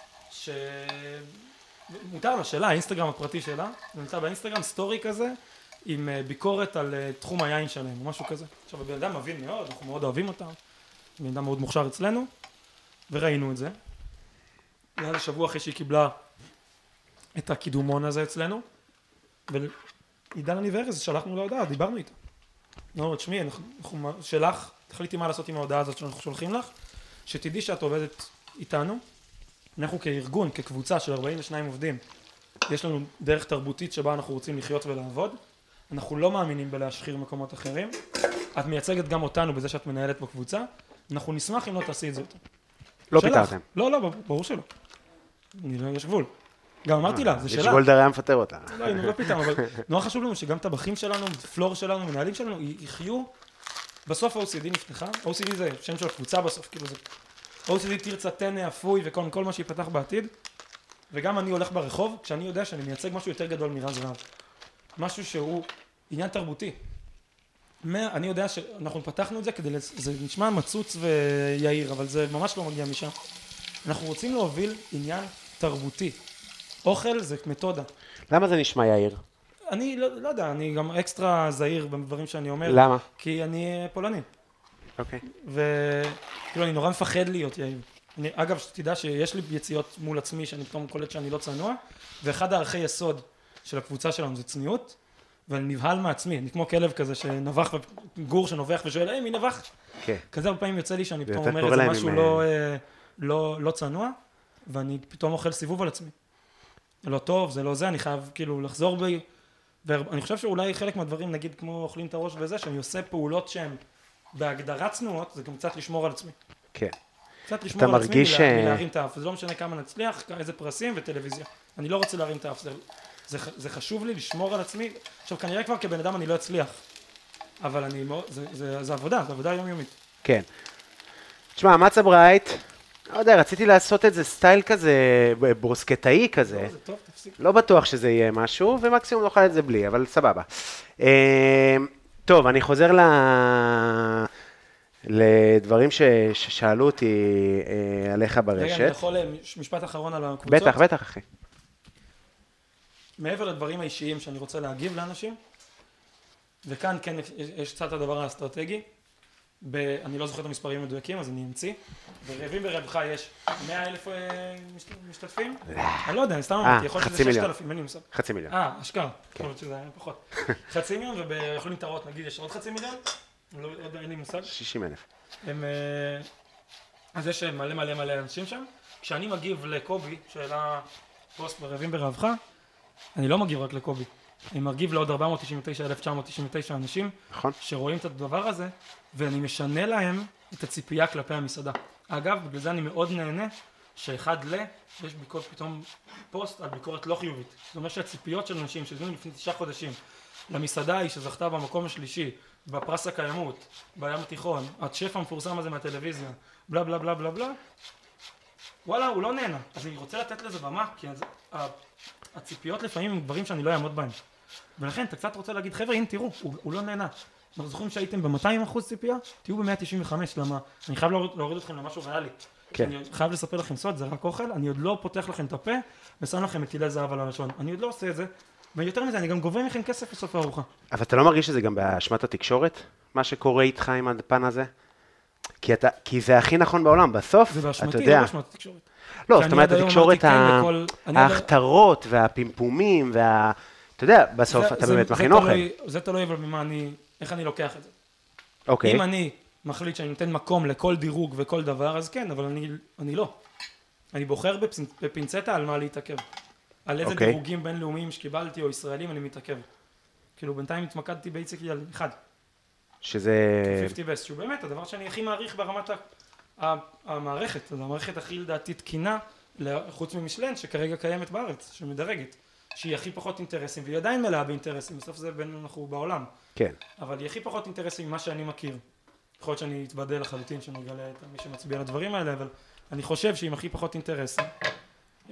שמותר לה שלה, האינסטגרם הפרטי שלה, היא נמצאה באינסטגרם סטורי כזה, עם ביקורת על תחום היין שלהם, או משהו כזה. עכשיו, הבן אדם מבין מאוד, אנחנו מאוד אוהבים אותם, בן אדם מאוד מוכשר אצלנו, וראינו את זה. היה לשבוע אחרי שהיא קיבלה את הקידומון הזה אצלנו, ועידן אני וארז, שלחנו להודעה, דיברנו איתה. לא, תשמעי, אנחנו שלח, תחליטי מה לעשות עם ההודעה הזאת שאנחנו שולחים לך, שתדעי שאת עובדת איתנו, אנחנו כארגון, כקבוצה של ארבעים ושניים עובדים, יש לנו דרך תרבותית שבה אנחנו רוצים לחיות ולעבוד, אנחנו לא מאמינים בלהשחיר מקומות אחרים, את מייצגת גם אותנו בזה שאת מנהלת בקבוצה, אנחנו נשמח אם לא תעשי את זה יותר. לא פיתרתם. לא, לא, ברור שלא. יש גבול. גם אמרתי לה, זה שלה. יש גולדר היה מפטר אותה. לא, לא פיתרנו, אבל נורא חשוב לנו שגם טבחים שלנו, פלור שלנו, מנהלים שלנו, יחיו. בסוף ה-או סי די נפתחה, ה-או סי די זה שם של הקבוצה בסוף, כאילו זה ה-או סי די תרצה תנה, אפוי וכל מה שיפתח בעתיד. וגם אני הולך ברחוב, כשאני יודע שאני מייצג משהו יותר גדול מרז רב. משהו שהוא עניין תרבותי. אני יודע שאנחנו פתחנו את זה כדי, זה נשמע מצוץ ויעיר, אבל זה ממש לא מגיע משם. אנחנו רוצים להוביל עניין תרבותי. אוכל זה מתודה. למה זה נשמע יאיר? אני לא, לא יודע, אני גם אקסטרה זהיר בדברים שאני אומר. למה? כי אני פולני. אוקיי. וכאילו, אני נורא מפחד להיות יעיל. אני, אגב, שתדע שיש לי יציאות מול עצמי, שאני פתאום קולט שאני לא צנוע, ואחד הערכי יסוד של הקבוצה שלנו זה צניעות, ואני נבהל מעצמי, אני כמו כלב כזה שנבח, גור שנובח ושואל, היי, מי נבח? כן. כזה הרבה פעמים יוצא לי שאני פתאום ויותר אומר קורה איזה להם משהו עם, לא, אה, אה, לא, לא צנוע, ואני פתאום אוכל סיבוב על עצמי. זה לא טוב, זה לא זה, אני חייב כאילו לחזור בי, ואני חושב שאולי חלק מהדברים, נגיד כמו אוכלים את הראש וזה, שאני עושה פעולות שהן בהגדרה צנועות, זה גם קצת לשמור על עצמי. כן. קצת לשמור על עצמי מרגיש, מלה- אה, מלהרים את האף, זה לא משנה כמה נצליח, איזה פרסים וטלוויזיה. אני לא רוצה להרים את האף, זה, זה, זה חשוב לי לשמור על עצמי. עכשיו כנראה כבר כבן אדם אני לא אצליח, אבל אני מאוד, זה, זה, זה עבודה, זה עבודה יומיומית. כן. תשמע, מצה ברייט, לא יודע, רציתי לעשות את זה סטייל כזה, ברוסקטאי כזה. לא, זה טוב, תפסיק. לא בטוח שזה יהיה משהו, ומקסימום נאכל את זה בלי, אבל סבבה. אה, טוב, אני חוזר ל... לדברים ש... ששאלו אותי אה, עליך ברשת. רגע, אני יכול אה, מש- משפט אחרון על הקבוצות? בטח, בטח, אחי. מעבר לדברים האישיים שאני רוצה להגיב לאנשים, וכאן כן יש קצת הדבר האסטרטגי, ב, אני לא זוכר את המספרים המדויקים, אז אני אמציא. ברעבים ברווחה יש מאה אלף אה, משת- משתתפים? אני לא יודע, אני סתם אמרתי, יכול להיות חצי שזה ששת מיליון. אלפים, אין לי מושג. חצי מיליון. אה, אשכרה, יכול להיות שזה היה פחות. חצי מיליון, וביכולים טרות, נגיד, יש עוד חצי מיליון? לא יודע, אין לי מושג. שישים אלף. הם... אה, אז יש מלא מלא מלא אנשים שם. כשאני מגיב לקובי, שאלה פוסט ברעבים ברווחה, אני לא מגיב רק לקובי. אני מגיב לעוד ארבע מאות תשעים ותשע אלף תשע מאות תשעים ותשע אנשים נכון. שרואים את הדבר הזה, ואני משנה להם את הציפייה כלפי המסעדה. אגב, בגלל זה אני מאוד נהנה שאחד ל... יש ביקורת פתאום פוסט על ביקורת לא חיובית. זאת אומרת שהציפיות של אנשים שהזמינו לפני תשעה חודשים למסעדה היא שזכתה במקום השלישי, בפרס הקיימות, בים התיכון, השף המפורסם הזה מהטלוויזיה, בלה בלה בלה בלה בלה, וואלה, הוא לא נהנה. אז אני רוצה לתת לזה במה, כי אז, ה- הציפיות לפעמים הם דברים שאני לא אעמוד בהם. ולכן אתה קצת רוצה להגיד, חבר'ה, הנה תראו, הוא, הוא לא נהנה. אנחנו זוכרים שהייתם ב-מאתיים אחוז ציפייה, תהיו ב-מאה תשעים וחמש, למה? אני חייב להוריד, להוריד אתכם למשהו ריאלי. כן. אני חייב לספר לכם סוד, זה רק אוכל, אני עוד לא פותח לכם את הפה ושם לכם מטילי זהב על הלשון. אני עוד לא עושה את זה, ויותר מזה, אני גם גובה מכם כסף בסוף הארוחה. אבל אתה לא מרגיש שזה גם באשמת התקשורת? מה שקורה איתך עם הפן הזה? כי, אתה, כי זה הכי נכון בעולם, בסוף, זה אתה באשמתי, יודע. לא באשמת התקשורת. לא, כי זאת אני אומרת, עד היום התקשורת, אמרתי כן ה- לכל- אני עד- ההכתרות והפימפומים, וה... אתה יודע, בסוף זה- אתה זה- באמת זה מכין אוכל. תלוי- זה תלוי אבל ממה אני, איך אני לוקח את זה. אוקיי, אם אני מחליט שאני נותן מקום לכל דירוג וכל דבר, אז כן, אבל אני, אני לא. אני בוחר בפינצ- בפינצטה על מה להתעכב. על איזה אוקיי. דירוגים בינלאומיים שקיבלתי או ישראלים אני מתעכב. כאילו בינתיים התמקדתי בייצקלי על אחד, שזה... חמישים best, שהוא באמת הדבר שאני הכי מעריך ברמת ה- ה- המערכת, זו המערכת הכי לדעתי תקינה, חוץ ממשלן שכרגע קיימת בארץ, שמדרגת, שהיא הכי פחות אינטרסים, והיא עדיין מלאה באינטרסים, בסוף זה בין אנחנו בעולם. כן, אבל היא הכי פחות אינטרסים ממה שאני מכיר. יכול להיות שאני אתוודא לחלוטין שנגלה את מי שמצביע על הדברים האלה, אבל אני חושב שהיא עם הכי פחות אינטרסים. אמ,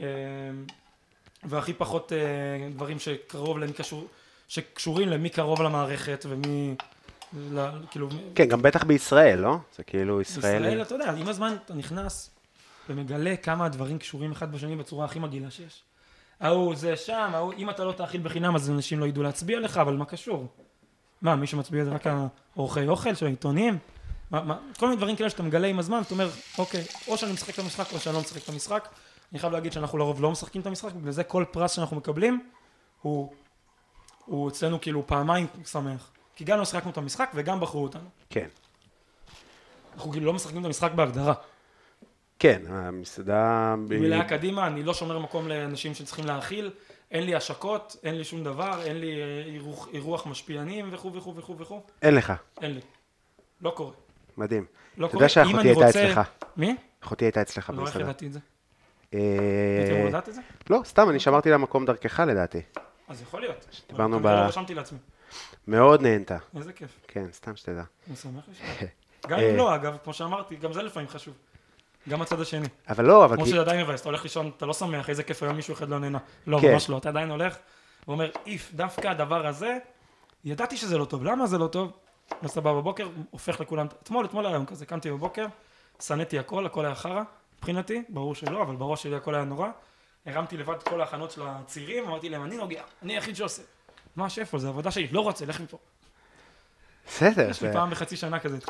והכי פחות אה, דברים שקרוב למי קשור, שקשורים למי קרוב למערכת ומי, ל- כאילו, כן, גם בטח בישראל, לא? זה כאילו ישראלי. בישראל, אתה יודע, עם הזמן אתה נכנס ומגלה כמה הדברים קשורים אחד בשני בצורה הכי מגעילה שיש. ההוא זה שם, ההוא, אם אתה לא תאכיל בחינם אז אנשים לא ידעו להצביע לך, אבל מה קשור? מה, מי שמצביע זה רק האורחי אוכל של העיתונים? מה, מה, כל מיני דברים כאלה שאתה מגלה עם הזמן, אתה אומר, אוקיי, או שאני משחק את המשחק או שאני לא משחק את המשחק. אני חייב להגיד שאנחנו לרוב לא משחקים את המשחק, בגלל זה כל פרס שאנחנו מקבלים הוא, הוא אצלנו כאילו פעמיים שמח. כי גם לא שחקנו את המשחק וגם בחרו אותנו. כן, אנחנו כאילו לא משחקים את המשחק בהגדרה. כן, המסעדה... ב- מלאה קדימה, אני לא שומר מקום לאנשים שצריכים להאכיל, אין לי השקות, אין לי שום דבר, אין לי אה, אירוח, אירוח משפיענים וכו' וכו' וכו' וכו', אין לך, אין לי. לא קורה. מדהים. לא אתה קורה. יודע שאחותי אם אני הייתה רוצה- אצלך. מי? אחותי הייתה אצלך לא, איך במסעדה. ידעתי את זה? אה, הייתם אמור לדעת את זה? לא, סתם, אני שמרתי לה מקום דרכך לדעתי. אז יכול להיות. דיברנו אבל כנראה ב- לא רשמתי לעצמי. מאוד נהנתה. איזה כיף. כן, סתם שתדע. אני שמח לשמוע. גם אה. אם לא, אגב, כמו שאמרתי, גם זה לפעמים חשוב. גם הצד השני. אבל לא, אבל... כמו כי- שזה עדיין מבאס, אתה הולך לישון, אתה לא שמח, איזה כיף היום מישהו אחד לא נהנה. לא, כן. ממש לא, אתה עדיין הולך ואומר, איף, דווקא הדבר הזה, ידעתי שזה לא טוב, למה זה לא טוב? אז אתה בא בבוקר, הופך לכולם, אתמול, אתמול היום כזה, קמתי בבוקר, שנאתי הכל, הכל היה חרא, מבחינתי, ברור שלא, אבל בראש שלי הכל היה נורא. הרמתי לבד את כל ההכנות של הצירים, אמרתי להם, אני נוגע, אני היחיד שעושה. מה השפו, זה עבודה שלי, לא רוצה, לך מפה. בסדר. יש לי זה- פעם בחצי שנה כזה התקף.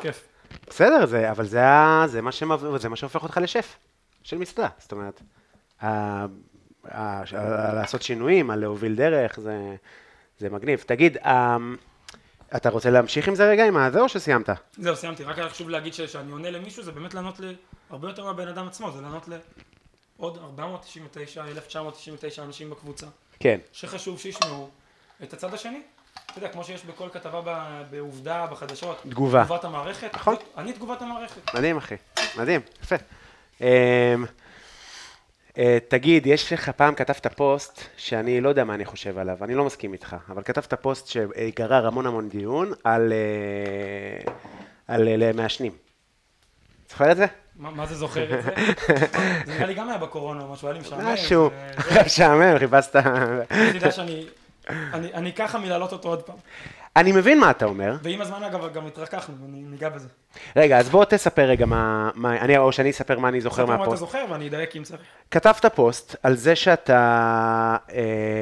בסדר, זה, אבל זה, ה- זה, מה שמב... זה מה שהופך אותך לשף של מסעדה. זאת אומרת, ה... ה... ה... לעשות שינויים, על להוביל דרך, זה, זה מגניב. תגיד, ה... אתה רוצה להמשיך עם זה רגע, עם הזה, או שסיימת? זהו, סיימתי. רק היה חשוב להגיד שאני עונה למישהו, זה באמת לענות להרבה יותר מהבן אדם עצמו, זה לענות לעוד ארבע מאות תשעים ותשע אלף תשע מאות תשעים ותשע אנשים בקבוצה. כן. שחשוב שישמעו את הצד השני. אתה יודע, כמו שיש בכל כתבה ב- בעובדה, בחדשות, תגובה. תגובת המערכת. נכון. זאת- אני תגובת המערכת. מדהים, אחי. מדהים, יפה. אמ, אה, תגיד, יש לך פעם כתבת פוסט שאני לא יודע מה אני חושב עליו, אני לא מסכים איתך, אבל כתבת פוסט שגרר המון המון דיון על, אה, על אה, מעשנים. זוכר את זה? מה, מה זה זוכר את זה? זה נראה לי גם היה בקורונה או משהו, היה לי משעמם. משהו, זה- משעמם, חיפשת... אני יודע שאני... אני אני ככה מלהעלות אותו עוד פעם. אני מבין מה אתה אומר. ועם הזמן אגב גם התרככנו, אני ניגע בזה. רגע, אז בוא תספר רגע מה... מה אני, או שאני אספר מה אני זוכר ספר מה אתה מהפוסט. זוכר ואני אדייק אם צריך. כתבת פוסט על זה שאתה... אה,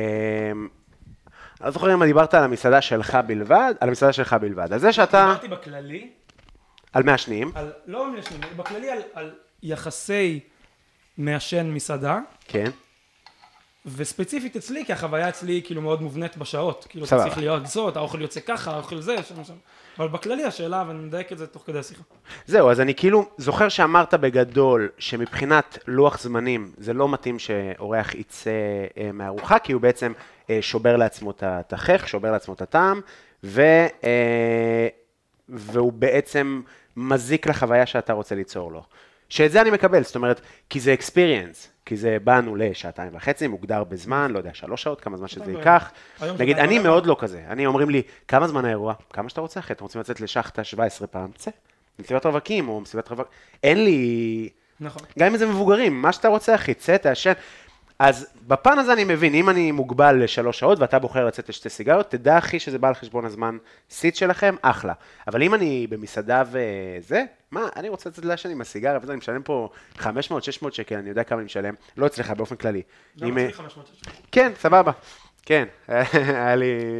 אני לא זוכר אם דיברת על המסעדה שלך בלבד, על המסעדה שלך בלבד. על זה שאתה... דיברתי בכללי, על מעשנים. על, לא מעשנים, בכללי על, על יחסי מעשן מסעדה, כן. וספציפית אצלי, כי החוויה אצלי היא כאילו מאוד מובנית בשעות. כאילו אתה סבבה. צריך להיות זאת, האוכל יוצא ככה, האוכל זה, שם שם. אבל בכללי השאלה, ואני מדייק את זה תוך כדי השיחה. זהו, אז אני כאילו זוכר שאמרת בגדול שמבחינת לוח זמנים זה לא מתאים שאורח יצא אה, מהארוחה, כי הוא בעצם אה, שובר לעצמו את התחך, שובר לעצמו את הטעם, ו, אה, והוא בעצם מזיק לחוויה שאתה רוצה ליצור לו. שאת זה אני מקבל, זאת אומרת, כי זה experience, כי זה באנו לשעתיים וחצי, מוגדר בזמן, לא יודע, שלוש שעות, כמה זמן שזה שעתיים ייקח. היום נגיד, שעתיים אני ורבע. מאוד לא כזה, אני אומרים לי, כמה זמן האירוע? כמה שאתה רוצה, אחי, אתם רוצים לצאת לשחטה שבע עשרה פעם, צא. מסיבת רווקים או מסיבת רווקים, אין לי... נכון. גם אם זה מבוגרים, מה שאתה רוצה, אחי, צא, תעשן. אז בפן הזה אני מבין, אם אני מוגבל לשלוש שעות ואתה בוחר לצאת לשתי סיגריות, תדע, אחי, שזה בא על חשבון הזמן סיט שלכם, אחלה. אבל אם אני במסעדה וזה, מה, אני רוצה לצאת לעשן עם הסיגריה, וזה, אני משלם פה חמש מאות שש מאות שקל, אני יודע כמה אני משלם, לא אצלך באופן כללי. גם אם- אצלי חמש מאות שש. כן, סבבה. כן, היה לי...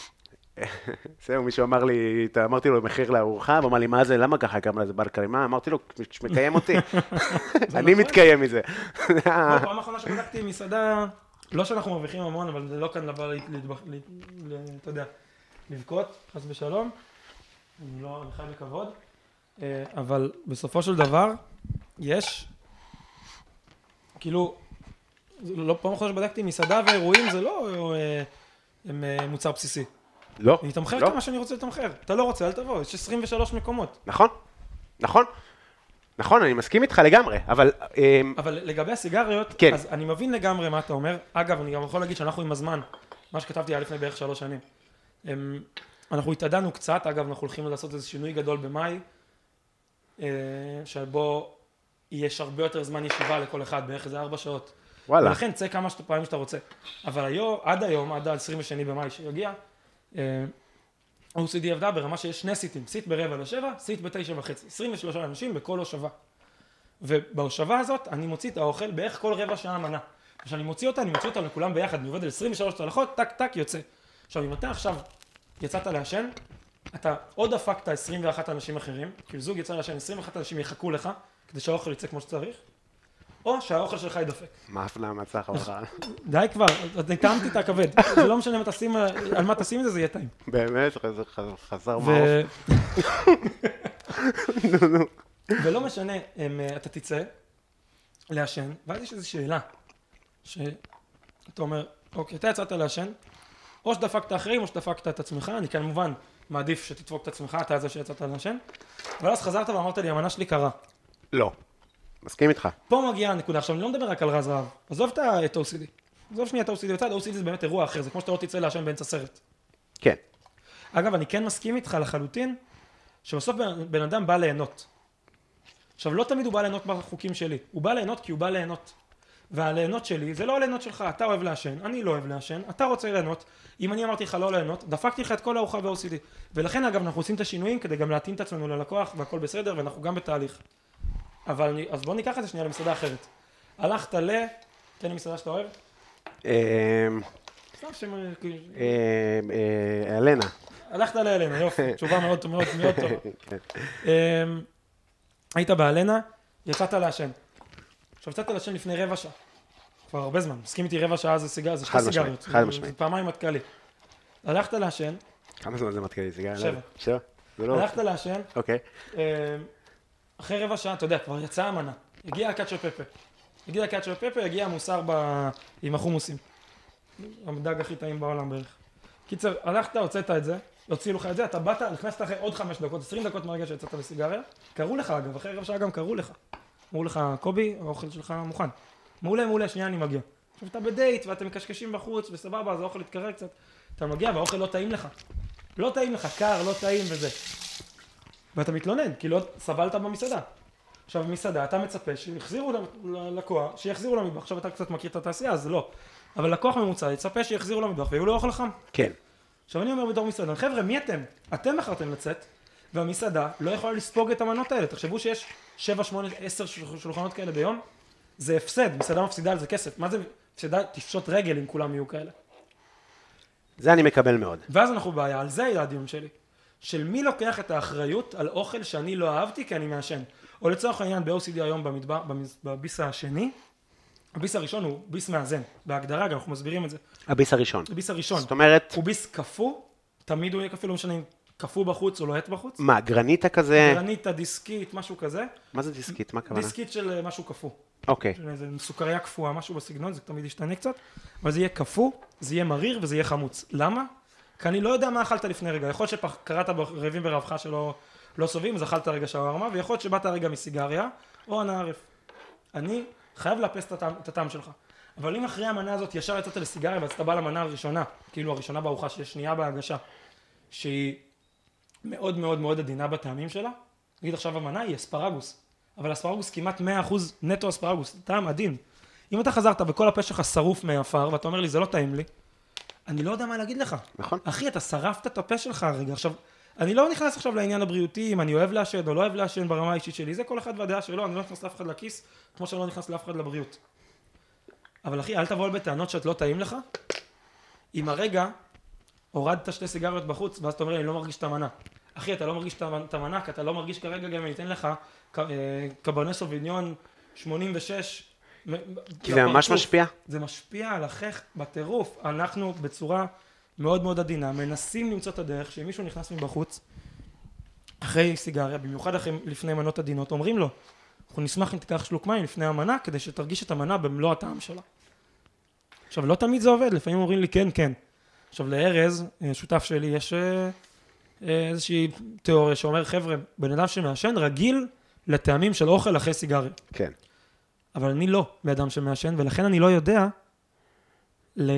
זהו, מישהו אמר לי, אמרתי לו מחיר לארוחה, והוא אמר לי, מה זה, למה ככה, כמה זה בא לקרימה? אמרתי לו, שמקיים אותי. אני נכון. מתקיים מזה. לא, פעם אחרונה שבדקתי מסעדה, לא שאנחנו מרוויחים המון, אבל זה לא כאן לבוא, ל- לדבח- ל- ל- אתה יודע, לבכות, חס ושלום. אני לא, אני חי בכבוד. אה, אבל בסופו של דבר, יש, כאילו, זה לא פעם אחרונה שבדקתי מסעדה ואירועים, זה לא אה, הם, אה, מוצר בסיסי. לא, אני אתמחר לא. כמה שאני רוצה לתמחר. אתה לא רוצה, אל תבוא, יש עשרים ושלוש מקומות. נכון, נכון, נכון, אני מסכים איתך לגמרי, אבל... אמ, אבל לגבי הסיגריות, כן. אז אני מבין לגמרי מה אתה אומר. אגב, אני גם יכול להגיד שאנחנו עם הזמן, מה שכתבתי היה לפני בערך שלוש שנים. אמ, אנחנו התעדנו קצת, אגב, אנחנו הולכים לעשות איזה שינוי גדול במאי, אה, שבו יש הרבה יותר זמן ישיבה לכל אחד, בערך איזה ארבע שעות. וואלה. ולכן צא כמה שת- פעמים שאתה רוצה. אבל היום, עד היום, עד ה-עשרים ושני במאי שיגיע, אה, O C D עבדה ברמה שיש שני סיטים, סיט ברבע לשבע, סיט בתשע וחצי, עשרים ושלושה אנשים בכל הושבה. ובהושבה הזאת אני מוציא את האוכל בערך כל רבע שעה מנה. כשאני מוציא אותה, אני מוציא אותה לכולם ביחד, אני עובד על עשרים ושלוש צלחות, טק טק יוצא. עכשיו אם אתה עכשיו יצאת לעשן, אתה עוד דפקת עשרים ואחד אנשים אחרים, כאילו זוג יצא לעשן, עשרים ואחד אנשים יחכו לך, כדי שהאוכל יצא כמו שצריך, או שהאוכל שלך ידפק. מה הפלא מצח אותך? די כבר, אני טעמתי את הכבד, זה לא משנה מה תשים, על מה תשים את זה, זה יהיה טעים. באמת, חזר- חזר- חזר ו... מעוף. נו, נו. ולא משנה אם אה, אתה תצא לעשן, ואז יש איזו שאלה, שאתה אומר, אוקיי, אתה יצאת לעשן, או שדפקת אחרים או שדפקת את עצמך, אני כמובן מעדיף שתדפוק את עצמך, אתה זה שיצאת לעשן, אבל אז חזרת ואמרת לי, המנה שלי קרה. לא, מסכים איתך. פה מגיעה הנקודה, עכשיו אני לא מדבר רק על רז רעב, עזוב את ה- את O C D, עזוב שנייה את ה-O C D בצד, ה-O C D זה באמת אירוע אחר, זה כמו שאתה לא תצא לעשן באמצע סרט. כן, אגב, אני כן מסכים איתך לחלוטין, שבסוף בן, בן אדם בא ליהנות. עכשיו, לא תמיד הוא בא ליהנות בחוקים שלי, הוא בא ליהנות כי הוא בא ליהנות. והליהנות שלי זה לא הליהנות שלך, אתה אוהב לעשן, אני לא אוהב לעשן, אתה רוצה ליהנות, אם אני אמרתי לך לא ליהנות, דפקתי לך את כל הארוחה ב-O C D. ולכן אגב, אנחנו עושים את השינויים כדי גם להתאים את עצמנו ללקוח, והכל בסדר, ואנחנו גם בתהליך. אבל אני, אז בוא ניקח את זה שנייה למסעדה אחרת. הלכת ל... תן לי מסעדה שאתה אוהב? אמ, סתם שם... אמ, אה, אלנה. הלכת לאלנה, יופי, תשובה מאוד מאוד מאוד טובה. היית באלנה, יצאת לעשן. עכשיו יצאת לעשן לפני רבע שעה. כבר הרבה זמן, מסכים איתי רבע שעה זה סיגר, זה שתי סיגריות. חד משמעית. זה פעמיים מתקלי. הלכת לעשן. כמה זמן זה מתקלי סיגר? שבע. שבע? זה לא... הלכת לעשן. אוקיי. אחרי רבע שעה, אתה יודע, כבר יצאה המנה. הגיע הקאצ'ו פפה. הגיע הקאצ'ו פפה, הגיע המוסר ב... עם החומוסים. המדג הכי טעים בעולם בערך. קיצר, הלכת, הוצאת את זה, הוציאו לך את זה, אתה באת, נכנסת אחרי עוד חמש דקות, עשרים דקות מהרגע שיצאת לסיגריה, קראו לך אגב, אחרי רבע שעה גם קראו לך. אמרו לך, קובי, האוכל שלך מוכן. מעולה, מעולה, שנייה אני מגיע. עכשיו אתה בדייט ואתם מקשקשים בחוץ וסבבה, אז האוכל יתקרר קצת. אתה מגיע והאוכל לא טעים לך. לא טעים לך, קר, לא טעים וזה. ואתה מתלונן, כי לא סבלת במסעדה. עכשיו במסעדה אתה מצפה שיחזירו ללקוח, שיחזירו למטבח. עכשיו אתה קצת מכיר את התעשייה, אז לא. אבל לקוח ממוצע יצפה שיחזירו למטבח ויהיו לו אוכל חם. כן. עכשיו אני אומר בתור מסעדן, חבר'ה, מי אתם? אתם בחרתם לצאת, והמסעדה לא יכולה לספוג את המנות האלה. תחשבו שיש שבע, שמונה, עשר שולחנות כאלה ביום. זה הפסד, מסעדה מפסידה על זה כסף. מה זה הפסדה? תפשוט רגל אם כולם יהיו כאלה. זה אני מקבל מאוד. ואז אנחנו בעיה, על זה היה הדיון שלי. של מי לוקח את האחריות על אוכל שאני לא אהבתי כי אני מעשן. או לצורך העניין ב-או סי די היום במדבר, בביס השני, הביס הראשון הוא ביס מאזן. בהגדרה גם אנחנו מסבירים את זה. הביס הראשון. הביס הראשון. זאת אומרת... הוא ביס קפוא, תמיד הוא יהיה קפוא, לא משנה אם קפוא בחוץ או לוהט בחוץ. מה, גרניטה כזה? גרניטה, דיסקית, משהו כזה. מה זה דיסקית? מה הכוונה? דיסקית של משהו קפוא. אוקיי. זה סוכריה קפואה, משהו בסגנון, זה תמיד ישתנה קצת. אבל זה יהיה קפוא, זה יהיה מריר וזה יהיה חמוץ. למה? כי אני לא יודע מה אכלת לפני רגע. יכול להיות שקראת ברעבים ברעבך שלא לא סובים, אז אכלת רגע שווארמה, ויכול להיות שבאת רגע מסיגריה או אנא ערף. אני חייב לאפס את הטעם שלך. אבל אם אחרי המנה הזאת ישר יצאת לסיגריה ואז אתה בא למנה הראשונה, כאילו הראשונה בארוחה שיש שנייה בהגשה, שהיא מאוד מאוד מאוד עדינה בטעמים שלה, נגיד עכשיו המנה היא אספרגוס, אבל אספרגוס כמעט מאה אחוז נטו אספרגוס, טעם עדין. אם אתה חזרת וכל הפה שלך שרוף מעפר ואתה אומר לי זה לא טעים לי, אני לא יודע מה להגיד לך. נכון. אחי, אתה שרפת את הפה שלך הרגע. עכשיו, אני לא נכנס עכשיו לעניין הבריאותי, אם אני אוהב לעשן או לא אוהב לעשן ברמה האישית שלי, זה כל אחד והדעה שלו, אני לא נכנס לאף אחד לכיס, כמו שאני לא נכנס לאף אחד לבריאות. אבל אחי, אל תבוא בטענות שאת לא טעים לך. אם הרגע הורדת שתי סיגריות בחוץ, ואז אתה אומר, אני לא מרגיש את המנה. אחי, אתה לא מרגיש את המנה, כי אתה לא מרגיש כרגע גם אם אני אתן לך קברנה סוביניון שמונים ושש. כי זה ממש משפיע. זה משפיע על החך בטירוף. אנחנו בצורה מאוד מאוד עדינה, מנסים למצוא את הדרך, שאם מישהו נכנס מבחוץ, אחרי סיגריה, במיוחד אחרי, לפני מנות עדינות, אומרים לו, אנחנו נשמח אם תיקח שלוק מים לפני המנה, כדי שתרגיש את המנה במלוא הטעם שלה. עכשיו, לא תמיד זה עובד, לפעמים אומרים לי כן, כן. עכשיו, לארז, שותף שלי, יש איזושהי תיאוריה שאומר, חבר'ה, בן אדם שמעשן רגיל לטעמים של אוכל אחרי סיגריה. כן. אבל אני לא באדם שמעשן, ולכן אני לא יודע ל...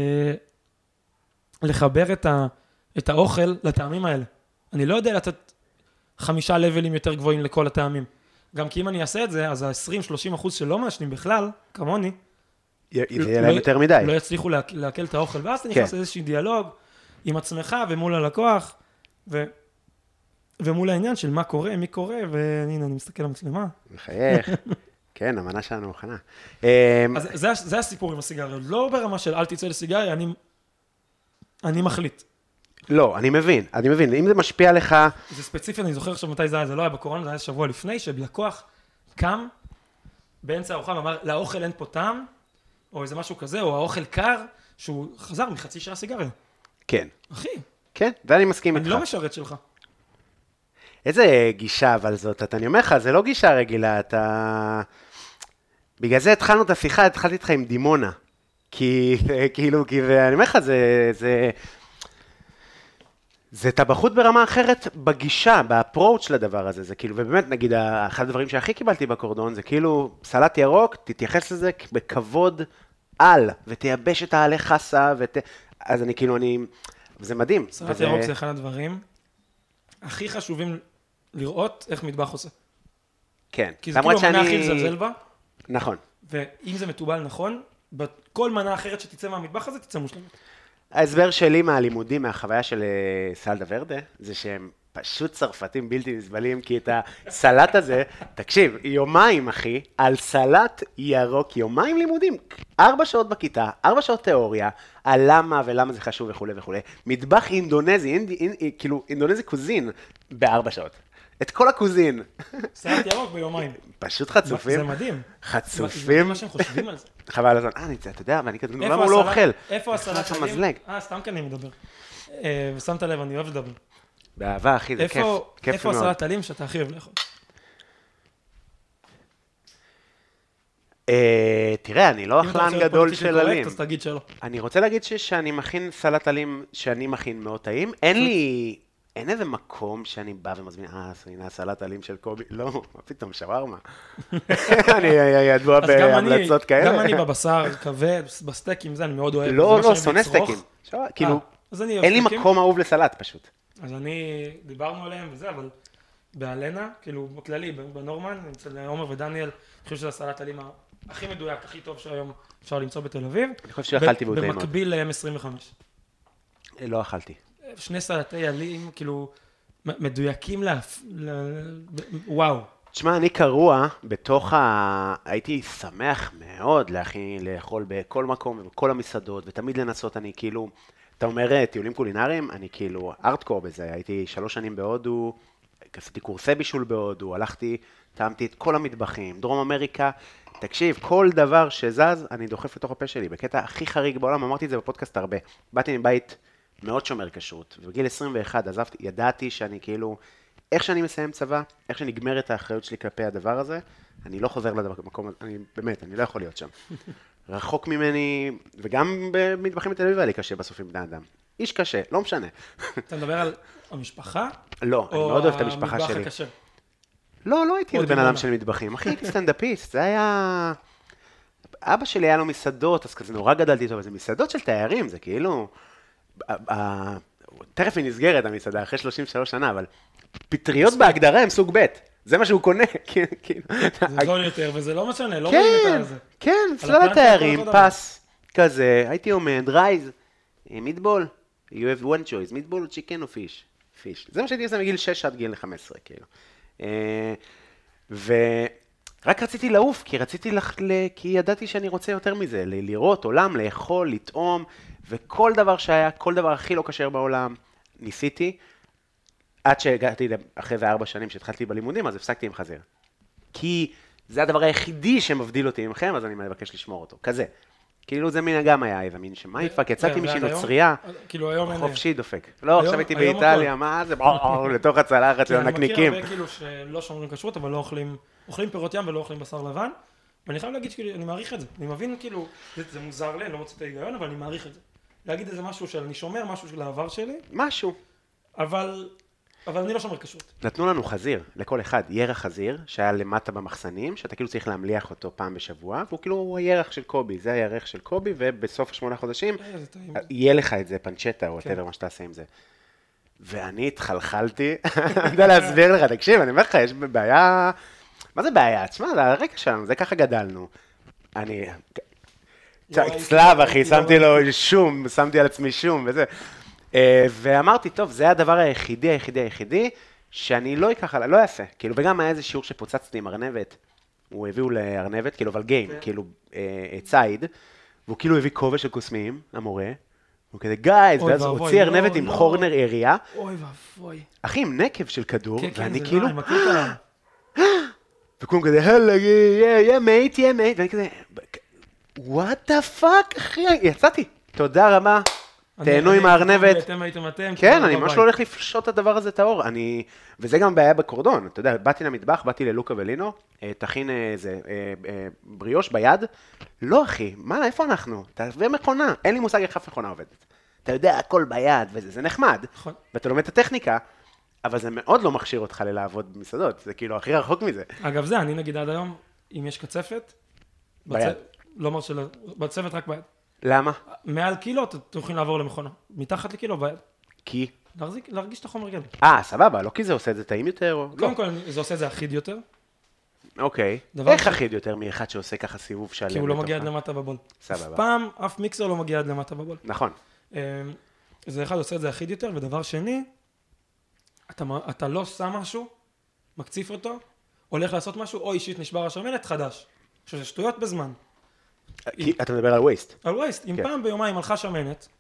לחבר את, ה... את האוכל לטעמים האלה. אני לא יודע לתת חמישה לבלים יותר גבוהים לכל הטעמים. גם כי אם אני אעשה את זה, אז ה-עשרים שלושים אחוז שלא מעשנים בכלל, כמוני, זה יהיה להם יותר מדי. לא יצליחו לעכל את האוכל, ואז אתה נכנס לאיזשהו דיאלוג עם עצמך ומול הלקוח, ו... ומול העניין של מה קורה, מי קורה, והנה, אני מסתכל על המצלמה. מחייך. כן, המנה שלנו מוכנה. אז זה, זה הסיפור עם הסיגריות. לא ברמה של אל תצא לסיגריה, אני, אני מחליט. לא, אני מבין, אני מבין. אם זה משפיע לך... זה ספציפי, אני זוכר עכשיו מתי זה היה, זה לא היה בקורונה, זה היה שבוע לפני, שלקוח קם באמצע הארוחה ואמר, לאוכל אין פה טעם, או איזה משהו כזה, או האוכל קר, שהוא חזר מחצי שעה סיגריה. כן. אחי. כן, ואני מסכים איתך. אני לא משרת שלך. איזה גישה אבל זאת, אני אומר לך, זה לא גישה רגילה, אתה... בגלל זה התחלנו את השיחה, התחלתי איתך עם דימונה. כי, כאילו, כי, ואני אומר לך, זה, זה... זה טבחות ברמה אחרת בגישה, באפרוץ' לדבר הזה, זה כאילו, ובאמת, נגיד, אחד הדברים שהכי קיבלתי בקורדון, זה כאילו, סלט ירוק, תתייחס לזה בכבוד על, ותייבש את העלי חסה, ות... אז אני כאילו, אני... זה מדהים. סלט וזה... ירוק זה אחד הדברים הכי חשובים לראות איך מטבח עושה. כן. כי זה כאילו מנה הכי לזלזל בה. נכון. ואם זה מטובל נכון, בכל מנה אחרת שתצא מהמטבח הזה, תצא מושלמת. ההסבר שלי מהלימודים, מהחוויה של סלדה ורדה, זה שהם פשוט צרפתים בלתי נסבלים, כי את הסלט הזה, תקשיב, יומיים, אחי, על סלט ירוק, יומיים לימודים, ארבע שעות בכיתה, ארבע שעות תיאוריה, על למה ולמה זה חשוב וכו' וכו'. מטבח אינדונזי, אינד, אינד, כאילו, אינדונזי קוזין, בארבע שעות. את כל הקוזין. סלט ירוק ביומיים. פשוט חצופים. זה מדהים. חצופים. זה מה שהם חושבים על זה. חבל הזמן. אה, ניצה, אתה יודע, ואני כזה, למה הוא לא אוכל? איפה הסלט עלים? המזלג. אה, סתם כי אני מדבר. ושמת לב, אני אוהב לדבר. באהבה, אחי, זה כיף. כיף איפה מאוד. הסלט עלים שאתה הכי אוהב לאכול? תראה, אני לא אכלן גדול של עלים. אז תגיד שלא. אני רוצה להגיד שאני מכין סלט עלים שאני מכין מאוד טעים. אין לי, אין איזה מקום שאני בא ומזמין, אה, הנה סלט עלים של קובי. לא, מה פתאום, שווארמה. אני ידוע בהמלצות כאלה. גם אני בבשר כבד, בסטייקים, זה אני מאוד אוהב. לא, לא, שונא סטייקים. כאילו, אין לי מקום אהוב לסלט פשוט. אז אני, דיברנו עליהם וזה, אבל באלנה, כאילו, בכללי, בנורמן, אצל עומר ודניאל, אני חושב שזה הסלט עלים הכי מדויק, הכי טוב שהיום אפשר למצוא בתל אביב. אני חושב שאכלתי והוא טעים מאוד. במקביל ל-אם עשרים וחמש. לא אכלתי. שני סלטי עלים, כאילו, מדויקים ל... וואו. תשמע, אני קרוע בתוך ה... הייתי שמח מאוד להכין, לאכול בכל מקום ובכל המסעדות, ותמיד לנסות, אני כאילו... אתה אומר, טיולים קולינריים, אני כאילו ארטקור בזה, הייתי שלוש שנים בהודו, עשיתי קורסי בישול בהודו, הלכתי, טעמתי את כל המטבחים, דרום אמריקה, תקשיב, כל דבר שזז, אני דוחף לתוך הפה שלי, בקטע הכי חריג בעולם, אמרתי את זה בפודקאסט הרבה, באתי מבית מאוד שומר כשרות, ובגיל עשרים ואחת עזבתי, ידעתי שאני כאילו, איך שאני מסיים צבא, איך שנגמרת האחריות שלי כלפי הדבר הזה, אני לא חוזר למקום, אני באמת, אני לא יכול להיות שם. רחוק ממני, וגם במטבחים בתל אביב היה לי קשה בסוף עם בני אדם. איש קשה, לא משנה. אתה מדבר על המשפחה? לא, אני מאוד אוהב את המשפחה שלי. או המטבח הקשה? לא, לא הייתי בן אדם של מטבחים. אחי, הייתי סטנדאפיסט, זה היה... אבא שלי היה לו מסעדות, אז כזה נורא גדלתי איתו, אבל זה מסעדות של תיירים, זה כאילו... תכף היא נסגרת המסעדה, אחרי שלושים ושלוש שנה, אבל פטריות בהגדרה הם סוג ב'. זה מה שהוא קונה, כאילו. זה זול יותר, וזה לא משנה, לא רואים את זה. כן, סלט תיירים, פס, כזה, הייתי עומד, רייז, מיטבול, you have one choice, מיטבול, צ'יקן או פיש, פיש. זה מה שהייתי עושה מגיל שש עד גיל חמש עשרה, כאילו. ורק רציתי לעוף, כי רציתי, כי ידעתי שאני רוצה יותר מזה, לראות עולם, לאכול, לטעום, וכל דבר שהיה, כל דבר הכי לא כשר בעולם, ניסיתי, עד שהגעתי אחרי זה ארבע שנים שהתחלתי בלימודים, אז הפסקתי עם חזיר. כי זה הדבר היחידי שמבדיל אותי ממכם, אז אני מבקש לשמור אותו. כזה. כאילו זה מין גם היה איזה מין שמה יפק, יצאתי משהי נוצרייה, חופשי דופק. לא, עכשיו הייתי באיטליה, מה זה? לתוך הצלחת של הנקניקים. אני מכיר הרבה כאילו שלא שומרים כשרות, אבל לא אוכלים, אוכלים פירות ים ולא אוכלים בשר לבן. ואני חייב להגיד שאני מעריך את זה. אני מבין כאילו, זה מוזר לי, אני לא מוצא את ההיגיון, אבל אני מעריך את זה. להגיד איזה משהו שאני שומר, משהו של העבר שלי. משהו. אבל... אבל אני לא שומר כשרות. נתנו לנו חזיר, לכל אחד, ירח חזיר, שהיה למטה במחסנים, שאתה כאילו צריך להמליח אותו פעם בשבוע, והוא כאילו הוא הירח של קובי, זה הירח של קובי, ובסוף שמונה חודשים, יהיה לך את זה, פנצ'טה או whatever, מה שאתה עושה עם זה. ואני התחלחלתי, אני יודע להסביר לך, תקשיב, אני אומר לך, יש בעיה, מה זה בעיה? תשמע, זה הרקע שלנו, זה ככה גדלנו. אני, צלב אחי, שמתי לו שום, שמתי על עצמי שום, וזה. ואמרתי, טוב, זה הדבר היחידי, היחידי, היחידי, שאני לא אקח עליו, לא אעשה. כאילו, וגם היה איזה שיעור שפוצצתי עם ארנבת, הוא הביאו לארנבת, כאילו, אבל גיים, כאילו, צייד, והוא כאילו הביא כובע של קוסמים, המורה, הוא כזה, גייז, ואז הוא הוציא ארנבת עם חורנר עירייה. אוי ואבוי. אחי, עם נקב של כדור, ואני כן, כאילו... כן, זה נע, עם וכולם כזה, הלאה, יא מייט, יא מייט, ואני כזה, what the fuck, אחי, יצאתי, תודה רבה. תהנו עם הארנבת. אתם הייתם אתם. כן, אני ממש לא הולך לפשוט את הדבר הזה, את האור. אני, וזה גם בעיה בקורדון. אתה יודע, באתי למטבח, באתי ללוקה ולינו, תכין איזה בריאוש ביד. לא, אחי, מה, איפה אנחנו? תעביר מכונה. אין לי מושג איך אף מכונה עובדת. אתה יודע, הכל ביד, וזה זה נחמד. ואתה לומד את הטכניקה, אבל זה מאוד לא מכשיר אותך ללעבוד במסעדות. זה כאילו הכי רחוק מזה. אגב, זה, אני נגיד עד היום, אם יש קצפת, ביד. לא אומר שלא, בצפת רק ביד. למה? מעל קילו אתם יכולים לעבור למכונה. מתחת לקילו ביד. כי? להחזיק, להרגיש את החומר גלם. אה, סבבה, לא כי זה עושה את זה טעים יותר או... קודם כל, זה עושה את זה אחיד יותר. אוקיי. איך אחיד יותר מאחד שעושה ככה סיבוב שלם? כי הוא לא מגיע עד למטה בבול. סבבה. אף פעם, אף מיקסר לא מגיע עד למטה בבול. נכון. זה אחד עושה את זה אחיד יותר, ודבר שני, אתה, אתה לא שם משהו, מקציף אותו, הולך לעשות משהו, או אישית נשבר השמנת, חדש. שזה שטויות בזמן. כי אתה מדבר על ווייסט. על ווייסט, אם כן. פעם ביומיים הלכה שמנת,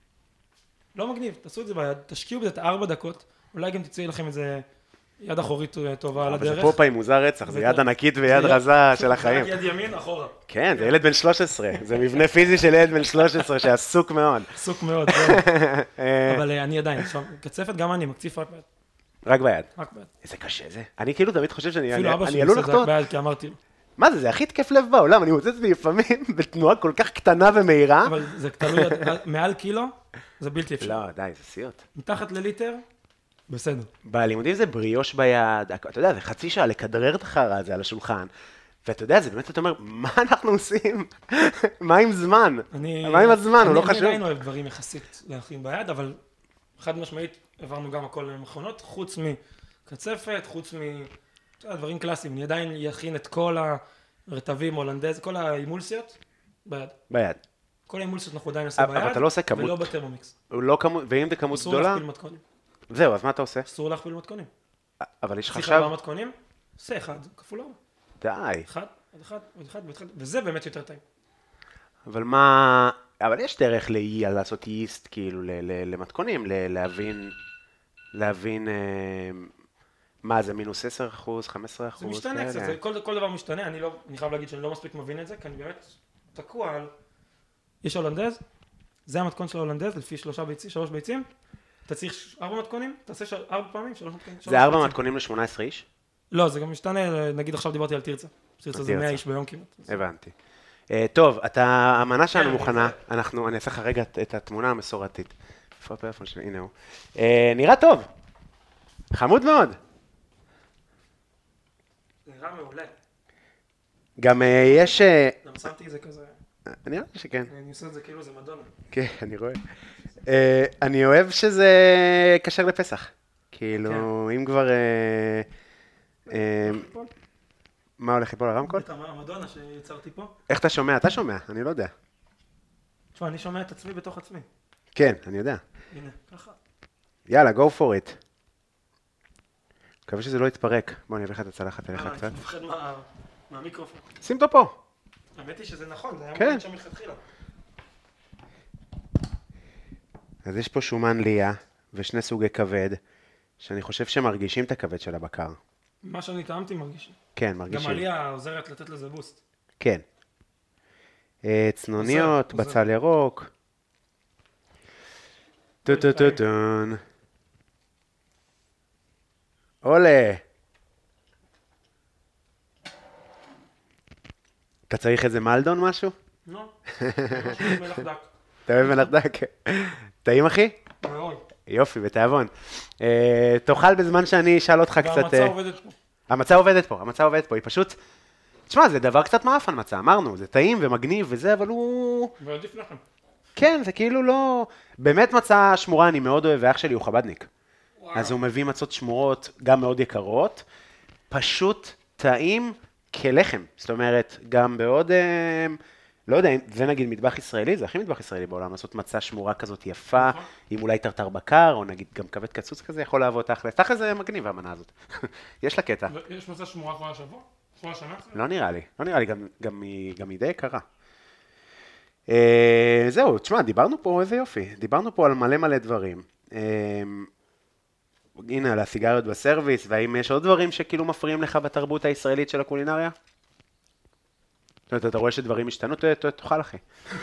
לא מגניב, תעשו את זה ביד, תשקיעו בזה את הארבע דקות, אולי גם תצאי לכם איזה יד אחורית טובה על אבל זה הדרך. פופאי מוזר רצח, זה וטוב. יד ענקית ויד זה יד- רזה של החיים. רק יד ימין, אחורה. כן, זה ילד בן שלוש עשרה, זה מבנה פיזי של ילד בן שלוש עשרה שעסוק מאוד. עסוק מאוד, זהו. אבל אה, אני עדיין, עכשיו, קצפת גם אני, מקציף רק ביד. רק ביד. רק ביד. איזה קשה זה. אני כאילו תמיד חושב שאני אפילו אבא אני שלי עלול עושה את זה לחטוא. רק ביד, כי אמרתי לו. מה זה, זה הכי תקף לב בעולם, אני מוצא את זה לפעמים בתנועה כל כך קטנה ומהירה. אבל זה תלוי, מעל קילו, זה בלתי אפשרי. לא, די, זה סיוט. מתחת לליטר, בסדר. בלימודים זה בריאוש ביד, אתה יודע, זה חצי שעה לכדרר את החרא הזה על השולחן, ואתה יודע, זה באמת, אתה אומר, מה אנחנו עושים? מה עם זמן? אני- מה עם הזמן? הוא לא אני חשוב. עדיין אוהב דברים יחסית להכין ביד, אבל חד משמעית העברנו גם הכל למכונות, חוץ מקצפת, חוץ מ... אתה יודע, דברים קלאסיים. אני עדיין אכין את כל הרטבים, הולנדז, כל האימולסיות ביד. ביד. כל האימולסיות אנחנו עדיין עושים אבל ביד, אתה לא עושה כמות. ולא בטרמומיקס. הוא לא כמות, ואם זה כמות אסור גדולה, להכפיל מתכונים. זהו, אז מה אתה עושה? אסור להכפיל מתכונים. אבל יש לך צריך ארבעה עכשיו, מתכונים, עושה אחד, כפול ארבע. די. אחד, עוד אחד, עוד אחד, ועוד אחד, וזה באמת יותר טעים. אבל מה, אבל יש דרך לאי, לעשות ייסט, כאילו, ל- ל- למתכונים, ל- להבין, להבין, אה, מה זה, מינוס עשרה אחוז, חמש עשרה אחוז? זה משתנה קצת, זה- כל, כל דבר משתנה, אני, לא, אני חייב להגיד שאני לא מספיק מבין את זה, כי אני באמת תקוע על... יש הולנדז, זה המתכון של ההולנדז, לפי שלושה ביצים, שלוש ביצים, אתה צריך ש- ארבע מתכונים, תעשה של... ארבע פעמים, שלוש מתכונים. שלוש זה ארבע ביצים. מתכונים ל-שמונה עשרה איש? לא, זה גם משתנה, נגיד עכשיו דיברתי על תרצה. תרצה זה תרצה. מאה איש ביום כמעט. הבנתי. אה, טוב, אתה, המנה שלנו כן, מוכנה, זה- אנחנו, אני אעשה לך רגע את- את התמונה המסורתית. איפה הפלאפון שלי? הנה הוא. אה, נראה טוב. חמוד מאוד. נראה מעולה. גם אה, יש, אה, גם שמתי את זה כזה, נראה לי שכן. אני עושה את זה כאילו זה מדונה. כן, אני רואה. אה, אני אוהב שזה כשר לפסח. כאילו, אם כבר... אה, אה, מה הולך ליפול הרמקול? את המדונה שיצרתי פה. איך אתה שומע? אתה שומע, אני לא יודע. תשמע, אני שומע את עצמי בתוך עצמי. כן, אני יודע. הנה, ככה. יאללה, go for it. מקווה שזה לא יתפרק. בוא, אני אביא לך את הצלחת אליך אה, קצת. אני מפחד מה- מהמיקרופון. שים אותו פה. האמת היא שזה נכון, זה היה כן. מובן שם מלכתחילה. אז יש פה שומן ליה ושני סוגי כבד, שאני חושב שמרגישים את הכבד של הבקר. מה שאני טעמתי מרגיש. כן, גם מרגישים. עליה עוזרת לתת לזה בוסט. כן. אה, צנוניות, עוזר, עוזר. בצל ירוק. טו טו טו טון. עולה. אתה צריך איזה מלדון משהו? לא, זה משהו מלח דק. אתה אוהב מלח דק? טעים אחי? מאוד. יופי, בתיאבון. אה, תאכל בזמן שאני אשאל אותך קצת... והמצה אה, עובדת פה. המצה עובדת פה, המצה עובדת פה, היא פשוט... תשמע, זה דבר קצת מאפן מצה, אמרנו, זה טעים ומגניב וזה, אבל הוא... ועדיף לכם. כן, זה כאילו לא... באמת מצה שמורה אני מאוד אוהב, ואח שלי הוא חבדניק. אז הוא מביא מצות שמורות גם מאוד יקרות, פשוט טעים כלחם. זאת אומרת, גם בעוד... אה, לא יודע, זה נגיד מטבח ישראלי, זה הכי מטבח ישראלי בעולם, לעשות מצה שמורה כזאת יפה, נכון. עם אולי טרטר בקר, או נגיד גם כבד קצוץ כזה, יכול לעבוד תכל'ס. תכל'ס זה מגניב המנה הזאת. יש לה קטע. יש מצה שמורה כל השבוע? כל השנה? לא נראה לי, לא נראה לי, גם, גם, היא, גם היא די יקרה. אה, זהו, תשמע, דיברנו פה, איזה יופי, דיברנו פה על מלא מלא דברים. אה, הנה, על הסיגריות בסרוויס, והאם יש עוד דברים שכאילו מפריעים לך בתרבות הישראלית של הקולינריה? זאת אומרת, אתה רואה שדברים השתנו, ת- ת- תאכל אחי.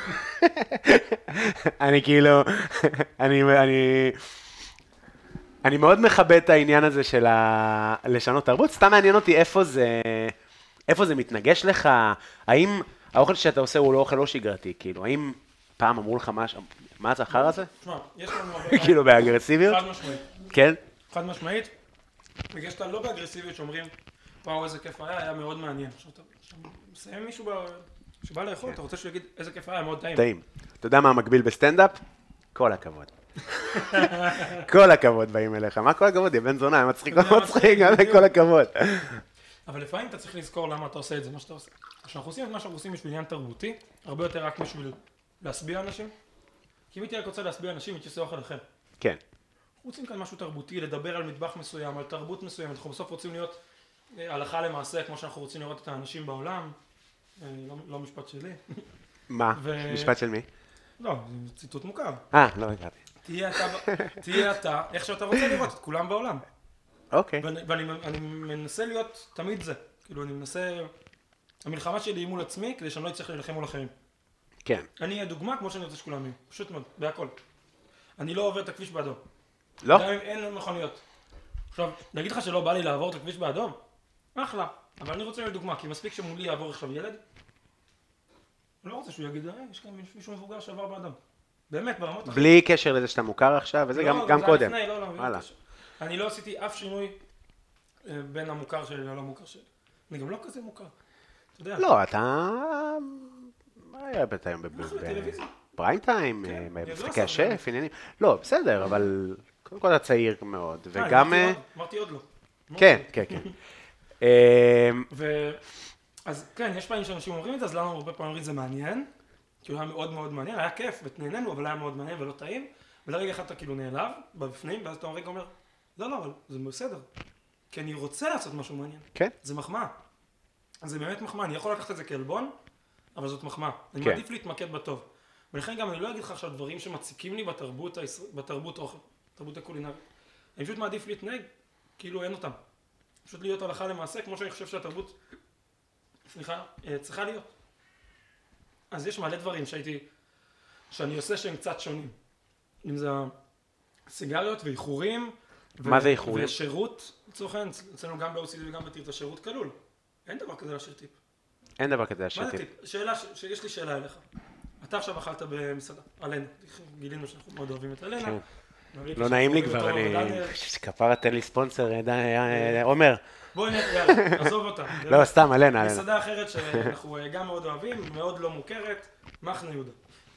אני כאילו, אני, אני, אני מאוד מכבד את העניין הזה של ה... לשנות תרבות, סתם מעניין אותי איפה זה, איפה זה מתנגש לך, האם האוכל שאתה עושה הוא לא אוכל לא שגרתי, כאילו, האם פעם אמרו לך משהו, מה זה אחר הזה? תשמע, יש לנו הרבה... כאילו באגרסיביות? חד משמעית. כן? חד משמעית. בגלל שאתה לא באגרסיביות שאומרים, וואו, איזה כיף היה, היה מאוד מעניין. עכשיו אתה עכשיו מסיים מישהו ב- שבא לאכול, אתה רוצה שהוא יגיד, איזה כיף היה, מאוד טעים. טעים. אתה יודע מה המקביל בסטנדאפ? כל הכבוד. כל הכבוד באים אליך. מה כל הכבוד? יא בן זונה, מצחיק זה או מצחיק, מצחיק, מה זה בדיוק. כל הכבוד. אבל לפעמים אתה צריך לזכור למה אתה עושה את זה, מה שאתה עושה. כשאנחנו עושים את מה שאנחנו עושים בשביל עניין תרבותי, הרבה יותר רק בשביל להשביע אנשים. כי אם הייתי רק רוצה להשביע אנשים, הייתי עושה אוכל אחר. כן. רוצים כאן משהו תרבותי, לדבר על מטבח מסוים, על תרבות מסוימת, אנחנו בסוף רוצים להיות הלכה למעשה, כמו שאנחנו רוצים לראות את האנשים בעולם, לא, לא משפט שלי. מה? ו... משפט של מי? לא, זה ציטוט מוכר. אה, לא הכרתי. תהיה אתה, תהיה אתה, איך שאתה רוצה לראות את כולם בעולם. אוקיי. ואני, ואני אני מנסה להיות תמיד זה, כאילו אני מנסה, המלחמה שלי היא מול עצמי, כדי שאני לא אצטרך להילחם מול אחרים. כן. אני אהיה דוגמה כמו שאני רוצה שכולם יהיו, פשוט מאוד, בהכל. אני לא עובר את הכביש באדום. לא? גם אם אין מכוניות. עכשיו, להגיד לך שלא בא לי לעבור את הכביש באדום? אחלה. אבל אני רוצה להיות דוגמה, כי מספיק שמולי יעבור עכשיו ילד. אני לא רוצה שהוא יגיד, אה, יש כאן מישהו מבוגר שעבר באדום. באמת, ברמות אחרות. בלי קשר לזה שאתה מוכר עכשיו, וזה גם, גם קודם. לפני, לא, לא, אני לא עשיתי אף שינוי בין המוכר שלי ללא מוכר שלי. אני גם לא כזה מוכר. אתה יודע. לא, אתה... מה היה היום בטלוויזיה? בפריים טיים, משחקי השף, עניינים. לא, בסדר, אבל קודם כל אתה צעיר מאוד, וגם... אמרתי עוד לא. כן, כן, כן. אז כן, יש פעמים שאנשים אומרים את זה, אז לנו הרבה פעמים אומרים זה מעניין, כאילו היה מאוד מאוד מעניין, היה כיף ותנהננו, אבל היה מאוד מעניין ולא טעים, ולרגע אחד אתה כאילו נעלב, בבפנים, ואז אתה רגע אומר, לא, לא, אבל זה בסדר, כי אני רוצה לעשות משהו מעניין. כן. זה מחמאה. זה באמת מחמאה, אני יכול לקחת את זה כעלבון, אבל זאת מחמאה. אני כן. מעדיף להתמקד בטוב. ולכן גם אני לא אגיד לך עכשיו דברים שמציקים לי בתרבות, בתרבות אוכל, בתרבות הקולינרית. אני פשוט מעדיף להתנהג, כאילו אין אותם. פשוט להיות הלכה למעשה, כמו שאני חושב שהתרבות, סליחה, צריכה להיות. אז יש מלא דברים שהייתי, שאני עושה שהם קצת שונים. אם זה סיגריות ואיחורים. מה זה איחורים? ושירות, לצורך העניין, אצלנו גם ב-או סי די וגם בטיפ, השירות כלול. אין דבר כזה להשאיר טיפ. אין דבר כזה להשאיר מה זה טיפ. טיפ? שאלה, יש לי שאלה אליך. אתה עכשיו אכלת במסעדה, אלנה. גילינו שאנחנו מאוד אוהבים את אלנה. לא נעים לי כבר, אני... כפרה, תן לי ספונסר, עומר. בואי נראה, יאללה, עזוב אותה. לא, סתם, אלנה, אלנה. מסעדה אחרת שאנחנו גם מאוד אוהבים, מאוד לא מוכרת, מחנה יהודה.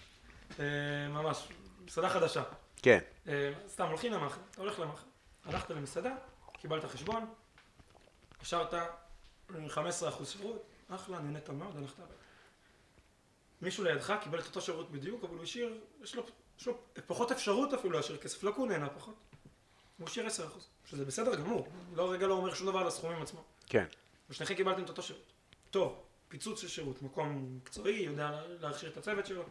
ממש, מסעדה חדשה. כן. סתם, הולכים למחנה, אתה הולך למחנה. הלכת למסעדה, קיבלת חשבון, השארת חמישה עשר אחוז שירות, אחלה, נהנית מאוד, הלכת הביתה. מישהו לידך קיבל את אותו שירות בדיוק, אבל הוא השאיר, יש לו, יש לו פחות אפשרות אפילו להשאיר כסף, לא כי הוא נהנה פחות. הוא השאיר עשרה אחוז, שזה בסדר גמור, לא רגע לא אומר שום דבר על הסכומים עצמם. כן. ושניכם קיבלתם את אותו שירות. טוב, פיצוץ של שירות, מקום מקצועי, יודע להכשיר את הצוות שלו.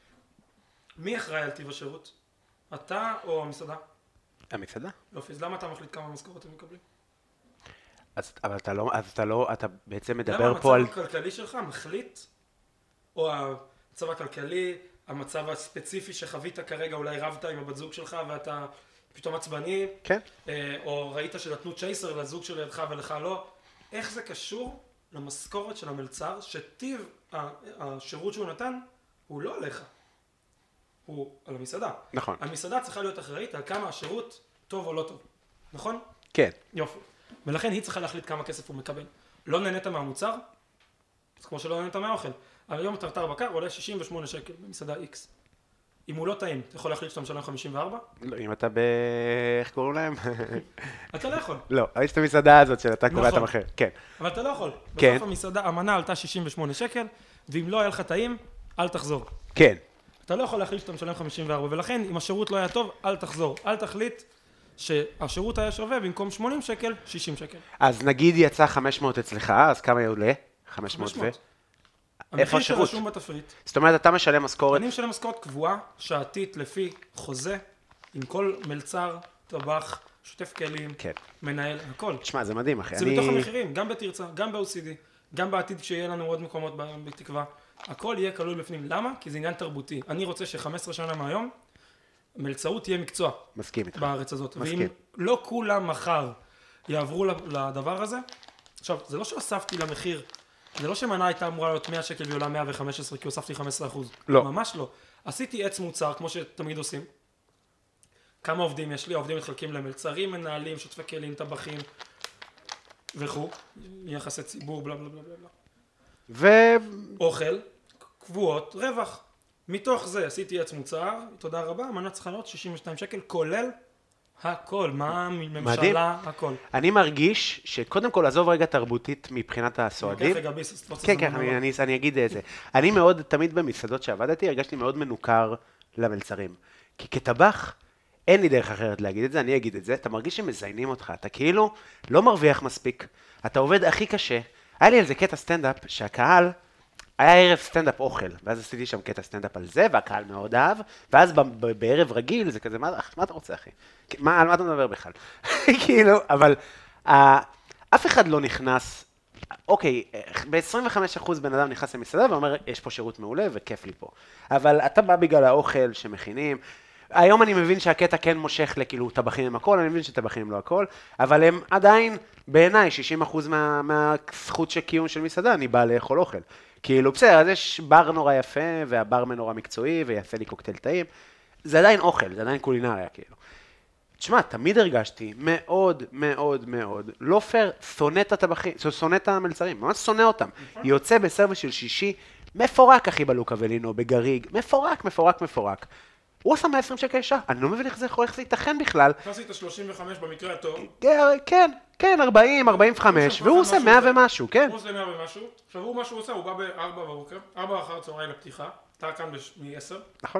מי אחראי על טיב השירות? אתה או המסעדה? המסעדה? יופי, אז למה אתה מחליט כמה משכורות הם מקבלים? אז, אבל אתה לא, אז אתה לא, אתה בעצם מדבר פה על... למה המצב הכלכלי שלך מחליט, או המצב הכלכלי, המצב הספציפי שחווית כרגע, אולי רבת עם הבת זוג שלך ואתה פתאום עצבני, כן. או ראית שנתנו צ'ייסר לזוג של ידך ולך לא, איך זה קשור למשכורת של המלצר, שטיב השירות שהוא נתן, הוא לא עליך, הוא על המסעדה. נכון. המסעדה צריכה להיות אחראית על כמה השירות טוב או לא טוב, נכון? כן. יופי. ולכן היא צריכה להחליט כמה כסף הוא מקבל. לא נהנית מהמוצר, אז כמו שלא נהנית מהאוכל. אבל היום טרטר בקר עולה שישים ושמונה שקל במסעדה X. אם הוא לא טעים, אתה יכול להחליט שאתה משלם חמישים וארבע? לא, אם אתה ב... איך קוראים להם? אתה לא יכול. לא, יש את המסעדה הזאת שאתה קורא את המחיר. כן. אבל אתה לא יכול. כן. בסוף המסעדה, המנה עלתה שישים ושמונה שקל, ואם לא היה לך טעים, אל תחזור. כן. אתה לא יכול להחליט שאתה משלם חמישים וארבע, ולכן אם השירות לא היה טוב, אל תחזור. אל תחליט שהשירות היה שווה במקום שמונים שקל, שישים שקל. אז נגיד יצא חמש מאות אצלך, אז כמה יעולה? חמש מאות ו... איפה השירות? המחיר שרשום בתפריט. זאת אומרת, אתה משלם משכורת... אני משלם משכורת קבועה, שעתית, לפי חוזה, עם כל מלצר, טבח, שוטף כלים, כן. מנהל, הכל. תשמע, זה מדהים, אחי. זה אני... בתוך המחירים, גם בתרצה, גם ב-או סי די, גם בעתיד כשיהיה לנו עוד מקומות בתקווה. הכל יהיה כלול בפנים. למה? כי זה עניין תרבותי. אני רוצה ש-חמש עשרה שנה מהיום, מלצרות תהיה מקצוע. מסכים איתך. בארץ הזאת. מסכים. ואם לא כולם מחר יעברו לדבר הזה, עכשיו, זה לא שהוספתי למחיר, זה לא שמנה הייתה אמורה להיות מאה שקל ועולה מאה וחמש עשרה כי הוספתי חמישה עשר אחוז. לא. ממש לא. עשיתי עץ מוצר, כמו שתמיד עושים. כמה עובדים יש לי? העובדים מתחלקים למלצרים, מנהלים, שוטפי כלים, טבחים וכו'. יחסי ציבור, בלה בלה בלה בלה. ו... אוכל, קבועות, רווח. מתוך זה עשיתי עץ מוצר, תודה רבה, מנה צריכה להיות שישים ושניים שקל, כולל הכל, מה ממשלה, הכל. אני מרגיש שקודם כל עזוב רגע תרבותית מבחינת הסועדים. רגע ביסוס, תפוץ כן, כן, אני, אני, אני אגיד את זה. אני מאוד, תמיד במסעדות שעבדתי, הרגשתי מאוד מנוכר למלצרים. כי כטבח, אין לי דרך אחרת להגיד את זה, אני אגיד את זה, אתה מרגיש שמזיינים אותך, אתה כאילו לא מרוויח מספיק, אתה עובד הכי קשה. היה לי על זה קטע סטנדאפ שהקהל, היה ערב סטנדאפ אוכל, ואז עשיתי שם קטע סטנדאפ על זה, והקהל מאוד אהב, ואז ב- ב- בערב רגיל זה כזה, מה, מה אתה רוצה אחי? מה, על מה אתה מדבר בכלל? כאילו, אבל אה, אף אחד לא נכנס, אוקיי, ב-עשרים וחמישה אחוז בן אדם נכנס למסעדה ואומר, יש פה שירות מעולה וכיף לי פה. אבל אתה בא בגלל האוכל שמכינים, היום אני מבין שהקטע כן מושך לכאילו טבחים עם הכל, אני מבין שטבחים עם לא הכל, אבל הם עדיין, בעיניי, שישים אחוז מה, מהזכות של קיום של מסעדה, אני בא לאכול אוכל. כאילו, בסדר, אז יש בר נורא יפה, והברמן נורא מקצועי, ויעשה לי קוקטייל טעים. זה עדיין אוכל, זה עדיין קולינריה, כאילו. תשמע, תמיד הרגשתי מאוד מאוד מאוד לא פייר, שונא את הטבחים, שונא את המלצרים, ממש שונא אותם. יוצא בסרוויס של שישי, מפורק אחי בלוקה ולינו, בגריג, מפורק, מפורק, מפורק. הוא עשה מאה ועשרים שקל שעה, אני לא מבין איך זה יכול, איך זה ייתכן בכלל. אתה עשית שלושים וחמש במקרה הטוב. כן, כן, ארבעים, ארבעים וחמש, והוא עושה מאה ומשהו, כן. הוא עושה מאה ומשהו, עכשיו הוא מה שהוא עושה, הוא בא ב-ארבע בבוקר, ארבע אחר הצהריים לפתיחה, אתה כאן מ-עשר. נכון.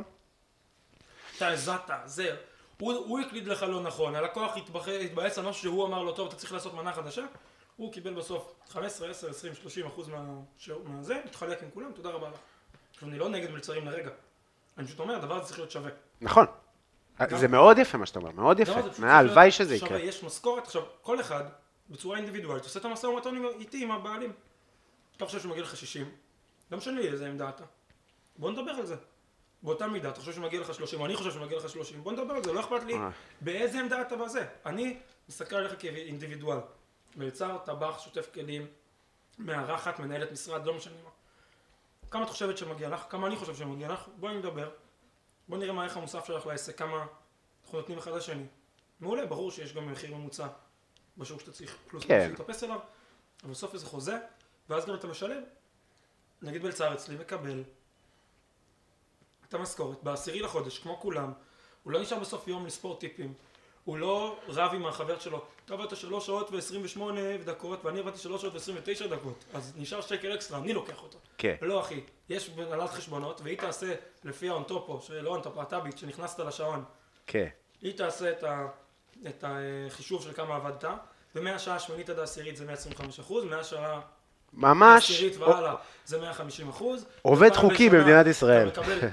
אתה הזעת, זה, הוא, הוא הקליד לך לא נכון, הלקוח התבאס על משהו שהוא אמר לו, טוב, אתה צריך לעשות מנה חדשה, הוא קיבל בסוף חמש עשרה, עשר, עשרים, שלושים אחוז מהזה, התחלק עם כולם, תודה רבה לך. עכשיו, אני לא נגד מלצרים לרגע, אני פשוט אומר, הדבר הזה צריך להיות שווה. נכון. זה מאוד יפה מה שאתה אומר, מאוד יפה. הלוואי שזה יקרה. יש משכורת, עכשיו, כל אחד, בצורה אינדיבידואלית, עושה את המשא ומתן איתי עם הבעלים. אתה חושב שהוא מגיע לך שישים, לא משנה לי איזה עמדה אתה. בוא נדבר על זה. באותה מידה, אתה חושב שמגיע לך שלושים, או אני חושב שמגיע לך שלושים, בוא נדבר על זה, לא אכפת לי באיזה עמדה אתה בזה. אני מסתכל עליך כאינדיבידואל. מלצר, טבח, שוטף כלים, מארחת, מנהלת משרד, לא משנה מה. כמה את חושבת שמגיע לך? כמה אני חושב שמגיע לך? בואי נדבר. בוא נראה מה הערך המוסף שלך לעסק, כמה אנחנו נותנים אחד לשני. מעולה, ברור שיש גם מחיר ממוצע בשוק שאתה צריך פלוס פלוס להתאפס אליו, אבל בסוף איזה חוזה, ואז גם אתה משלם. נגיד מלצר אצלי מקבל את המשכורת בעשירי לחודש, כמו כולם, הוא לא נשאר בסוף יום לספור טיפים, הוא לא רב עם החבר שלו, אתה עבדת שלוש שעות ועשרים ושמונה דקות ואני עבדתי שלוש שעות ועשרים ותשע דקות, אז נשאר שקל אקסטרה, אני לוקח אותו. כן. לא אחי, יש מנהלת חשבונות והיא תעשה לפי האונטופו, שלא אונטופו, הטאבית שנכנסת לשעון. כן. היא תעשה את, ה, את החישוב של כמה עבדת, ומהשעה השמינית עד העשירית זה מאה עשרים וחמישה אחוז, מהשעה ממש. העשירית והלאה זה מאה וחמישים אחוז. עובד חוקי במדינת ישראל. אתה מקבל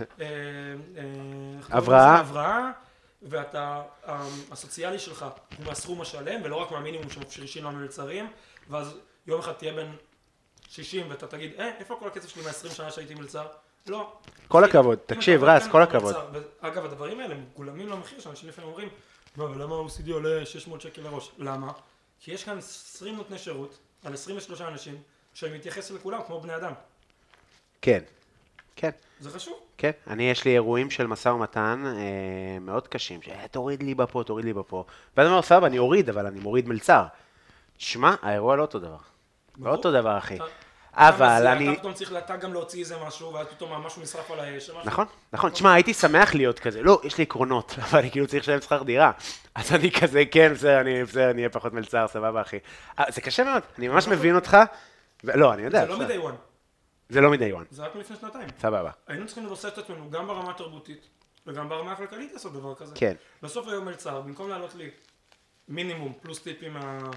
הבראה. הבראה, ואתה, הסוציאלי שלך הוא מהסכום השלם, ולא רק מהמינימום שמפרישים לנו מלצרים, ואז יום אחד תהיה בין שישים ואתה תגיד, אה, איפה כל הכסף שלי מה-עשרים שנה שהייתי מלצר? לא. כל הכבוד, תקשיב, רז, כל הכבוד. אגב, הדברים האלה מגולמים למחיר שאנשים לפעמים אומרים, למה ה-או סי די עולה שש מאות שקל לראש? למה? כי יש כאן עשרים נותני שירות על עשרים ושלושה אנשים שאני מתייחס לכולם כמו בני אדם. כן, כן. זה חשוב. כן, אני יש לי אירועים של משא ומתן אה, מאוד קשים, שתוריד לי בפה, תוריד לי בפה. ואז אני אומר, סבבה, אני אוריד, אבל אני מוריד מלצר. שמע, האירוע לא אותו דבר. לא אותו דבר, אחי. אבל אני... אתה פתאום צריך אתה גם להוציא איזה משהו, ואז פתאום משהו נשרף על האש. נכון, נכון. תשמע, הייתי שמח להיות כזה. לא, יש לי עקרונות, אבל אני כאילו צריך לשלם שכר דירה. אז אני כזה, כן, בסדר, אני אהיה פחות מלצר, סבבה, אחי. זה קשה מאוד, אני ממש מבין אותך. לא, אני יודע. זה לא מדי וואן. זה לא מדי וואן. זה רק מלפני שנתיים. סבבה. היינו צריכים לבסס את עצמנו גם ברמה התרבותית, וגם ברמה הכלכלית לעשות דבר כזה. כן. בסוף היום מלצר, במקום לעלות לי מינימום פלוס טיפים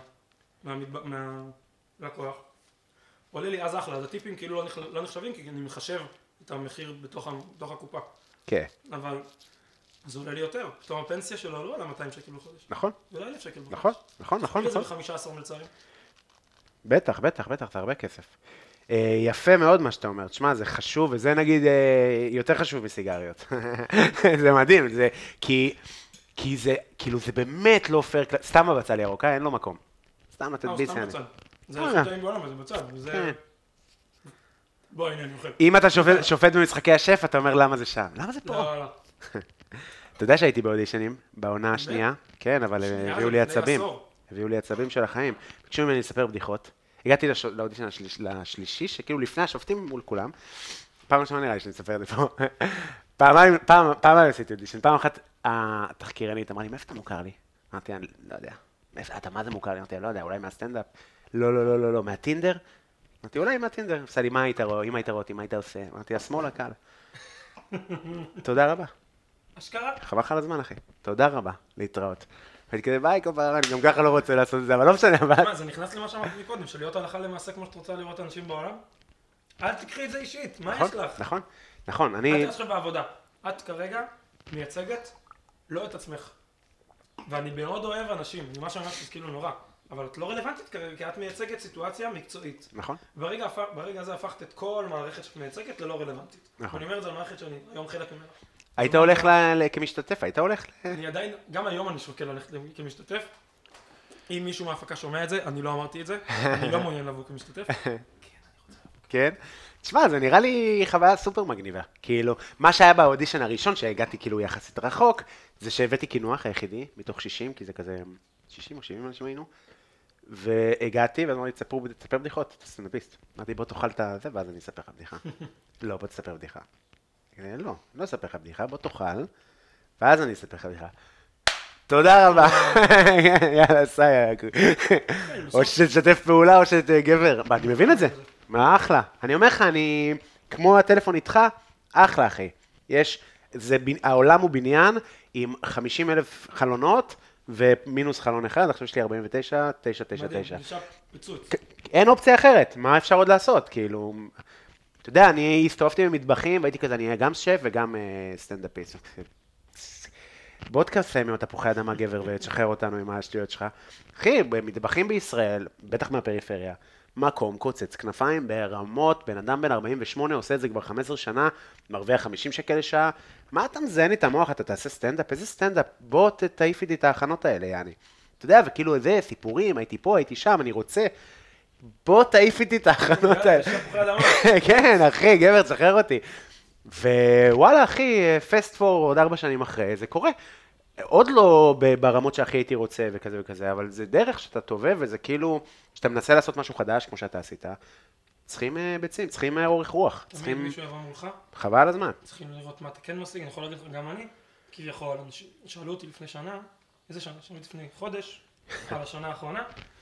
מהלקוח, עולה לי אז אחלה, אז הטיפים כאילו לא נחשבים, כי אני מחשב את המחיר בתוך הקופה. כן. אבל זה עולה לי יותר. פתאום הפנסיה שלו לא עולה מאתיים שקל בחודש. נכון. זה עולה אלף שקל בחודש. נכון, נכון, נכון. תגיד את זה ב-חמישה עשר מלצרים. בטח, בטח, בטח, זה הרבה כסף. יפה מאוד מה שאתה אומר, תשמע, זה חשוב, וזה נגיד יותר חשוב מסיגריות. זה מדהים, זה, כי, כי זה, כאילו זה באמת לא פייר, סתם הבצל ירוק, אין לו מקום. סתם לתת ביס. סתם בצל. זה הכי טעים בעולם, זה בצל. וזה... בוא, הנה, אני אוכל. אם אתה שופט במשחקי השף, אתה אומר למה זה שם. למה זה פה? לא, לא. אתה יודע שהייתי באודישנים, בעונה השנייה, כן, אבל הביאו לי עצבים. הביאו לי עצבים של החיים. ביקשו ממני לספר בדיחות. הגעתי לאודישן לשלישי, שכאילו לפני השופטים מול כולם. פעם ראשונה נראה לי שאני אספר את זה פה. פעמיים עשיתי אודישן. פעם אחת התחקירנית אמרה לי, מאיפה אתה מוכר לי? אמרתי, אני לא יודע. אתה מה זה מוכר לי? אמרתי, לא יודע, אולי מהסטנדאפ? לא, לא, לא, לא, לא, מהטינדר? אמרתי, אולי מהטינדר. עושה לי, מה היית רואה? אם היית רואה אותי, מה היית עושה? אמרתי, השמאל הקל. תודה רבה. אשכרה. חבל לך על הזמן, אחי. תודה רבה, להתראות. הייתי כזה, ביי, כפרה, אני גם ככה לא רוצה לעשות את זה, אבל לא משנה, אבל... מה, זה נכנס למה שאמרתי מקודם, שלהיות הלכה למעשה כמו שאת רוצה לראות אנשים בעולם? אל תקחי את זה אישית, מה יש לך? נכון, נכון, את אני... עכשיו בעבודה. את כרגע מייצגת לא את עצמך. ואני מאוד אוהב אנשים, ממה שאמרת זה כאילו נורא. אבל את לא רלוונטית כרגע, כי את מייצגת סיטואציה מקצועית. נכון. ברגע, ברגע הזה הפכת את כל מערכת שאת מייצגת ללא רלוונטית. נכון. אני אומר את זה על מערכת שאני היום חלק ממנה. היית הולך ל... כמשתתף, היית הולך ל... אני עדיין, גם היום אני שוקל ללכת כמשתתף. אם מישהו מההפקה שומע את זה, אני לא אמרתי את זה, אני לא מעוניין לבוא כמשתתף. כן? תשמע, זה נראה לי חוויה סופר מגניבה. כאילו, מה שהיה באודישן הראשון, שהגעתי כאילו יחסית רחוק, זה שהבאתי קינוח היחידי, מתוך שישים, כי זה כזה שישים או שבעים אנשים היינו, והגעתי, ואז אמרו לי, תספר, תספר בדיחות, אתה סטנדאפיסט. אמרתי, בוא תאכל את זה, ואז אני אספר לך בדיחה. לא, בוא תספר בדיחה. לא, לא אספר לך בדיחה, בוא תאכל, ואז אני אספר לך בדיחה. תודה רבה. יאללה, סייע. או שתשתף פעולה או שתגבר. אני מבין את זה. מה אחלה. אני אומר לך, אני, כמו הטלפון איתך, אחלה, אחי. יש, זה, העולם הוא בניין עם חמישים אלף חלונות, ומינוס חלון אחד, עכשיו יש לי ארבעים ותשע, תשע, תשע, תשע. מדהים, פיצוץ. אין אופציה אחרת, מה אפשר עוד לעשות? כאילו, אתה יודע, אני הסתובבתי במטבחים, והייתי כזה, אני גם שף וגם סטנדאפיסט. בוא תקסם עם התפוחי אדמה גבר ותשחרר אותנו עם השטויות שלך. אחי, במטבחים בישראל, בטח מהפריפריה, מקום, קוצץ, כנפיים ברמות, בן אדם בן ארבעים ושמונה עושה את זה כבר חמש עשרה שנה, מרוויח חמישים שקל לשעה, מה אתה מזיין את המוח, אתה תעשה סטנדאפ? איזה סטנדאפ? בוא תעיף איתי את ההכנות האלה, יעני. אתה יודע, וכאילו איזה סיפורים, הייתי פה, הייתי שם, אני רוצה, בוא תעיף איתי את ההכנות האלה. כן, אחי, גבר, תשחרר אותי. ווואלה, אחי, פסט פור עוד ארבע שנים אחרי, זה קורה. עוד לא ברמות שהכי הייתי רוצה וכזה וכזה, אבל זה דרך שאתה טובה, וזה כאילו, שאתה מנסה לעשות משהו חדש, כמו שאתה עשית, צריכים ביצים, צריכים אורך רוח. תמיד מישהו יבוא מולך. חבל על הזמן. צריכים לראות מה אתה כן משיג, אני יכול להגיד לך גם אני, כביכול, אנשים שאלו אותי לפני שנה, איזה שנה? שאלו לפני חודש, על השנה האחרונה,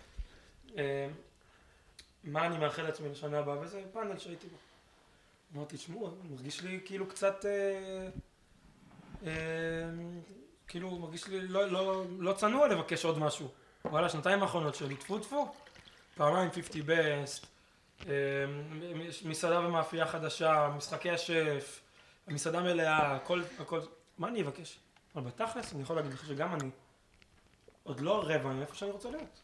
מה אני מאחל לעצמי לשנה הבאה, וזה פאנל שהייתי בו. אמרתי, תשמעו, מרגיש לי כאילו קצת, אה, אה, כאילו מרגיש לי לא, לא, לא צנוע לבקש עוד משהו. וואלה, שנתיים האחרונות שלי, טפו טפו, פעמיים חמישים בסט, אה, מסעדה ומאפייה חדשה, משחקי השף, המסעדה מלאה, הכל, הכל, מה אני אבקש? אבל בתכלס, אני יכול להגיד לך שגם אני עוד לא רבע מאיפה שאני רוצה להיות.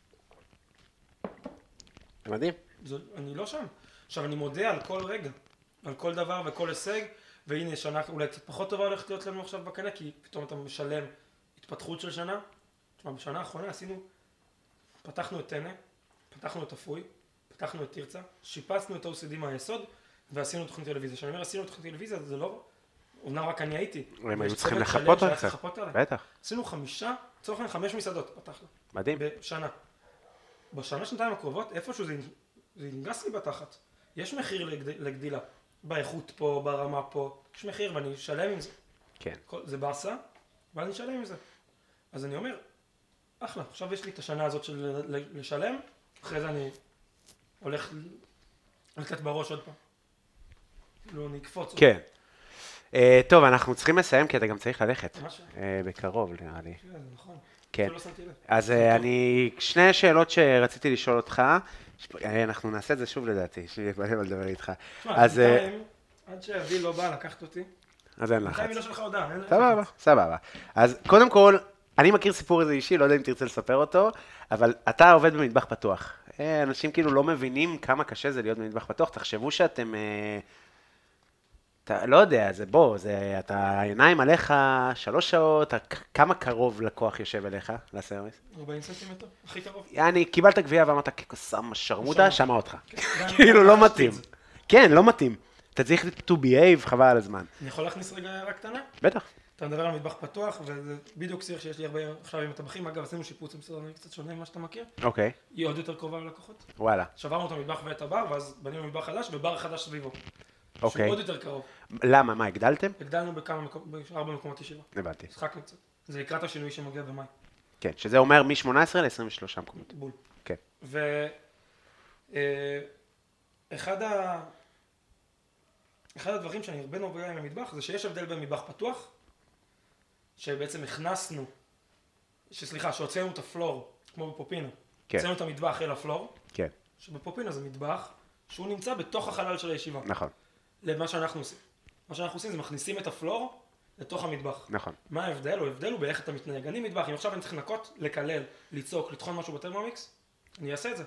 מדהים. זה, אני לא שם. עכשיו, אני מודה על כל רגע. על כל דבר וכל הישג, והנה שנה אולי קצת פחות טובה הולכת להיות לנו עכשיו בקנה, כי פתאום אתה משלם התפתחות של שנה. תשמע, בשנה האחרונה עשינו, פתחנו את טנא, פתחנו את אפוי, פתחנו את תרצה, שיפצנו את ה-או סי די מהיסוד, ועשינו תוכנית טלוויזיה. כשאני אומר עשינו תוכנית טלוויזיה, זה לא, אומנם רק אני הייתי. הם היו צריכים לחפות על זה. בטח. עשינו חמישה, צורך כלל חמש מסעדות פתחנו. מדהים. בשנה. בשנה, שנתיים הקרובות, איפשהו זה, זה ינגס לי בתחת. יש מחיר לגד... לגדילה, באיכות פה, ברמה פה, יש מחיר ואני אשלם עם זה. כן. כל... זה באסה, ואני אשלם עם זה. אז אני אומר, אחלה, עכשיו יש לי את השנה הזאת של לשלם, אחרי זה אני הולך לתת בראש עוד פעם. לא, אני אקפוץ. כן. Uh, טוב, אנחנו צריכים לסיים, כי אתה גם צריך ללכת. משהו? Uh, בקרוב, נראה לי. כן, זה נכון. כן. לא שמתי לב. אז uh, אני, שני שאלות שרציתי לשאול אותך, אנחנו נעשה את זה שוב לדעתי, יש לי בעיה לדבר איתך. אז בינתיים, עד שהאביל לא בא לקחת אותי, אז אין לחץ. בינתיים היא לא שלך הודעה. סבבה, סבבה. אז קודם כל, אני מכיר סיפור איזה אישי, לא יודע אם תרצה לספר אותו, אבל אתה עובד במטבח פתוח. אנשים כאילו לא מבינים כמה קשה זה להיות במטבח פתוח, תחשבו שאתם, אתה לא יודע, זה בוא, זה, אתה העיניים עליך שלוש שעות, כמה קרוב לקוח יושב אליך לסרוויס? ארבעים סנטימטר, הכי קרוב. אני קיבלת גביע ואמרת כקוסם שרמוטה, שמע אותך. כאילו לא מתאים. כן, לא מתאים. אתה צריך to behave, חבל על הזמן. אני יכול להכניס רגע הערה קטנה? בטח. אתה מדבר על מטבח פתוח, וזה בדיוק שיח שיש לי הרבה עכשיו עם הטבחים. אגב, עשינו שיפוץ, בסדר, אני קצת שונה ממה שאתה מכיר. אוקיי. היא עוד יותר קרובה ללקוחות. וואלה. שברנו את המטבח ואת הבר, ואז בנינו מטבח חדש ובר חדש סביבו. אוקיי. שהוא עוד יותר קרוב. למה? מה, הגדלתם? הגדלנו בכמה מקומות, בארבע מקומות ישיבה. הבנתי. שחקנו קצת. זה לקראת השינוי שמגיע במאי. כן, שזה אומר מ-שמונה עשרה ל-עשרים ושלושה מקומות. בול. כן. ואחד ה... אחד הדברים שאני הרבה נוגע עם המטבח, זה שיש הבדל בין מטבח פתוח שבעצם הכנסנו, שסליחה, שהוצאנו את הפלור, כמו בפופינה. כן. הוצאנו את המטבח אל הפלור, כן, שבפופינה זה מטבח, שהוא נמצא בתוך החלל של הישיבה. נכון, למה שאנחנו עושים. מה שאנחנו עושים זה מכניסים את הפלור לתוך המטבח. נכון. מה ההבדל? הוא הבדל הוא באיך אתה מתנהג. אני מטבח, אם עכשיו אני צריך לנקות, לקלל, לצעוק, לטחון משהו בטרמומיקס, אני אעשה את זה.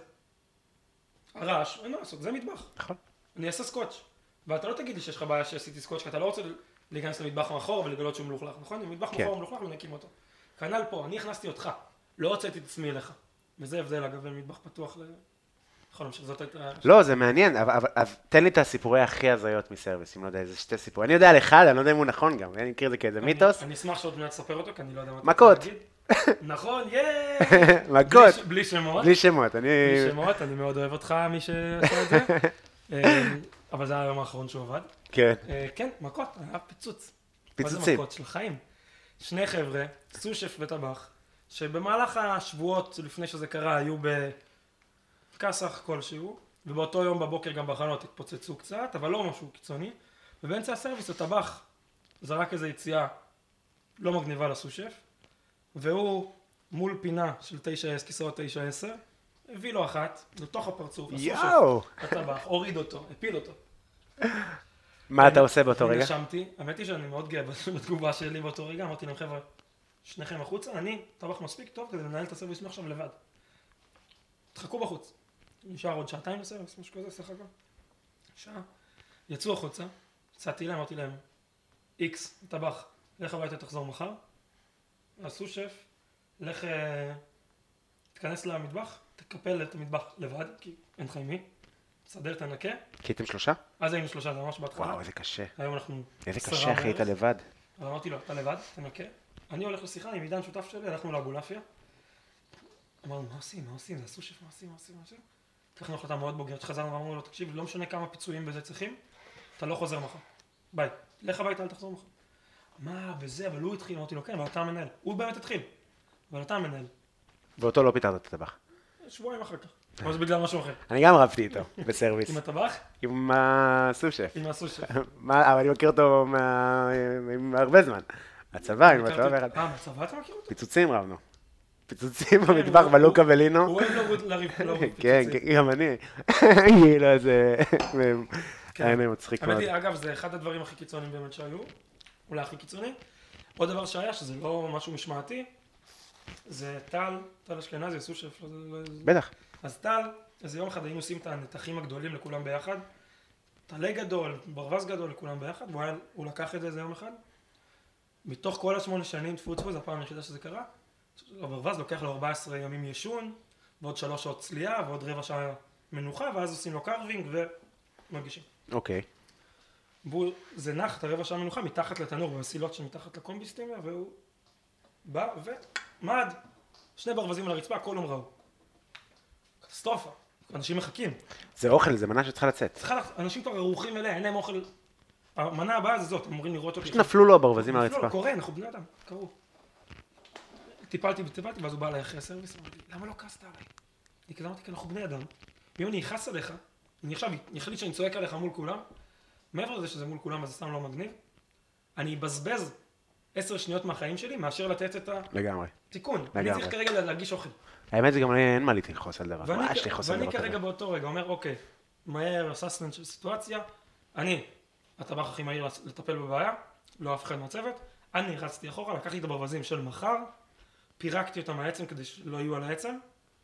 הרעש, אין מה לעשות, זה מטבח. נכון. אני אעשה סקוץ'. ואתה לא תגיד לי שיש לך בעיה שעשיתי סקוץ', כי אתה לא רוצה להיכנס למטבח מאחור ולגלות שהוא מלוכלך, נכון? אם מטבח כן. מאחור מלוכלך, מנקים אותו. כנ"ל פה, אני הכנסתי אותך, לא הוצאתי את עצמי אליך. וזה הבדל אגב בין מטבח פתוח ל... נכון, שזאת הייתה... לא, זה מעניין, אבל, אבל, אבל תן לי את הסיפורי הכי הזיות מסרוויס, אם לא יודע, איזה שתי סיפורים. אני יודע על אחד, אני לא יודע אם הוא נכון גם, אני מכיר את זה כאיזה מיתוס. אני אשמח שעוד מעט תספר אותו, כי אני לא יודע מה אתה מכות. רוצה להגיד. נכון, ייי! מכות. בלי- בלי שמות. בלי שמות, אני... בלי שמות, אני מאוד אוהב אותך, מי שעשה את זה. אה, אבל זה היה היום האחרון שהוא עבד. כן. אה, כן, מכות, היה פיצוץ. מה זה פיצוצים. מכות של חיים? שני חבר'ה, סושף וטבח, שבמהלך השבועות לפני שזה קרה היו בכסח כלשהו, ובאותו יום בבוקר גם בחנות התפוצצו קצת, אבל לא משהו קיצוני, ובאמצע הסרוויס הטבח זרק איזו יציאה לא מגניבה לסושף, והוא מול פינה של תשע עשר, כיסאות תשע עשר, הביא לו אחת, לתוך הפרצוף, יאו. הסושף, הטבח, הוריד אותו, הפיל אותו. מה אתה עושה באותו אני רגע? נשמתי, האמת היא שאני מאוד גאה בתגובה שלי באותו רגע, אמרתי להם חבר'ה, שניכם החוצה, אני טבח מספיק טוב כדי לנהל את הסרוויס מעכשיו לבד. תחכו בחוץ. נשאר עוד שעתיים לסרוויס, משהו כזה, סך הכל. שעה. יצאו החוצה, יצאתי להם, אמרתי להם, איקס, טבח, לך הביתה תחזור מחר. עשו שף, לך, אה, תכנס למטבח, תקפל את המטבח לבד, כי אין לך עם מי. תסדר, תנקה. כי הייתם שלושה? אז היינו שלושה, זה ממש בהתחלה. וואו, איזה קשה. היום אנחנו איזה עשרה קשה, אחי, היית בערך. לבד. אז אמרתי לו, אתה לבד, תנקה. אני הולך לשיחה עם עידן שותף שלי, הלכנו לאבולעפיה. אמרנו, מה עושים, מה עושים, זה הסושף, מה עושים, מה עושים, מה עושים. לקחנו החלטה מאוד בוגרת, שחזרנו ואמרנו לו, תקשיב, לא משנה כמה פיצויים בזה צריכים, אתה לא חוזר מחר. ביי, לך הביתה, אל תחזור מחר. מה, וזה, אבל הוא התחיל, אמרתי לו, כן, אבל אתה המנהל. הוא באמת התחיל, אבל אתה המנהל. ואותו לא פיטרת את הטבח. שבועיים אחר כך. אבל זה בגלל משהו אחר. אני גם רבתי איתו, בסרוויס. עם הטבח, עם הסושף. עם הסושף. מה, אבל אני מכיר אותו מה- עם הרבה זמן. הצבא, עם הצבא ואחד. אה, בצבא אתה מכיר אותו? פיצוצים רבנו. פיצוצים במטבח בלוקה ולינו. הוא אוהב לרוץ לריב, לריב כן, פיצוצים. כן, גם אני. כאילו, זה... כן. היה מצחיק מאוד. האמת היא, אגב, זה אחד הדברים הכי קיצוניים באמת שהיו, אולי הכי קיצוני. עוד דבר שהיה, שזה לא משהו משמעתי, זה טל, טל אשכנזי, סושף. לא- לא- לא- בטח. אז טל, איזה יום אחד היינו עושים את הנתחים הגדולים לכולם ביחד, טלה גדול, ברווז גדול לכולם ביחד, והוא היה- הוא לקח את זה איזה יום אחד. מתוך כל השמונה שנים, טפו טפו, זו הפעם היחידה שזה קרה, הברווז לוקח לו ארבעה עשר ימים ישון, ועוד שלוש שעות צלייה, ועוד רבע שעה מנוחה, ואז עושים לו קרווינג ומגישים. אוקיי. והוא, זה נח את הרבע שעה מנוחה מתחת לתנור, במסילות שמתחת לקומביסטים, והוא בא ומד, שני ברווזים על הרצפה, הכל הם ראו. קטסטרופה, אנשים מחכים. זה אוכל, זה מנה שצריכה לצאת. צריכה, אנשים כבר ערוכים אליה, אין להם אוכל. המנה הבאה זה זאת, הם אמורים לראות אותי. פשוט נפלו לו הברווזים על נפלו לו, הרצפה. קורה, אנחנו בני אדם, קרו. טיפלתי וטיפלתי, ואז הוא בא אליי אחרי הסרוויס, אמרתי, למה לא כעסת עליי? אני כזה אמרתי, כי אנחנו בני אדם. ואם אני אכעס עליך, אני עכשיו אחליט שאני צועק עליך מול כולם, מעבר לזה שזה מול כולם, אז זה סתם לא מגניב, אני אבזבז עשר שניות מהחיים שלי, מאשר לתת את לגמרי. התיקון. אני לגמרי. צריך כרגע להגיש אוכל. האמת זה גם אין מה לכעוס על דבר. ואני, מה יש לכעוס על ואני דבר כרגע כזה? באותו רגע אומר, אוקיי, מהר, אססמנט של סיטואציה, אני, הטבח הכי מהיר לטפל בבעיה, לא אף אחד מהצוות, אני רצתי אחורה, לקחתי את הברווזים של מחר, פירקתי אותם מהעצם כדי שלא יהיו על העצם,